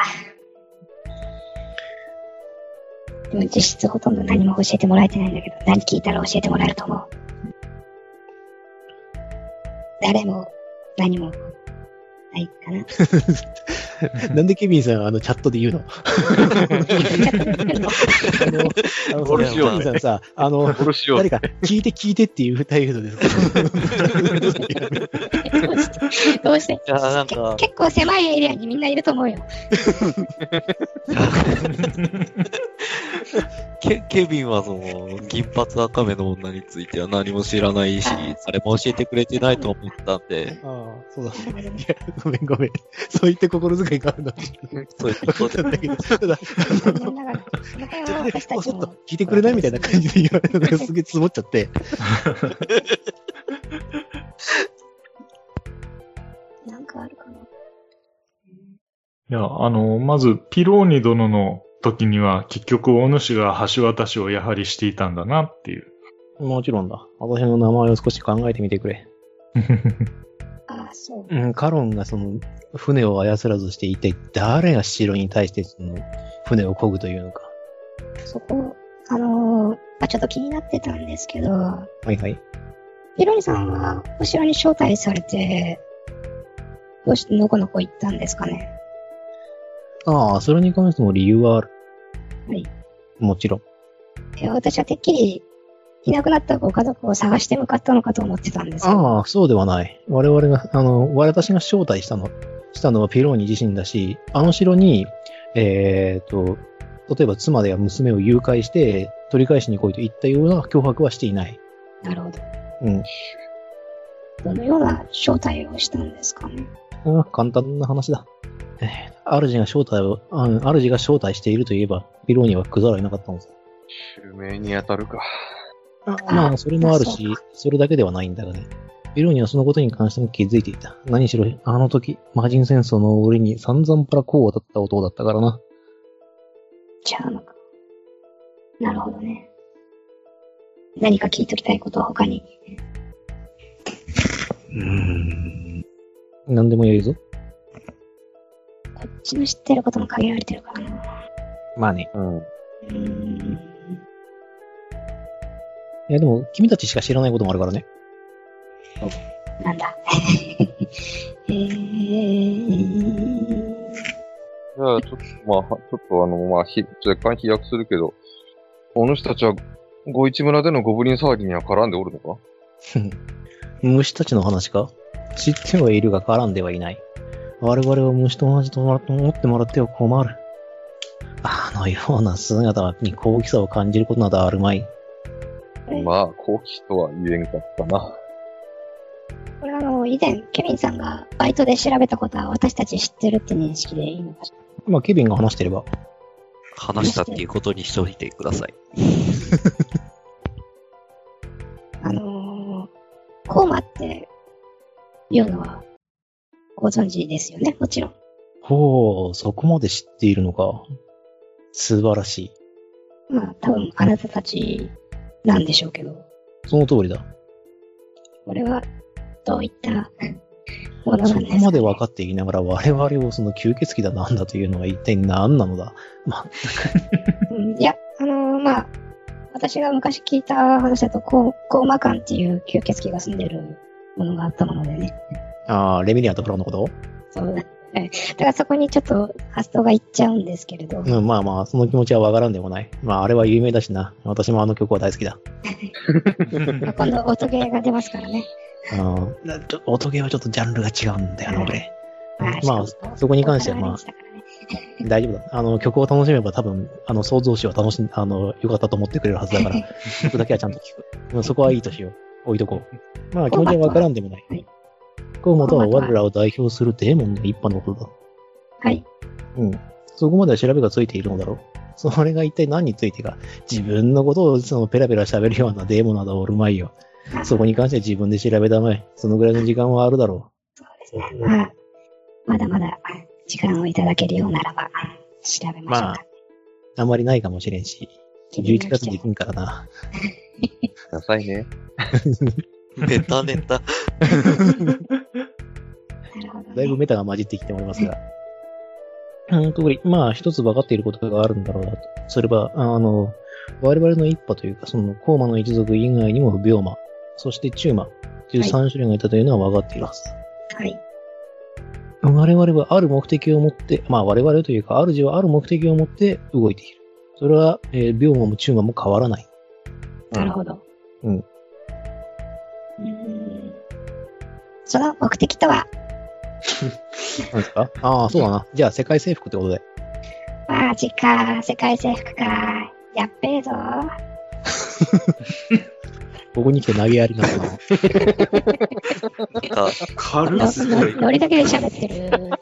S3: でも実質ほとんど何も教えてもらえてないんだけど、何聞いたら教えてもらえると思う。誰も何もないかな。
S2: なんでケビンさんあのチャットで言うの？あの、あの、ケビンさんさ、あの、誰か聞いて聞いてっていう態度です。
S3: どうして？
S1: いや、なんか
S3: 結構狭いエリアにみんないると思うよ。
S1: ケ, ケビンはその、銀髪赤目の女については何も知らないし、それも教えてくれてないと思ったんで。
S2: ああ、そうだ。いや、ごめんごめん。そういった心遣いがあるの。
S1: そういうこと
S2: だけど、ただ、ちょっと聞いてくれないみたいな感じで言われるのがすげえ積もっちゃって。
S3: なんかあるかな。
S5: いや、あの、まず、ピローニ殿の時には結局お主が橋渡しをやはりしていたんだなっていう。
S2: もちろんだ。私の名前を少し考えてみてくれ。
S3: ああ、そう。
S2: うん、カロンがその、船を操らずして一体誰が城に対してその、船を漕ぐというのか。
S3: そこ、あのー、まあ、ちょっと気になってたんですけど。
S2: はいはい。
S3: ピロニさんは、お城に招待されて、どうしてのこのこ行ったんですかね。
S2: ああ、それに関しても理由はある。
S3: はい。
S2: もちろん。
S3: いや、私はてっきり、いなくなったご家族を探して向かったのかと思ってたんですけど。
S2: ああ、そうではない。我々が、あの、私が招待したの、したのはピローニ自身だし、あの城に、えーと、例えば妻や娘を誘拐して取り返しに来いといったような脅迫はしていない。な
S3: るほど。
S2: うん。
S3: どのような招待をしたんですかね。
S2: ああ、簡単な話だ。えー、主が招待を、あ主が招待しているといえば、ピローニはくざらいなかったのです。
S4: 襲名に当たるか。
S2: あまあ、それもあるし、それだけではないんだがね。ピローニはそのことに関しても気づいていた。何しろ、あの時、魔人戦争の折に散々パラコウを当たった男だったからな。
S3: ちゃうのか。なるほどね。何か聞いときたいことは他に。
S2: うーん。何でもやるぞ。
S3: こっちの知ってることも限られてるからな。
S2: まあね。
S4: うん。
S3: うーん。
S2: いやでも、君たちしか知らないこともあるからね。
S3: なんだ。えー、
S4: あ、ちょっと、まあ、ちょっとあの、まあ、ひ若干飛躍するけど、この人たちは、五一村でのゴブリン騒ぎには絡んでおるのか？
S2: 虫たちの話か？知ってはいるが絡んではいない。我々は虫と同じと思ってもらっては困る。あのような姿に好奇さを感じることなどあるまい。
S4: まあ、好奇とは言えんかったな。
S3: これあの、以前、ケビンさんがバイトで調べたことは私たち知ってるって認識でいいのかしら。
S2: まあ、ケビンが話してれば。
S1: 話したっていうことにしておいてください。
S3: あのー、コーマっていうのはご存知ですよね、もちろん。
S2: ほう、そこまで知っているのか。素晴らしい。
S3: まあ、多分あなたたちなんでしょうけど。
S2: その通りだ。
S3: これは、どういったものなんですか、ね、
S2: そこまで分かっていながら我々をその吸血鬼だなんだというのは一体何なのだ。ま
S3: いや、あのー、まあ、私が昔聞いた話だと、コーマ館っていう吸血鬼が住んでるものがあったものでね。
S2: ああ、レミリアンとフロのこと
S3: そうだ。だからそこにちょっと発想がいっちゃうんですけれど。
S2: うん、まあまあ、その気持ちはわからんでもない。まあ、あれは有名だしな。私もあの曲は大好きだ。
S3: 今度、音ゲーが出ますからね。
S2: ああ、音ゲーはちょっとジャンルが違うんだよな、俺。
S3: ま
S2: まあ、そこに関してはまあ、大丈夫だ。あの、曲を楽しめば多分、あの、創造主は楽しん、あの、よかったと思ってくれるはずだから、曲だけはちゃんと聞く。まあ、そこはいいとしよう。置いとこう。まあ、気持ちはわからんでもない。はいコーマとは我らを代表するデーモンの一派のことだ。
S3: はい。
S2: うん。そこまでは調べがついているのだろう。それが一体何についてか、自分のことをそのペラペラ喋るようなデーモンなどおるまいよ。そこに関して自分で調べたまえ。そのぐらいの時間はあるだろ
S3: う。そうですね。まあ、まだまだ時間をいただけるようならば、調べましょうか。まあ、
S2: あんまりないかもしれんし、じゅういちがつできんからな。
S4: なさいね。
S1: ネタネタ。
S2: だいぶメタが混じってきておりますが。うん、特に、まあ、一つ分かっていることがあるんだろうなと。それは、あの、我々の一派というか、その、コーマの一族以外にも、ビョーマ、そしてチューマという三種類がいたというのは分かっているはず。
S3: はい。
S2: 我々はある目的を持って、まあ、我々というか、主はある目的を持って動いている。それは、えー、ビョーマもチューマも変わらない。
S3: なるほど。
S2: うん。
S3: うーんその目的とは
S2: 何ですか？ああ、そうだな。じゃあ、世界征服ってことで。
S3: マジか、世界征服か。やっべえぞ。
S2: ここに来て投げやりなのかな。
S1: なんか、軽すごい。
S3: ノリだけで喋ってる。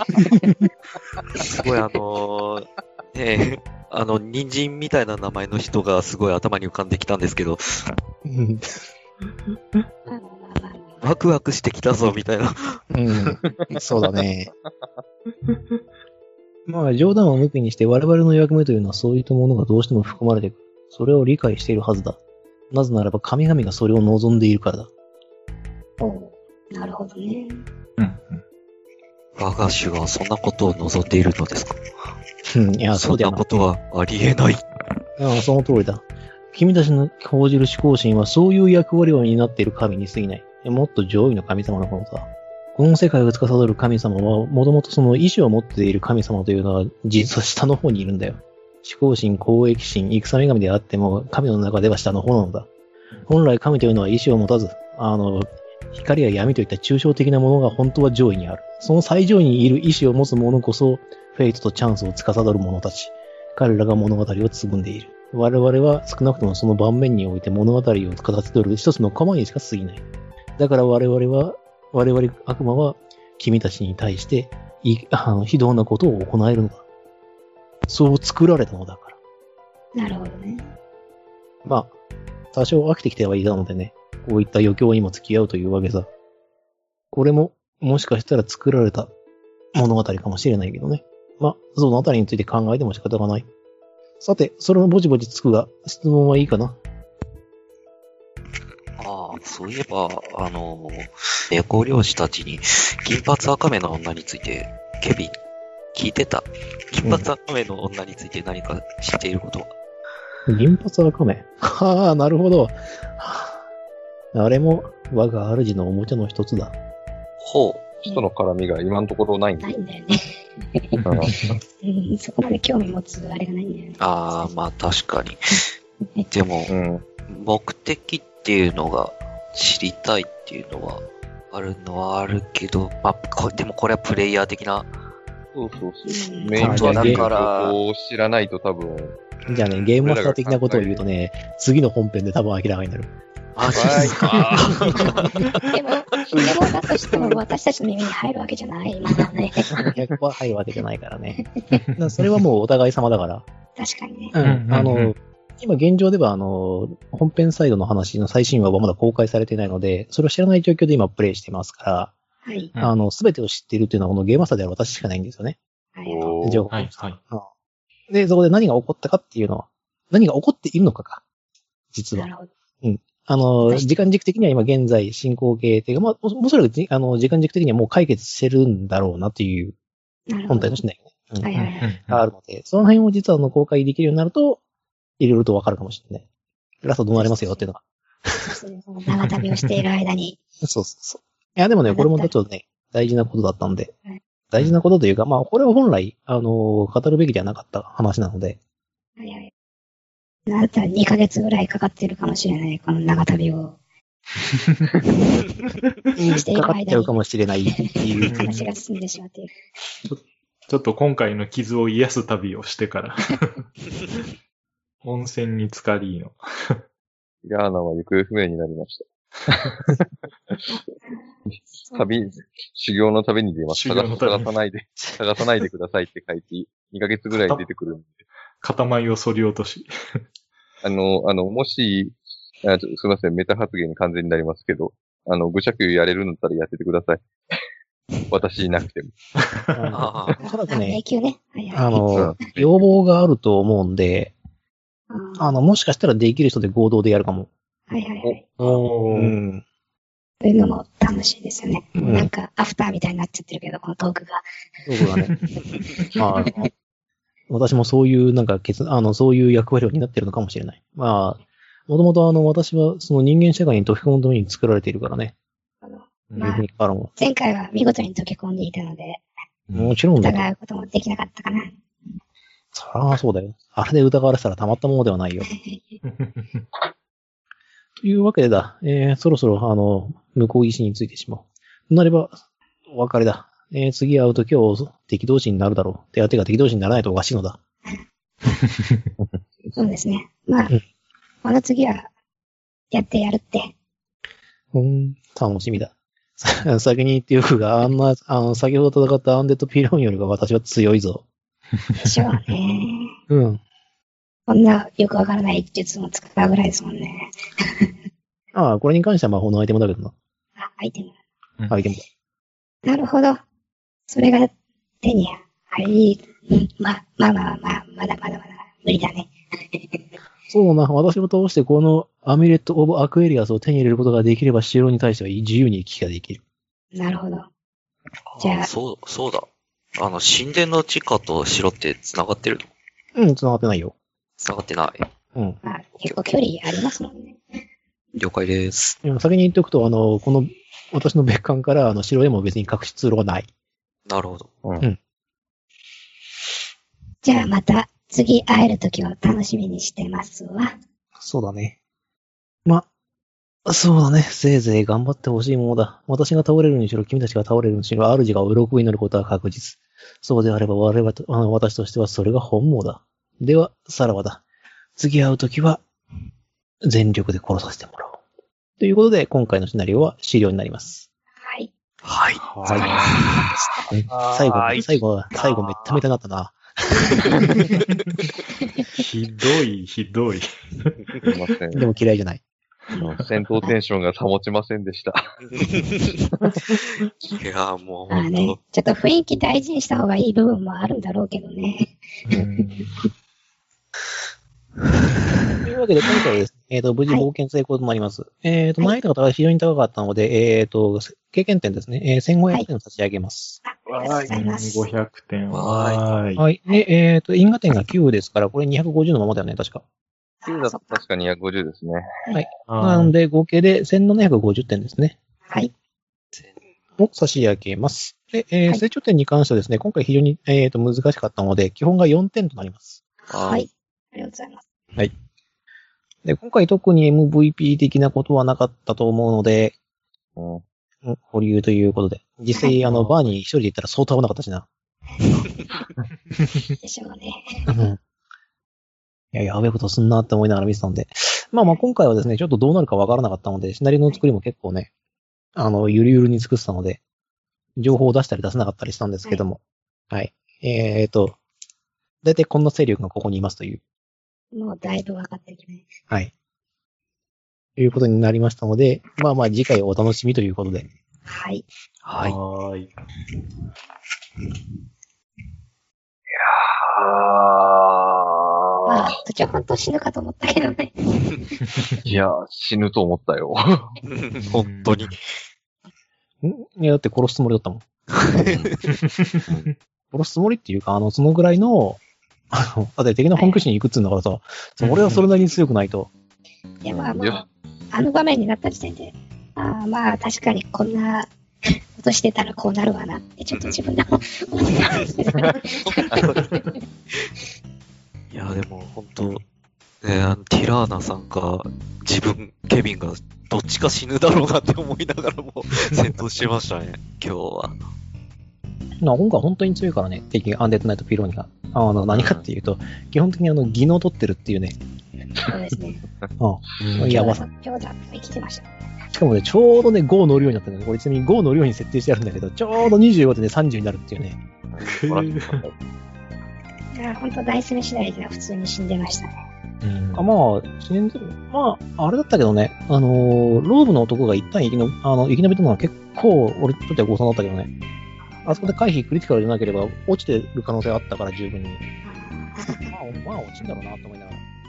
S1: すごいあのー、ねえ、あの、人参みたいな名前の人がすごい頭に浮かんできたんですけど、ワクワクしてきたぞ、みたいな。
S2: うん。そうだね。まあ、冗談を抜きにして我々の役目というのはそういったものがどうしても含まれてくる。それを理解しているはずだ。なぜならば神々がそれを望んでいるからだ。
S3: おう、なるほどね。
S5: うん。
S1: 我が主はそんなことを望んでいるのですか？
S2: うん、いや、
S1: そ
S2: そうんだよな。
S1: なことはありえない。
S2: ああ、その通りだ。君たちの講じる思考心はそういう役割を担っている神に過ぎない。もっと上位の神様のことだ。この世界を司る神様は、もともとその意志を持っている神様というのは、実は下の方にいるんだよ。思考心、公益心、戦女神であっても、神の中では下の方なのだ。本来神というのは意志を持たず、あの、光や闇といった抽象的なものが本当は上位にある。その最上位にいる意志を持つ者こそ、フェイトとチャンスを司る者たち。彼らが物語を紡んでいる。我々は少なくともその盤面において物語を司る一つの駒にしか過ぎない。だから我々は、我々悪魔は君たちに対していあの非道なことを行えるのだ。そう作られたのだから。
S3: なるほどね。
S2: まあ、多少飽きてきてはいたのでね、こういった余興にも付き合うというわけさ。これも、もしかしたら作られた物語かもしれないけどね。まあ、そのあたりについて考えても仕方がない。さて、それもぼちぼちつくが、質問はいいかな？
S1: ああ、そういえば、あの、猫漁師たちに銀髪赤目の女について、ケビン、聞いてた。銀髪赤目の女について何か知っていることは？
S2: 銀髪赤目。はあ、なるほど。はあ、あれも我が主のおもちゃの一つだ。
S1: ほう。
S4: 人の絡みが今のところないんで。
S3: ないんだよね。 うん、そこまで興味持つあれがないんだよね。
S1: ああ、まあ確かに。でも、
S4: うん。
S1: 目的っていうのが知りたいっていうのはあるのはあるけど、まあ、こでもこれはプレイヤー的な。
S4: そうそうそう。
S3: うん
S4: メイン
S1: 本当はだ
S4: の
S1: から
S4: 情報を知らないと多分、
S2: じゃあね、ゲームマスター的なことを言うとね、次の本編で多分明らかになる。
S1: マジですか。
S3: でも、でもだとしても私たちの耳に入るわけじゃない。まだね。
S2: ひゃくパーセント入るわけじゃないからね。だからそれはもうお互い様だから。
S3: 確かにね。
S2: うん。
S5: うん
S2: あの、今現状ではあの、本編サイドの話の最新話はまだ公開されていないので、それを知らない状況で今プレイしてますから、
S3: はい。
S5: うん
S2: あの、すべてを知っているっていうのはこのゲームマスターである私しかないんですよね。
S3: はい。
S4: おー
S2: 情報。
S5: はい、はい。
S2: うんで、そこで何が起こったかっていうのは、何が起こっているのかか。実は
S3: な。るほど。
S2: あの、
S3: 確かに
S2: 時間軸的には今現在進行形っていうか、まあ、おおそらくじあの、時間軸的にはもう解決してるんだろうなっていう
S3: なるほど。
S2: 本体のシナリオね。うん
S3: はいはいはい。
S2: があるので、その辺を実はあの公開できるようになると、いろいろとわかるかもしれない。ラストどうなりますよっていうのが。
S3: そうですね長旅をしている間に。
S2: そうそうそう。いや、でもね、これもちょっとね、大事なことだったんで
S3: はい、
S2: 大事なことというか、まあ、これは本来、あの、語るべきではなかった話なので、
S3: はいはい。なんだったらにかげつぐらいかかってるかもしれない、この長旅を。している
S2: かかっちゃうか
S3: 間に
S2: もしれないっていう。
S3: 話が進んでしまっている。
S5: ちょっと今回の傷を癒す旅をしてから。温泉に浸かりの。
S4: ヤーナは行方不明になりました。旅、修行の旅に出ます。探
S5: 修行の旅
S4: 探さないで、探さないでくださいって書いて、にかげつぐらい出てくるんで。
S5: 塊を剃り落とし。
S4: あの、あの、もし、あちょすみません、メタ発言に完全になりますけど、あの、愚者級やれるんだったらやっててください。私いなくても。
S1: ああ
S2: おそらく
S3: あ、迷
S2: ね、
S3: 宮ね。はいはい。
S2: あの
S4: うん、
S2: 要望があると思うんで、
S3: あ
S2: あの、もしかしたらできる人で合同でやるかも。
S3: はいはいはい。
S5: おー。
S2: うん。
S3: というのも楽しいですよね。
S2: うん
S3: なんか、アフターみたいになっちゃってるけど、このトークが。
S2: そうだね。まあ、私もそういう、なんか、けつ、あの、そういう役割を担ってるのかもしれない。まあ、もともとあの、私はその人間社会に溶け込むために作られているからね。
S3: あの
S5: うん
S2: いうふうに、あの、
S3: 前回は見事に溶け込んでいたので、
S2: もちろんだけど
S3: 疑うこともできなかったかな。
S2: そりゃそうだよ。あれで疑われてたらたまったものではないよ。というわけでだ、えー、そろそろ、あの、向こう岸についてしまおう。となれば、お別れだ。えー、次会うときは敵同士になるだろう。手当てが敵同士にならないとおかしいのだ。
S3: そうですね。まあ
S2: うん、
S3: この次は、やってやるって。
S2: うーん、楽しみだ。さ先に言っておくが、あんな、あの、先ほど戦ったアンデッドピロンよりは私は強いぞ。
S3: でしょうね。
S2: うん。
S3: こんなよくわからない術も使うぐらいですもんね。
S2: ああ、これに関しては魔法のアイテムだけどな。
S3: あ、アイテム。
S2: アイテムだ。
S3: なるほど。それが手に入り、うんま、まあまあまあ、まだまだまだ無理だね。
S2: そうだな、私を通してこのアミュレット・オブ・アクエリアスを手に入れることができれば城に対しては自由に行き来ができる。
S3: なるほど。じゃあ
S1: あそう、そうだ。あの、神殿の地下と城って繋がってるの？
S2: うん、繋がってないよ。
S1: 繋がってない。
S2: うん。
S3: まあ、結構距離ありますもんね。
S1: 了解です。
S2: でも先に言っておくと、あの、この、私の別館からあの城へも別に隠し通路はない。
S1: なるほど。
S4: うん。
S3: じゃあまた次会える時を楽しみにしてますわ。
S2: そうだね。ま、そうだね。せいぜい頑張ってほしいものだ。私が倒れるにしろ、君たちが倒れるにしろ、主が鱗になることは確実。そうであれば我々と、あの私としてはそれが本望だ。では、さらばだ。次会う時は、全力で殺させてもらおう。ということで、今回のシナリオは終了になります。
S3: はい。
S1: はい。
S2: はい。最後、最後、最後めっためたなったな。
S5: ひどい、ひどい。
S4: すいません。
S2: でも嫌いじゃない。
S4: 戦闘テンションが保ちませんでした。
S1: いや、もう
S3: まあね
S1: 本当、、
S3: ちょっと雰囲気大事にした方がいい部分もあるんだろうけどね。
S2: というわけで、今回です。えっ、と、無事冒険成功となります。えっ、と、難易度が非常に高かったので、えっ、と、経験点ですね。えー、せんごひゃくてんを差し上げます。
S3: あありがとうございます。
S5: ごひゃくてん。
S1: は
S5: はーい。
S2: はい。で、えっ、と、因果点がきゅうですから、これにひゃくごじゅうのままだよね、確か。
S4: きゅうだと確かにひゃくごじゅうですね。
S2: なので、合計でせんななひゃくごじゅってんですね。
S3: はい。
S2: を差し上げます。 で、えー
S3: はい
S2: 成長点に関してはですね、今回非常に、えーと難しかったので、基本がよんてんとなります。
S3: はい。ありがとうございます。
S2: で、今回特に エムブイピー 的なことはなかったと思うので、
S4: うん。
S2: うん保留ということで。実際、
S3: はい
S2: あの、バーに一人で行ったら相当危なかったしな。
S3: でしょうね。
S2: うんいや、やべえことすんなって思いながら見てたんで。まあまあ今回はですね、ちょっとどうなるかわからなかったので、シナリオの作りも結構ね、あの、ゆるゆるに作ってたので、情報を出したり出せなかったりしたんですけども。はい。えーと、だいたいこんな勢力がここにいますという。
S3: もうだいぶ分かってきて。
S2: はい。ということになりましたので、まあまあ次回お楽しみということで。
S3: はい。
S1: はい。
S5: はーい。
S3: まあ、途中本当死ぬかと思ったけどね。
S4: いや、死ぬと思ったよ。
S1: 本当に。
S2: んいや、だって殺すつもりだったもん。殺すつもりっていうか、あの、そのぐらいの、あの、だって敵の本拠地に行くっつうんだからさ、俺はそれなりに強くないと。
S3: いや、まあ
S4: いや
S3: まあ、あの場面になった時点で、ああまあ、確かにこんなことしてたらこうなるわなって、ちょっと自分でも思ったんですけど。
S1: いや、でも本当、ね、あのティラーナさんか、自分、ケビンが、どっちか死ぬだろうなって思いながらも戦闘してましたね、今日は。
S2: まあ、今回本当に強いからね、敵アンデッドナイトピローニが。あの、何かっていうと、基本的にあの、技能取ってるっていうね。
S3: そうですね。
S2: うん。やばさ。
S3: 今日だって生きてました。
S2: しかもね、ちょうどね、ご乗るようになったんだよね。これちなみにご乗るように設定してあるんだけど、ちょうどにじゅうごでね、さんじゅうになるっていうね。
S3: いや、本当ダイス目次第では普通に死んでましたね。
S5: うん
S2: あまあ、死んでるまあ、あれだったけどね、あのーローブの男が一旦生きの、あの、生き延びたのは結構、俺にとっては誤算だったけどね。あそこで回避クリティカルじゃなければ、落ちてる可能性があったから十分に。まあ、まあ、落ちんだろうなと思いながら。